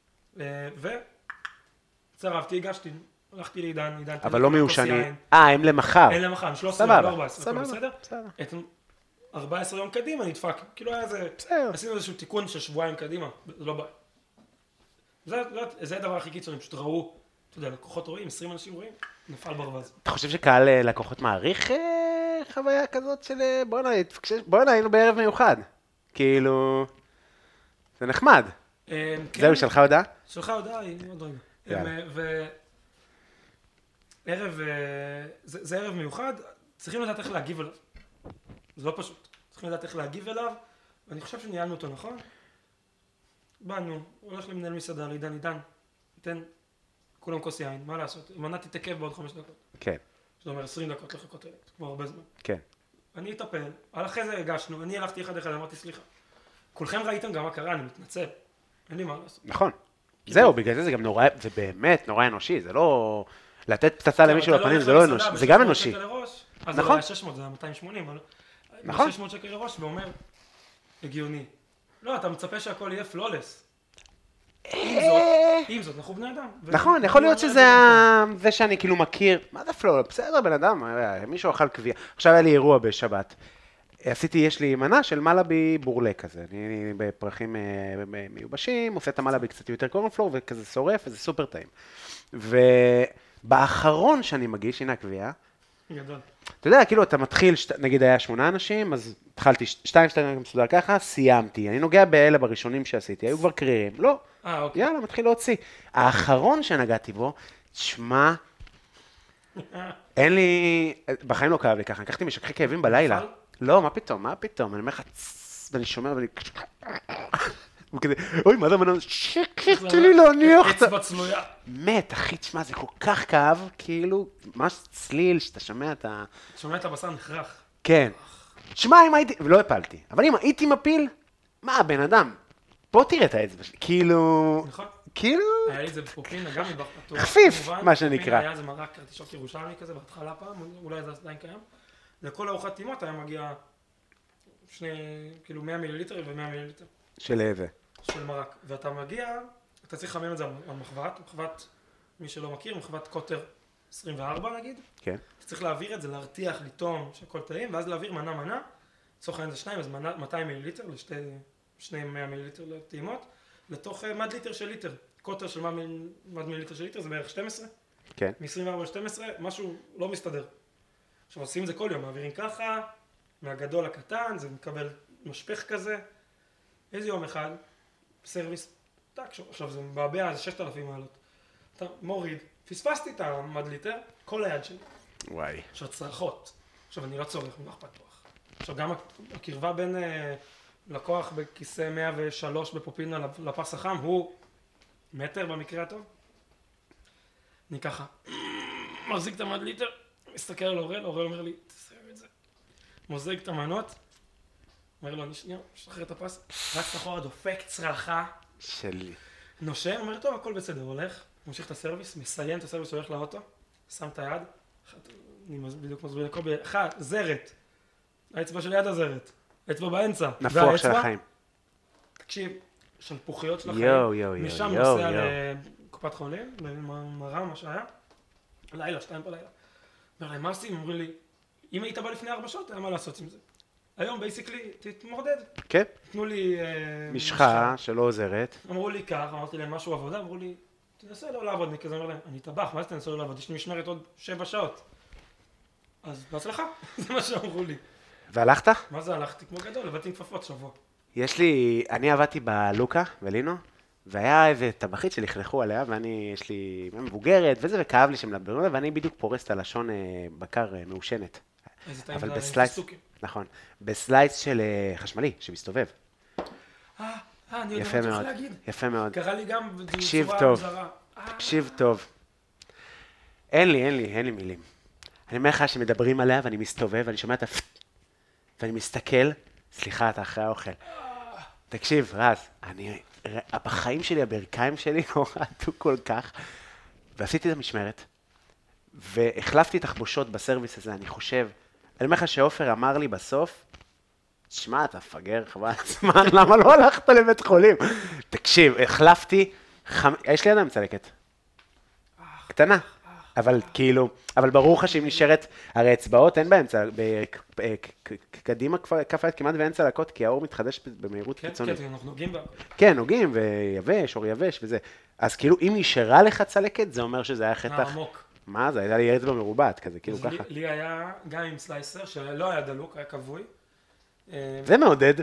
וצרבתי, הגשתי, הלכתי לעידן, עידן, אבל לא מיושנים. אה, הם למחר. אין למחר, הם שלוש עשרה, סבבה. לא ארבע עשרה, הכל סבבה. בסדר? בסדר. את ארבע עשרה יום קדימה נדפק, כאילו היה איזה, בסדר. עשינו איזשהו תיקון של שבועיים קדימה, זה לא בעיה. זה, זה, זה הדבר הכי קיצוני, פשוט ראו, אתה יודע, לקוחות רואים, עשרים אנשים רואים, נפל ברווז. אתה חושב שקהל אה, לקוחות מעריך אה, חוויה כזאת של אה, בואנה, התפקשש- בואנה, היינו בערב מיוחד. כאילו, זה נחמד. אה, כן, זהו, שלך הודעה? שלך הודעה, היא עוד רגע. יאללה. אה, ו... ערב, אה, זה, זה ערב מיוחד, צריכים לדעת איך להגיב אליו. זה לא פשוט. צריכים לדעת איך להגיב אליו, ואני חושב שניהלנו אותו נכון. באנו, הולך למנהל מסעדה, לעידן, עידן, ניתן כולם כוס יין, מה לעשות? המנה תתעכב בעוד חמש דקות. כן, זאת אומרת, עשרים דקות לחכות אליה, זה כבר הרבה זמן. כן. אני אטפל, על אחרי זה הגשנו, אני הלכתי אחד אחד, אמרתי סליחה. כולכם ראיתם גם מה קרה, אני מתנצל. אין לי מה לעשות. נכון. זהו, בגלל זה זה גם נורא, זה באמת נורא אנושי, זה לא... לתת פצצה למישהו לפנים זה לא אנושי, זה גם אנושי. אז זה לא היה שש מאות, זה היה מאתיים שמונים, אבל... נכון. שש מאות שקל לראש ואומר, הגיוני. לא, אתה מצפה שהכל יהיה פלולס. עם זאת, אנחנו בני אדם. נכון, יכול להיות שזה זה שאני כאילו מכיר, מה זה פלולס? בסדר, בן אדם, מישהו אכל קביעה. עכשיו היה לי אירוע בשבת. עשיתי, יש לי מנה של מלאבי בורלה כזה. אני בפרחים מיובשים, עושה את המלאבי קצת יותר קורנפלור, וכזה שורף, וזה סופר טעים. ובאחרון שאני מגיש, הנה הקביעה, גדול. אתה יודע, כאילו, אתה מתחיל, נגיד היה שמונה אנשים, אז התחלתי שתיים, שתיים, מסודר ככה, סיימתי. אני נוגע באלה בראשונים שעשיתי, היו כבר קרירים. לא, אה, אוקיי. יאללה, מתחיל להוציא. האחרון שנגעתי בו, תשמע, אין לי, בחיים לא כאב לי ככה, לקחתי משככי כאבים בלילה. לא, מה פתאום, מה פתאום, אני אומר לך, ואני שומע, ואני... וכזה, אוי, מה זה מנה? שקט, תן לי להניח. אצבע צלויה. מת, אחי, תשמע, זה כל כך כאב, כאילו, ממש צליל, שאתה שומע את ה... שומע את הבשר נחרח. כן. תשמע, אם הייתי, ולא הפלתי, אבל אם הייתי מפיל, מה, בן אדם, בוא תראה את האצבע שלי, כאילו... נכון. כאילו... היה לי את זה בפופינה, גם מטבח פתוח. חפיף, מה שנקרא. בפופינה היה איזה מרק קרטישות ירושלמי כזה, בהתחלה פעם, אולי זה עדיין קיים. לכל ארוחת טעימות היה מגיע שני, כאילו מאה מיליליטר ו-מאה מיליליטר. של איזה? של מרק. ואתה מגיע, אתה צריך לחמם את זה על מחבת, מחבת, מי שלא מכיר, מחבת קוטר עשרים וארבע נגיד. כן. אתה צריך להעביר את זה, להרתיח, לטעום, שהכל טעים, ואז להעביר מנה מנה. לצורך העניין זה שניים, אז מנה, מאתיים מיליליטר, לשתי, שני מאה מיליליטר לטעימות, לתוך מד ליטר של ליטר. קוטר של מד מיליליטר של ליטר זה בערך שתים עשרה. כן. מ-עשרים וארבע ל-שתים עשרה, משהו לא מסתדר. עכשיו עושים את זה כל יום, מעבירים ככה, מהגדול לקטן, זה מקבל משפך כזה. איזה יום אחד, סרוויס, טק, עכשיו זה מבעבע, זה ששת אלפים מעלות. אתה מוריד, פספסתי את המד ליטר, כל היד שלי. וואי. עכשיו צרחות. עכשיו אני לא צורך, מונח פתוח. עכשיו גם הקרבה בין אה, לקוח בכיסא מאה ושלוש בפופינה לפס החם, הוא מטר במקרה הטוב. אני ככה, מחזיק את המד ליטר, מסתכל על אורל, אורל אומר לי, תסיים את זה. מוזג את המנות, אומר לו, אני שנייה, שחרר את הפס, רץ אחורה, דופק צרחה. שלי. נושם, אומר, טוב, הכל בסדר, הולך, ממשיך את הסרוויס, מסיים את הסרוויס, הולך לאוטו, שם את היד, אני בדיוק מסביר לקובי, אחד, זרת, האצבע של יד הזרת, האצבע באמצע, נפוח של החיים. תקשיב, שלפוחיות של יו, יו, יו, החיים, משם יו, נוסע יו. לקופת חולים, במרם, מה שהיה, לילה, שתיים בלילה. אומר להם, מה עושים? אומרים לי, אם היית בא לפני ארבע שעות, היה מה לעשות עם זה. היום, בייסיקלי, תתמודד. כן. תנו לי... משחה שלא עוזרת. אמרו לי כך, אמרתי להם משהו עבודה, אמרו לי, תנסה לא לעבוד, אני כזה אומר להם, אני טבח, מה זה תנסה לא לעבוד? יש לי משמרת עוד שבע שעות. אז בהצלחה, זה מה שאמרו לי. והלכת? מה זה הלכתי? כמו גדול, הבאתי עם כפפות שבוע. יש לי, אני עבדתי בלוקה, בלינו, והיה איזה טבחית שלכלכו עליה, ואני, יש לי מבוגרת וזה, וכאב לי שם לדבר, ואני בדיוק פורס את הלשון בקר מעושנת. איזה טעים אבל זה בסלייס, סטוקים. נכון, בסלייס של חשמלי, שמסתובב. אה, אה, אני יודע יפה מה אתה מאוד, יכול להגיד. יפה מאוד. קרה לי גם תקשיב בצורה טוב, מוזרה. תקשיב טוב. אין לי, אין לי, אין לי מילים. אני אומר לך שמדברים עליה, ואני מסתובב, ואני שומע את ה... ואני מסתכל, סליחה, אתה אחרי האוכל. תקשיב, רז, אני, בחיים שלי, הברכיים שלי לא רעדו כל כך, ועשיתי את המשמרת, והחלפתי תחבושות בסרוויס הזה, אני חושב, אני אומר לך שאופר אמר לי בסוף, תשמע, אתה פגר, חבל הזמן, למה לא הלכת לבית חולים? תקשיב, החלפתי, חמ... יש לי עדיין צלקת, קטנה, אבל כאילו, אבל ברור לך שאם נשארת, הרי אצבעות אין באמצע, קדימה כף היד כמעט ואין צלקות, כי האור מתחדש במהירות קיצונית. כן, אנחנו נוגעים בה. כן, נוגעים, ויבש, אור יבש וזה. אז כאילו, אם נשארה לך צלקת, זה אומר שזה היה חתך. עמוק. מה זה? הייתה לי אצבע מרובעת, כזה, כאילו אז ככה. לי היה גם עם סלייסר, שלא היה דלוק, היה כבוי. זה מעודד.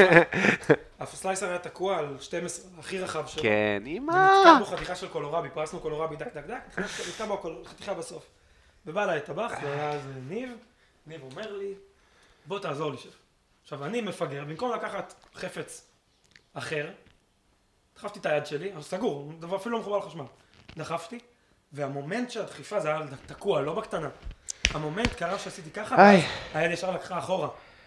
הסלייסר היה תקוע על שתים עשרה, הכי רחב שלו. כן, אימא. ונתקע בו חתיכה של קולורבי, פרסנו קולורבי דק דק דק, נתקע בו חתיכה בסוף. ובא אליי טבח, זה היה איזה ניב, ניב אומר לי, בוא תעזור לי שף. עכשיו אני מפגר, במקום לקחת חפץ אחר, דחפתי את היד שלי, אז סגור, אפילו לא מחובר לחשמל. דחפתי, והמומנט של הדחיפה זה היה תקוע, לא בקטנה. המומנט קרה שעשיתי ככה, איי. היד ישר לקחה אחורה.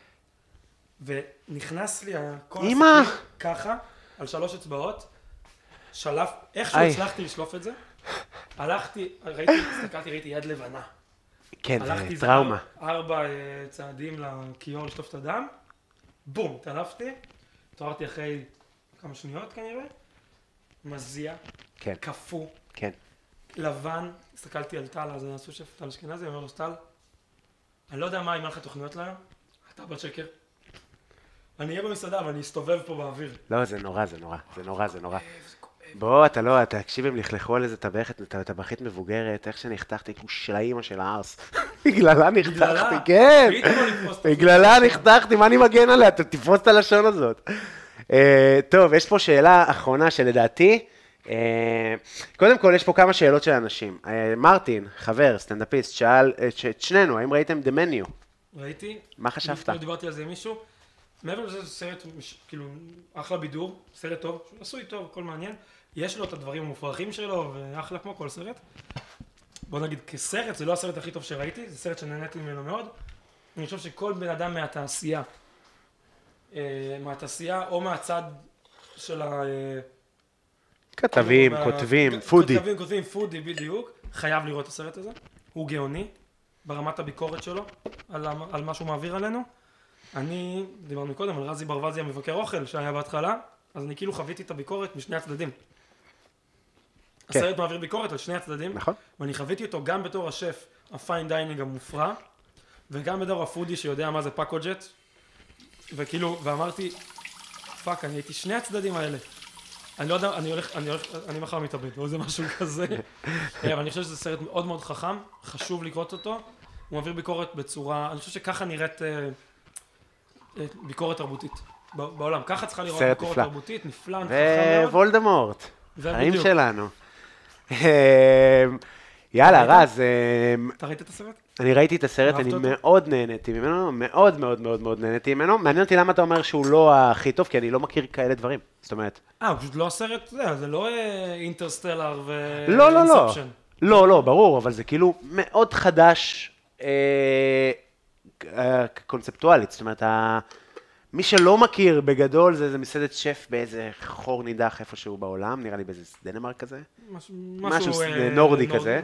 ונכנס לי כל אמא. הסכין ככה, על שלוש אצבעות, שלף, איכשהו איי. הצלחתי לשלוף את זה, הלכתי, ראיתי, הסתכלתי, ראיתי יד לבנה. כן, זה הלכתי טראומה. ארבע אה, צעדים לכיור לשטוף את הדם, בום, תלפתי, התעוררתי אחרי כמה שניות כנראה, מזיע, כן, קפוא, כן. לבן, הסתכלתי על טל, אז אני עשו שף טל אשכנזי, אני אומר לו, טל, אני לא יודע מה, אם היה לך תוכניות להיום, אתה בת שקר. אני אהיה במסעדה, אבל אני אסתובב פה באוויר. לא, זה נורא, זה נורא, זה נורא, זה נורא. בוא, אתה לא, אתה תקשיב, הם לכלכו על איזה טבחת, טבחית מבוגרת, איך שנחתכתי, של האימא של הארס. בגללה נחתכתי, כן. בגללה נחתכתי, מה אני מגן עליה? תפרוס את הלשון הזאת. טוב, יש פה שאלה אחרונה שלדעתי, קודם כל, יש פה כמה שאלות של אנשים. מרטין, חבר, סטנדאפיסט, שאל את שנינו, האם ראיתם The Menu? ראיתי. מה חשבת? דיברתי על זה עם מישהו. מעבר לזה, זה סרט, כאילו, אחלה בידור, סרט טוב, עשוי טוב, הכל מעניין. יש לו את הדברים המופרכים שלו, ואחלה כמו כל סרט. בוא נגיד, כסרט, זה לא הסרט הכי טוב שראיתי, זה סרט שנהניתי ממנו מאוד. אני חושב שכל בן אדם מהתעשייה, מהתעשייה או מהצד של ה... כתבים, כותבים, פודי. כתבים, כותבים, פודי, בדיוק. חייב לראות את הסרט הזה. הוא גאוני, ברמת הביקורת שלו, על, על מה שהוא מעביר עלינו. אני, דיברנו קודם, על רזי ברווזי המבקר אוכל שהיה בהתחלה, אז אני כאילו חוויתי את הביקורת משני הצדדים. כן. הסרט מעביר ביקורת על שני הצדדים, נכון. ואני חוויתי אותו גם בתור השף, הפיין דיינינג המופרע, וגם בתור הפודי שיודע מה זה פאקוג'ט, וכאילו, ואמרתי, פאק, אני הייתי שני הצדדים האלה. אני לא יודע, אני הולך, אני הולך, אני מחר מתאבד, או זה משהו כזה. אבל אני חושב שזה סרט מאוד מאוד חכם, חשוב לקרוא אותו. הוא מעביר ביקורת בצורה, אני חושב שככה נראית ביקורת תרבותית בעולם. ככה צריכה לראות ביקורת תרבותית, נפלא, חכם מאוד. ווולדמורט, חיים שלנו. יאללה, רז. אתה ראית את הסרט? אני ראיתי את הסרט, אני מאוד נהניתי ממנו, מאוד מאוד מאוד מאוד נהניתי ממנו. מעניין אותי למה אתה אומר שהוא לא הכי טוב, כי אני לא מכיר כאלה דברים. זאת אומרת... אה, הוא פשוט לא הסרט, זה לא אינטרסטלר ו... לא, לא, לא. לא, לא, ברור, אבל זה כאילו מאוד חדש קונספטואלית. זאת אומרת, מי שלא מכיר בגדול זה מסעדת שף באיזה חור נידח איפשהו בעולם, נראה לי באיזה דנמרק כזה. משהו נורדי כזה.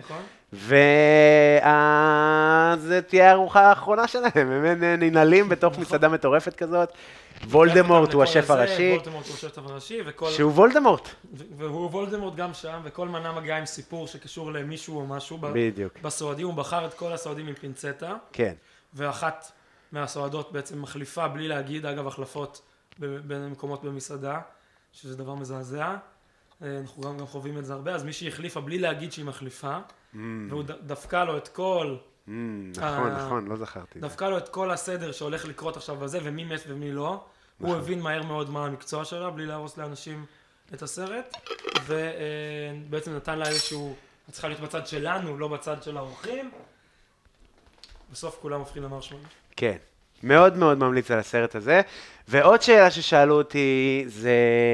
וזה תהיה הארוחה האחרונה שלהם, הם ננעלים בתוך מסעדה מטורפת כזאת. וולדמורט הוא השף הראשי. וולדמורט הוא השף הראשי. שהוא וולדמורט. והוא וולדמורט גם שם, וכל מנה מגיעה עם סיפור שקשור למישהו או משהו. בדיוק. בסועדים, הוא בחר את כל הסועדים עם פינצטה. כן. ואחת מהסועדות בעצם מחליפה בלי להגיד, אגב, החלפות בין מקומות במסעדה, שזה דבר מזעזע. אנחנו גם, גם חווים את זה הרבה, אז מישהי החליפה בלי להגיד שהיא מחליפה, mm. והוא דפקה לו את כל... Mm, נכון, ה... נכון, לא זכרתי. דפקה לו את כל הסדר שהולך לקרות עכשיו בזה, ומי מת ומי לא. נכון. הוא הבין מהר מאוד מה המקצוע שלה, בלי להרוס לאנשים את הסרט, ובעצם נתן לה איזשהו... את צריכה להיות בצד שלנו, לא בצד של האורחים. בסוף כולם הופכים למרשמלו. כן. מאוד מאוד ממליץ על הסרט הזה. ועוד שאלה ששאלו אותי זה...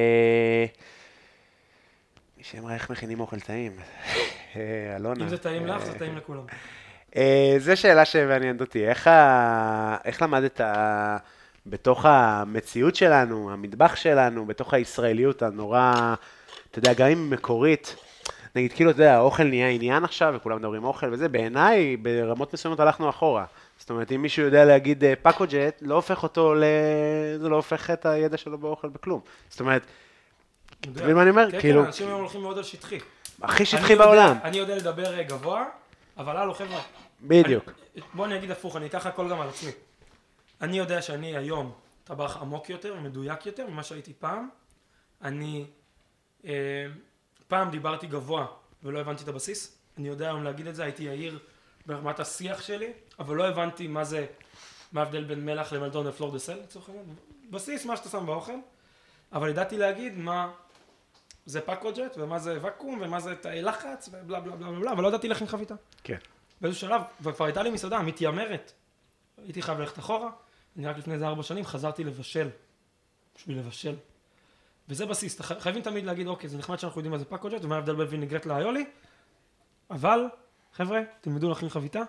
מי שאמרה איך מכינים אוכל טעים? אלונה. אם זה טעים לך, זה טעים לכולם. זו שאלה שמעניינת אותי. איך למדת בתוך המציאות שלנו, המטבח שלנו, בתוך הישראליות הנורא, אתה יודע, גם אם מקורית, נגיד, כאילו, אתה יודע, האוכל נהיה עניין עכשיו, וכולם מדברים אוכל וזה, בעיניי, ברמות מסוימות הלכנו אחורה. זאת אומרת, אם מישהו יודע להגיד פאקוג'ט, לא הופך אותו ל... זה לא הופך את הידע שלו באוכל בכלום. זאת אומרת, אתה מבין מה אני אומר? כאילו... כן, אנשים היום הולכים מאוד על שטחי. הכי שטחי בעולם. אני יודע לדבר גבוה, אבל הלו, חבר'ה. בדיוק. בוא אני אגיד הפוך, אני אקח הכל גם על עצמי. אני יודע שאני היום טבח עמוק יותר ומדויק יותר ממה שהייתי פעם. אני... פעם דיברתי גבוה ולא הבנתי את הבסיס. אני יודע היום להגיד את זה, הייתי יאיר ברמת השיח שלי, אבל לא הבנתי מה זה, מה ההבדל בין מלח למלדון ופלור דה סל, לצורך העניין. בסיס, מה שאתה שם באוכל. אבל ידעתי להגיד מה זה פאקוג'ט ומה זה וקום ומה זה תאי לחץ ובלה בלה בלה בלה, אבל לא ידעתי להכין חביתה. כן. באיזשהו שלב, וכבר הייתה לי מסעדה מתיימרת. הייתי חייב ללכת אחורה, אני רק לפני איזה ארבע שנים חזרתי לבשל, בשביל לבשל. וזה בסיס, חייבים תמיד להגיד, אוקיי, זה נחמד שאנחנו יודעים מה זה פאקוג'ט ומה ההבדל בין וינגרט לאיולי, אבל, חבר'ה, תלמדו להכין חביתה,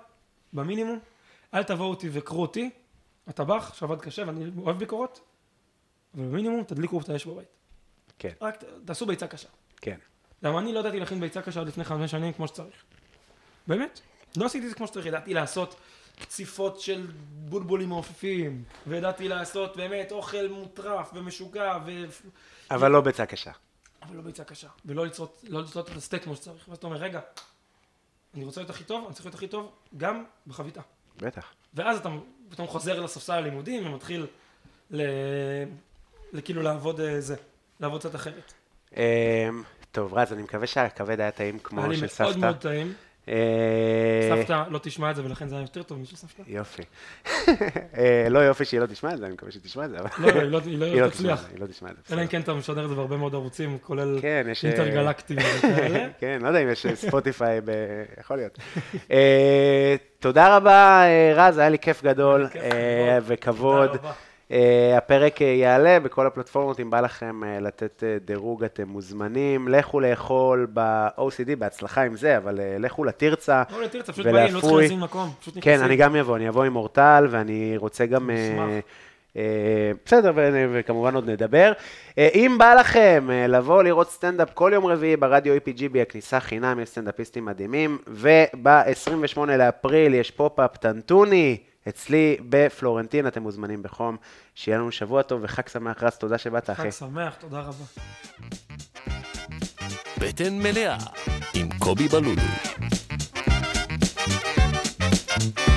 במינימום, אל תבואו אותי וקרו אותי, הטבח שעבד קשה ואני אוהב ביקורות, אבל במינימום תדליקו את האש בבית. כן. רק תעשו ביצה קשה. כן. למה אני לא ידעתי להכין ביצה קשה עד לפני חמש שנים כמו שצריך. באמת. לא עשיתי את זה כמו שצריך, ידעתי לעשות קציפות של בולבולים מעופפים, וידעתי לעשות באמת אוכל מוטרף ומשוגע ו... אבל לא ביצה קשה. אבל לא ביצה קשה, ולא לצלות, לא לצלות את הסטייק כמו שצריך. ואז אתה אומר, רגע, אני רוצה להיות הכי טוב, אני צריך להיות הכי טוב גם בחביתה. בטח. ואז אתה פתאום חוזר לספסל הלימודים ומתחיל ל... לכאילו לעבוד זה, לעבוד קצת אחרת. טוב, רז, אני מקווה שהכבד היה טעים כמו של סבתא. היה לי מאוד מאוד טעים. סבתא לא תשמע את זה, ולכן זה היה יותר טוב משל סבתא. יופי. לא יופי שהיא לא תשמע את זה, אני מקווה שהיא תשמע את זה, אבל... לא, היא לא תצליח. היא לא תשמע את זה. אלא אם כן אתה משדר את זה בהרבה מאוד ערוצים, כולל כן, יש... אינטרגלקטים וכאלה. כן, לא יודע אם יש ספוטיפיי, יכול להיות. תודה רבה, רז, היה לי כיף גדול וכבוד. תודה רבה. Uh, הפרק uh, יעלה בכל הפלטפורמות, אם בא לכם uh, לתת uh, דירוג, אתם מוזמנים, לכו לאכול ב-או סי די, בהצלחה עם זה, אבל uh, לכו לתרצה לא לתרצה, פשוט באים, לא צריכים לשים מקום, פשוט נכנסים. כן, אני גם אבוא, אני אבוא עם אורטל, ואני רוצה גם... Uh, uh, בסדר, ו- וכמובן עוד נדבר. Uh, אם בא לכם uh, לבוא לראות סטנדאפ כל יום רביעי ברדיו אי פי ג'י בי, הכניסה חינם, יש סטנדאפיסטים מדהימים, וב-עשרים ושמונה לאפריל יש פופ-אפ טנטוני, אצלי בפלורנטין, אתם מוזמנים בחום, שיהיה לנו שבוע טוב וחג שמח. רז, תודה שבאת, אחי. חג שמח, תודה רבה. בטן מלאה עם קובי בלולו.